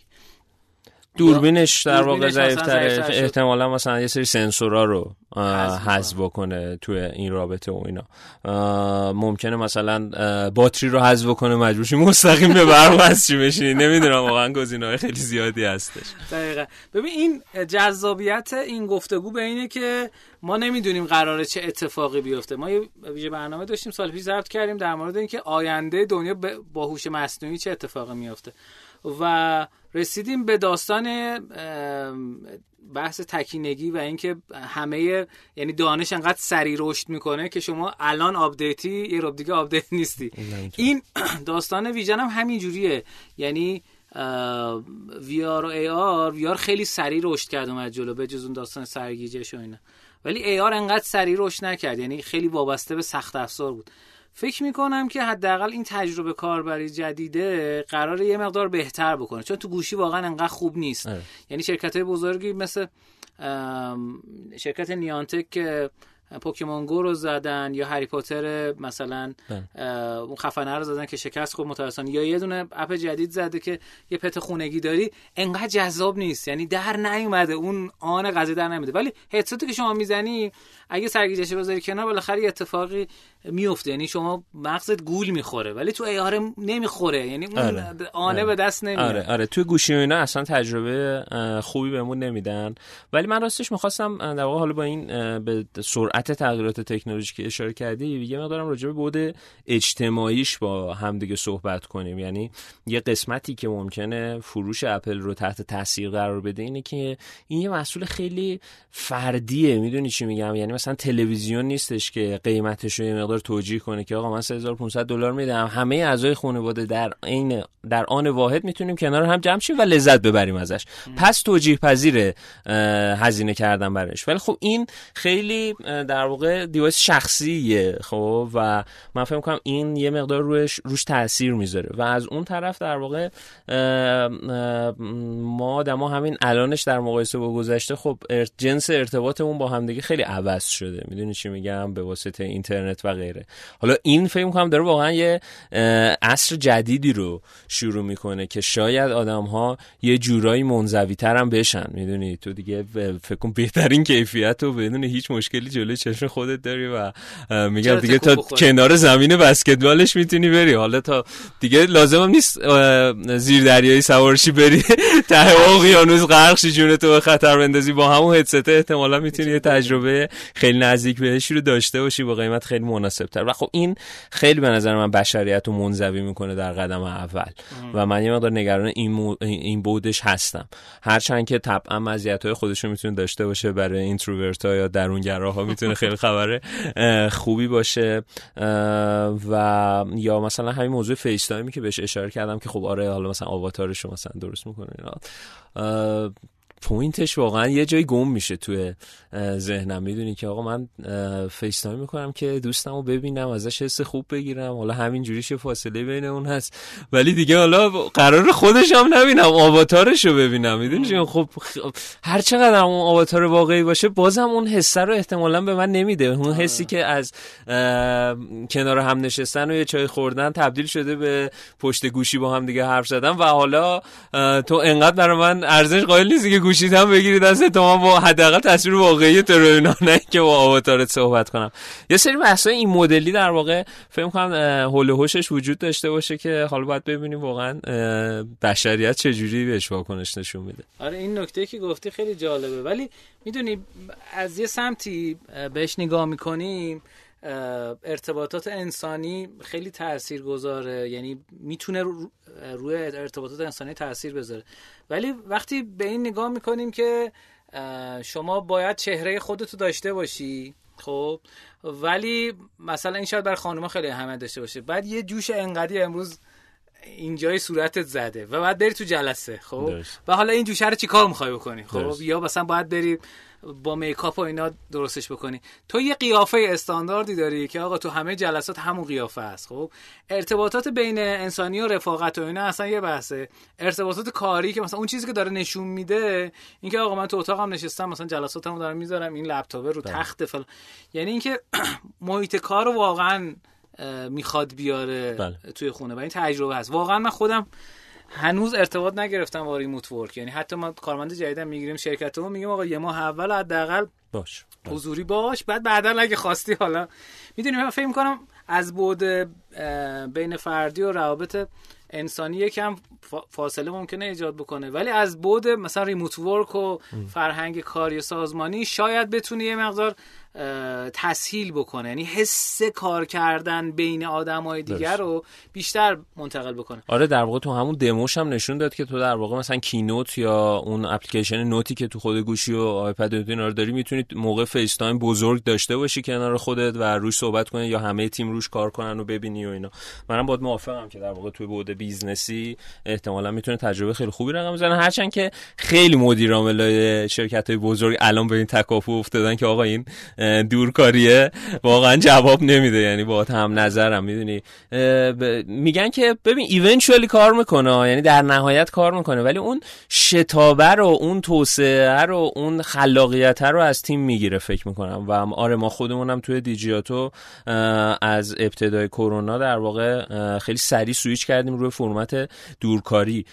دوربینش در واقع ضعیف‌تره، احتمالاً مثلا یه سری سنسورا رو حذف بکنه توی این رابطه و اینا. ممکنه مثلا باتری رو حذف کنه، مجبور شی مستقیم به برق وصل بشی. نمیدونم، واقعا گزینه‌های خیلی زیادی هستش. دقیقاً. ببین این جذابیت این گفتگو به اینه که ما نمیدونیم قراره چه اتفاقی بیفته. ما یه ویژه برنامه داشتیم سال پیش ضبط کردیم در مورد اینکه آینده دنیا با هوش مصنوعی چه اتفاقی میفته و رسیدیم به داستان بحث تکینگی و اینکه همه یعنی دانش انقدر سریع رشد میکنه که شما الان آپدیتی یه رب دیگه آپدیت نیستی. این داستان ویژن هم همین جوریه، یعنی وی آر و ای آر وی آر خیلی سریع رشد کرد اومد جلو، به جز اون داستان سرگیجه‌ش و اینا، ولی ای آر انقدر سریع رشد نکرد، یعنی خیلی وابسته به سخت افزار بود. فکر میکنم که حداقل این تجربه کاربری جدیده قراره یه مقدار بهتر بکنه، چون تو گوشی واقعا انقدر خوب نیست. اه. یعنی شرکت‌های بزرگی مثل شرکت نیانتک که پوکیمون گو رو زدن یا هری پاتر مثلا اون خفنه رو زدن که شکست خورد متاسفانه، یا یه دونه اپ جدید زده که یه پت خونگی داری، انقدر جذاب نیست، یعنی در نیومده اون آن قضیه در نمیده. ولی هدستی که شما میزنی اگه سرگیجه‌اش بذاری کنار بالاخره یه اتفاقی میفته، یعنی شما مغزت گول میخوره، ولی تو ای آر نمیخوره، یعنی اون آره. آنه آره. به دست نمیاد. آره آره توی گوشی و اینا اصلا تجربه خوبی بهمون نمیدن. ولی من راستش می‌خواستم در واقع حالا با این به سرعت تغییرات تکنولوژیکی که اشاره کردی یه مقدارم راجع به بعد اجتماعیش با هم دیگه صحبت کنیم. یعنی یه قسمتی که ممکنه فروش اپل رو تحت تاثیر قرار بده اینه که این یه محصول خیلی فردیه. میدونی چی میگم؟ یعنی مثلا تلویزیون نیستش که قیمتش رو یه مقدار توجیه کنه که آقا من سه هزار و پانصد دلار میدم، همه اعضای خانواده در این در آن واحد میتونیم کنار هم جمع شیم و لذت ببریم ازش. ام. پس توجیه پذیر هزینه کردن برش. ولی خب این خیلی در در واقع دیوایس شخصیه خب و من فکر می‌کنم این یه مقدار روش روش تاثیر میذاره و از اون طرف در واقع ما آدما همین الانش در مقایسه با گذشته خب جنس ارتباطمون با همدیگه خیلی عوض شده. میدونی چی میگم؟ به واسطه اینترنت و غیره. حالا این فکر می‌کنم داره واقعا یه عصر جدیدی رو شروع میکنه که شاید آدم‌ها یه جورایی منزوی‌تر هم بشن. میدونی تو دیگه فکر کنم بهترین کیفیت رو بدون هیچ مشکلی جلوی چشم خودت داری و میگم دیگه تا کنار زمین بسکتبالش میتونی بری. حالا تا دیگه لازم هم نیست زیر دریایی سوارشی بری ته اقیانوس غرق شی جونتو به خطر بندازی. با همون هدست احتمالاً میتونی یه تجربه خیلی نزدیک بهش رو داشته باشی با قیمت خیلی مناسب‌تر. و خب این خیلی به نظر من بشریت رو منزوی میکنه در قدم اول و من یه مقدار نگران این مو... این بودش هستم. هرچند که طبعا مزیت‌های خودش رو میتونه داشته باشه برای اینتروورت‌ها یا درونگراها میتونه خیلی خبر خوبی باشه و یا مثلا همین موضوع فیس تایمی که بهش اشاره کردم که خب آره حالا مثلا آواتارش رو مثلا درست میکنه اینا پوینتش واقعا یه جای گم میشه توی ذهنم. میدونی که آقا من فیس تایم میکنم که دوستمو ببینم ازش حس خوب بگیرم، حالا همین جوریش یه فاصله بین اون هست ولی دیگه حالا قرار خودش هم نبینم آواتارشو ببینم. میدونی چون خب هر چقدر اون آواتار واقعی باشه بازم اون حس رو احتمالاً به من نمیده. اون حسی که از کنار هم نشستن و یه چای خوردن تبدیل شده به پشت گوشی با هم دیگه حرف زدن و حالا تو انقدر برای من ارزش قائل نیستی که گوشیت هم بگیری دست تو من با حداقل تصویر واقعی تو رو اینا نه که با آواتارت صحبت کنم. یه سری بحثای این مدلی در واقع فکر کنم هول و هوشش وجود داشته باشه که حالا باید ببینیم واقعا بشریت چه جوری بهش واکنش نشون میده. آره این نکته که گفتی خیلی جالبه ولی میدونی از یه سمتی بهش نگاه میکنیم ارتباطات انسانی خیلی تاثیرگذاره، یعنی میتونه روی ارتباطات انسانی تاثیر بذاره ولی وقتی به این نگاه میکنیم که شما باید چهره خودتو داشته باشی خب ولی مثلا این شاید برای خانوما خیلی اهمیت داشته باشه، بعد یه جوش انقدی امروز اینجای صورتت زده و بعد بری تو جلسه خب داشت. و حالا این جوشه رو چی کار میخوای بکنی خب داشت. یا مثلا باید بری با میکاپ و اینا درستش بکنی. تو یه قیافه استانداردی داری که آقا تو همه جلسات همون قیافه است. خب ارتباطات بین انسانی و رفاقت و اینا اصلا یه بحثه. ارتباطات کاری که مثلا اون چیزی که داره نشون میده اینکه آقا من تو اتاقم نشستم مثلا جلساتمو دارم میذارم این لپتاپ رو تخت فلان، یعنی اینکه محیط کار رو واقعا میخواد بیاره بله. توی خونه و این تجربه هست. واقعا من خودم هنوز ارتباط نگرفتم با ریموت ورک، یعنی حتی ما کارمند جدیدم میگیریم شرکتمون میگیم آقا یه ماه اول حداقل باش حضوری باش، بعد بعدا اگه خواستی حالا میدونی من فکر می‌کنم از بعد بین فردی و روابط انسانی یکم فاصله ممکنه ایجاد بکنه ولی از بعد مثلا ریموت ورک و فرهنگ کاری سازمانی شاید بتونه یه مقدار تسهیل بکنه، یعنی حس کار کردن بین آدمای دیگر رو بیشتر منتقل بکنه. آره در واقع تو همون دموش هم نشون داد که تو در واقع مثلا کینوت یا اون اپلیکیشن نوتی که تو خود گوشی و آیپد و اینا رو داری میتونی موقع فیس تایم بزرگ داشته باشی کنار خودت و روش صحبت کنی یا همه تیم روش کار کنن و ببینی و اینا. منم باهات موافقم که در واقع توی بعد بیزنسی احتمالاً میتونه تجربه خیلی خوبی رقم بزنه، هرچند که خیلی مدیر عاملای شرکت‌های بزرگ الان به این تکاپو افتادن که آقا این دورکاریه واقعا جواب نمیده، یعنی باهات هم نظرم. میدونی میگن که ببین ایونچوالی کار میکنه، یعنی در نهایت کار میکنه ولی اون شتابه رو اون توسعه رو اون خلاقیت رو از تیم میگیره فکر میکنم. و آره ما خودمونم توی دیجیاتو از ابتدای کرونا در واقع خیلی سریع سویچ کردیم روی فرمت دورکاری،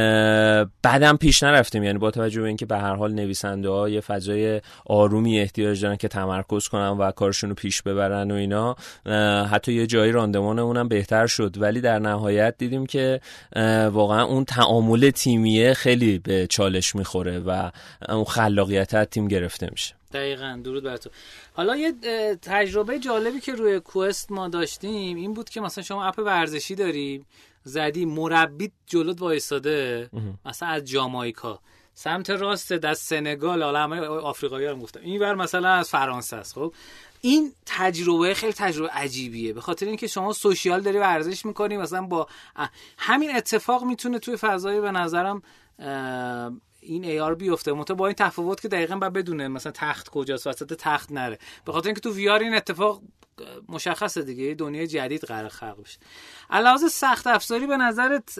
بعدم پیش نرفتیم، یعنی با توجه به اینکه به هر حال نویسنده ها یه فضای آرومی احتیاج دارن که تمرکز کنن و کارشون رو پیش ببرن و اینا، حتی یه جایی راندمان اونم بهتر شد ولی در نهایت دیدیم که واقعا اون تعامل تیمیه خیلی به چالش میخوره و اون خلاقیت از تیم گرفته میشه. دقیقاً. درود بر تو. حالا یه تجربه جالبی که روی کوست ما داشتیم این بود که مثلا شما اپ ورزشی داری زدی مربی جلوت وایساده مثلا از جامائیکا، سمت راست از سنگال، حالا همه آفریقایی‌ها رو گفتم، اینور مثلا از فرانسه است. خب این تجربه خیلی تجربه عجیبیه به خاطر اینکه شما سوشیال داری ورزش می‌کنی، مثلا با همین اتفاق میتونه توی فضای به نظرم این ای آر بیفته، منتها با این تفاوت که دقیقاً بعد بدونه مثلا تخت کجاست، وسط تخت نره، به خاطر اینکه تو وی آر این اتفاق مشخصه دیگه، دنیای جدید قرار خلق بشه. علاوه سخت افزاری به نظرت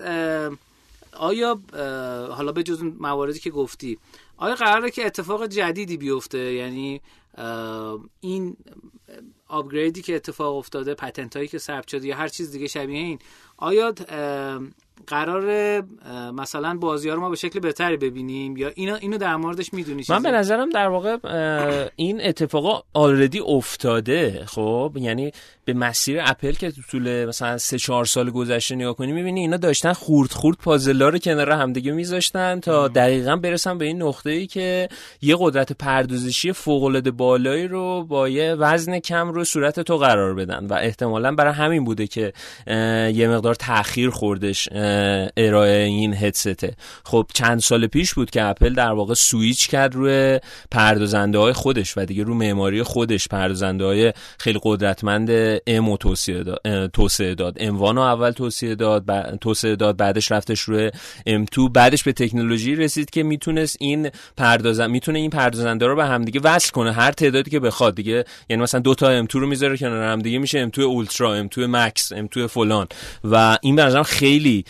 آیا حالا به جز مواردی که گفتی آیا قراره که اتفاق جدیدی بیفته؟ یعنی این آپگریدی که اتفاق افتاده، پتنت هایی که ثبت شده یا هر چیز دیگه شبیه این، آیا قراره مثلا بازی ها رو ما به شکل بهتری ببینیم یا اینو اینو در موردش میدونی چیزی؟ من به نظرم در واقع این اتفاقا آلردی افتاده. خب یعنی به مسیر اپل که تو طول مثلا سه چهار سال گذشته نگاه کنی میبینی اینا داشتن خورد خورد پازلا رو کنار هم دیگه میذاشتن تا دقیقاً برسن به این نقطه‌ای که یه قدرت پردازشی فوق‌العاده بالایی رو با یه وزن کم رو صورت تو قرار بدن و احتمالاً برای همین بوده که یه مقدار تأخیر خوردش ارائه این هدسته. خب چند سال پیش بود که اپل در واقع سویچ کرد روی پردازنده‌های خودش و دیگه رو معماری خودش پردازنده‌های خیلی قدرتمند ام توسعه داد توسعه داد ام وان رو اول توسعه داد بعد توسعه داد بعدش رفتش روی ام تو، بعدش به تکنولوژی رسید که میتونست این پردازن میتونه این پردازنده رو به هم دیگه وصل کنه هر تعدادی که بخواد دیگه. یعنی مثلا دو تا ام تو رو میذاره کنار هم دیگه میشه ام تو اولترا، ام تو مکس، ام تو فلان و این به نظرم خیلی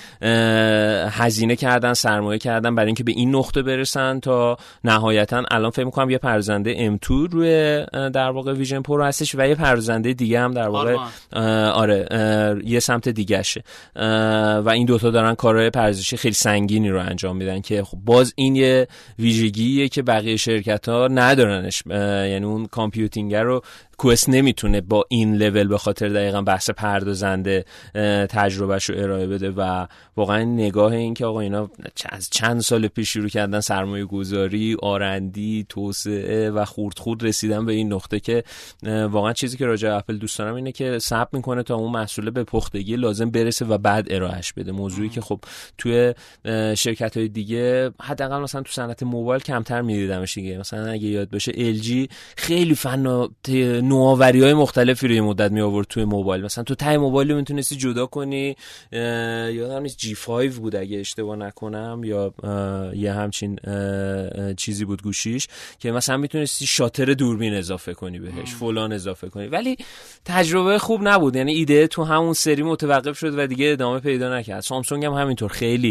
هزینه کردن، سرمایه کردن برای اینکه به این نقطه برسن تا نهایتا الان فکر می‌کنم یه پردازنده ام تو روی در واقع ویژن پرو هستش و یه پردازنده دیگه هم در واقع آره یه سمت دیگه شه و این دوتا دارن کارهای پردازشی خیلی سنگینی رو انجام میدن که خب باز این یه ویژگیه که بقیه شرکت‌ها ندارنش. یعنی اون کامپیوتینگ رو کوست نمیتونه با این لول به خاطر دقیقاً بحث پردازنده تجربهشو ارائه بده و واقعا نگاه این که آقا اینا از چند سال پیش شروع کردن سرمایه گذاری، آرندی، توسعه و خورد خورد رسیدن به این نقطه که واقعا چیزی که راجع اپل دوست دارم اینه که صبر میکنه تا اون محصول به پختگی لازم برسه و بعد ارائهش بده. موضوعی که خب توی شرکت‌های دیگه حداقل مثلا تو صنعت موبایل کمتر می‌دیدمش دیگه. مثلا اگه یاد باشه ال جی خیلی فن نوآوری‌های مختلفی روی مدت می آورد توی موبایل. مثلا تو تای موبایل رو میتونستی جدا کنی، یادم نیست جی پنج بود اگه اشتباه نکنم یا یه همچین چیزی بود گوشیش که مثلا میتونستی شاتر دوربین اضافه کنی بهش، فلان اضافه کنی، ولی تجربه خوب نبود. یعنی ایده تو همون سری متوقف شد و دیگه ادامه پیدا نکرد. سامسونگ هم همینطور خیلی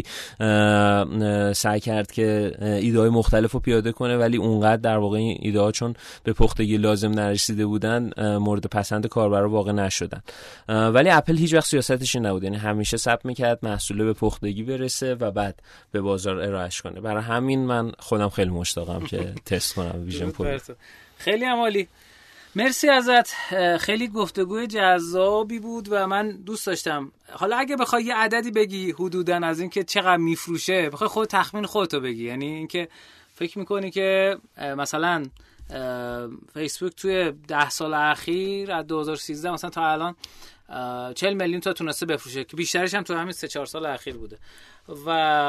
سعی کرد که ایده‌های مختلفو پیاده کنه ولی اونقدر در واقع این ایده‌ها چون به پختگی لازم نرسیده بودن مورد پسند کاربرا واقع نشدن. ولی اپل هیچ وقت سیاستش این نبود. یعنی همیشه صبر می‌کرد محصول به پختگی برسه و بعد به بازار ارائهش کنه. برای همین من خودم خیلی مشتاقم که تست کنم ویژن پرو. خیلی عالی، مرسی ازت. خیلی گفتگوی جذابی بود و من دوست داشتم. حالا اگه بخوای یه عددی بگی حدوداً از این که چقدر میفروشه، بخوای خود تخمین خودتو بگی، یعنی اینکه فکر می‌کنی که مثلا فیسبوک توی ده سال اخیر از دو هزار و سیزده مثلا تا الان چهل میلیون تا تونسته بفروشه که بیشترش هم تو همین سه چهار سال اخیر بوده و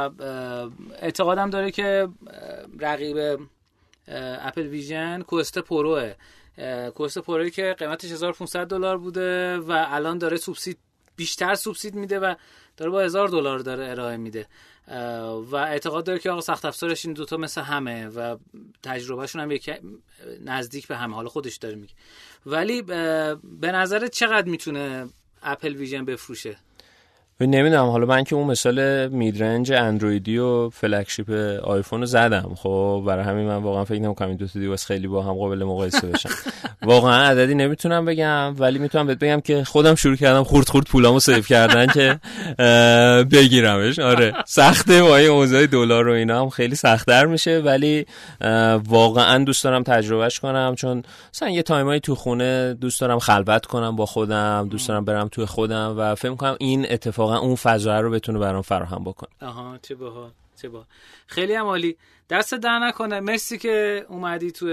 اعتقادم داره که رقیب اپل ویژن کوست پروه. کوست پروی که قیمتش هزار و پانصد دلار بوده و الان داره سوبسید بیشتر سوبسید میده و داره با هزار دلار داره ارائه میده و اعتقاد داره که آقا سخت افزارش این دوتا مثل همه و تجربهشون هم یک نزدیک به همه. حالا خودش داره میگه، ولی به نظرت چقدر میتونه اپل ویژن بفروشه؟ نمیدونم. حالا من که اون مثال میدرنج اندرویدی و فلگشیپ آیفون رو زدم، خب برای همین من واقعا فکر نمی‌کنم این دو تا دیوایس خیلی با هم قابل مقایسه بشن. واقعا عددی نمیتونم بگم ولی میتونم بهت بگم که خودم شروع کردم خورد خورد پولامو سیو کردن که بگیرمش. آره سخته با این اوضاع دلار و اینا هم خیلی سخت‌تر میشه ولی واقعا دوست دارم تجربهش کنم چون مثلا یه تایمایی تو خونه دوست دارم خلوت کنم با خودم، دوست دارم برم تو خودم و فکر می‌کنم این اتفاق واقعا اون فضا رو بتونه برام فراهم بکنه. آها چه باحال، چه باحال. خیلی هم عالی. دست در نکنه. مرسی که اومدی تو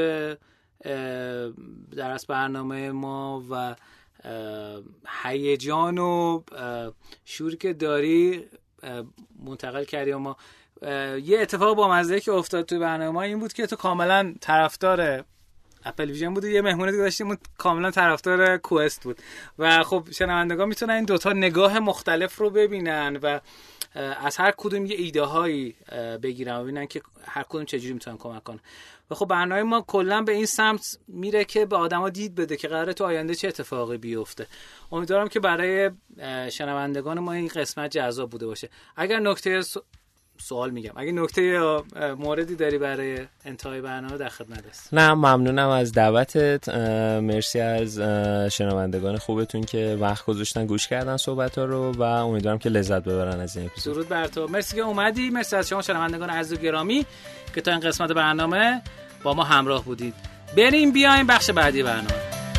درس برنامه ما و هیجان و شوری که داری منتقل کردی. و ما یه اتفاق با مزه که افتاد تو برنامه ما این بود که تو کاملا طرفدار اپل ویژن بود و یه مهمونی دیگه داشتیم کاملا طرفدار کوست بود و خب شنوندگان میتونن این دوتا نگاه مختلف رو ببینن و از هر کدوم یه ایده هایی بگیرن و ببینن که هر کدوم چجوری میتونن کمک کنن. و خب برنامه ما کلا به این سمت میره که به آدما دید بده که قراره تو آینده چه اتفاقی بیفته. امیدوارم که برای شنوندگان ما این قسمت جذاب بوده باشه. اگر نکته س... سوال میگم اگه نکته یا موردی داری برای انتهای برنامه در خدمت است. نه ممنونم از دعوتت، مرسی از شنوندگان خوبتون که وقت گذاشتن گوش کردن صحبت‌ها رو و امیدوارم که لذت ببرن از این اپیزود. درود بر تو، مرسی که اومدی، مرسی از شما شنوندگان عزیز و گرامی که تا این قسمت برنامه با ما همراه بودید. بریم بیایم بخش بعدی برنامه.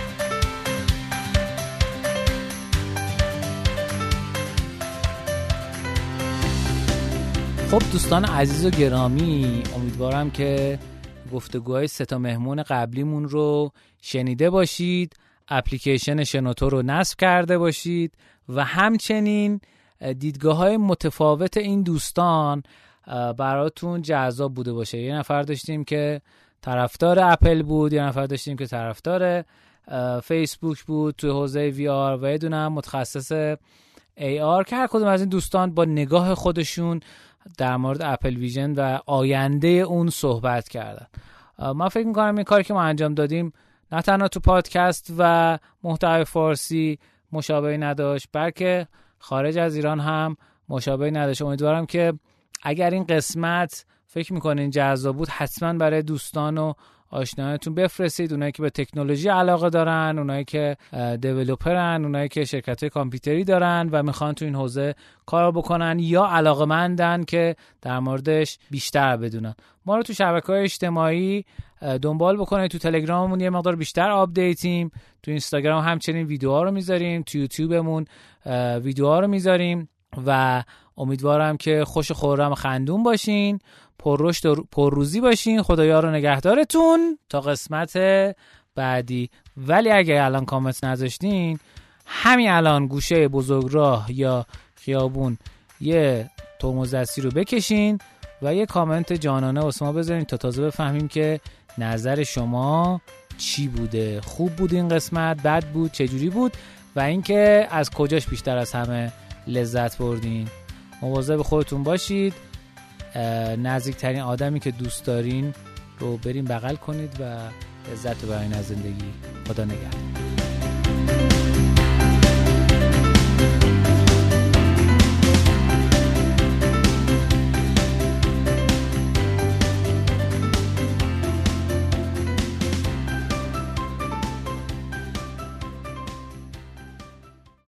خب دوستان عزیز و گرامی، امیدوارم که گفتگوهای سه تا مهمون قبلیمون رو شنیده باشید، اپلیکیشن شنوتو رو نصب کرده باشید و همچنین دیدگاه‌های متفاوت این دوستان براتون جذاب بوده باشه. یه نفر داشتیم که طرفدار اپل بود، یه نفر داشتیم که طرفدار فیسبوک بود توی حوزه وی آر و یه دونه هم متخصص ای آر که هر کدوم از این دوستان با نگاه خودشون در مورد اپل ویژن و آینده اون صحبت کردن. من فکر میکنم این کاری که ما انجام دادیم نه تنها تو پادکست و محتوای فارسی مشابهی نداشت، بلکه خارج از ایران هم مشابهی نداشت. امیدوارم که اگر این قسمت فکر میکنین جذاب بود حتما برای دوستان و آشنایانتون بفرستید، اونایی که به تکنولوژی علاقه دارن، اونایی که دیولپرن، اونایی که شرکت‌های کامپیوتری دارن و میخوان تو این حوزه کار بکنن یا علاقه‌مندن که در موردش بیشتر بدونن. ما رو تو شبکه‌های اجتماعی دنبال بکنید، تو تلگراممون یه مقدار بیشتر آپدیتیم، تو اینستاگرام همچنین ویدیوها رو میذاریم، تو یوتیوبمون ویدیوها رو میذاریم و امیدوارم که خوش و خرم و خندون باشین، پر رشد و پر روزی باشین. خدایا رو نگهدارتون تا قسمت بعدی. ولی اگه الان کامنت نذاشتین، همین الان گوشه بزرگراه یا خیابون یه ترمز دستی رو بکشین و یه کامنت جانانه واسه ما بذارین تا تازه بفهمیم که نظر شما چی بوده. خوب بود این قسمت، بد بود، چجوری بود و اینکه از کجاش بیشتر از همه لذت بردین. مواظب خودتون باشید، نزدیکترین آدمی که دوست دارین رو برین بغل کنید و لذت ببرین از زندگی. خدا نگهدار.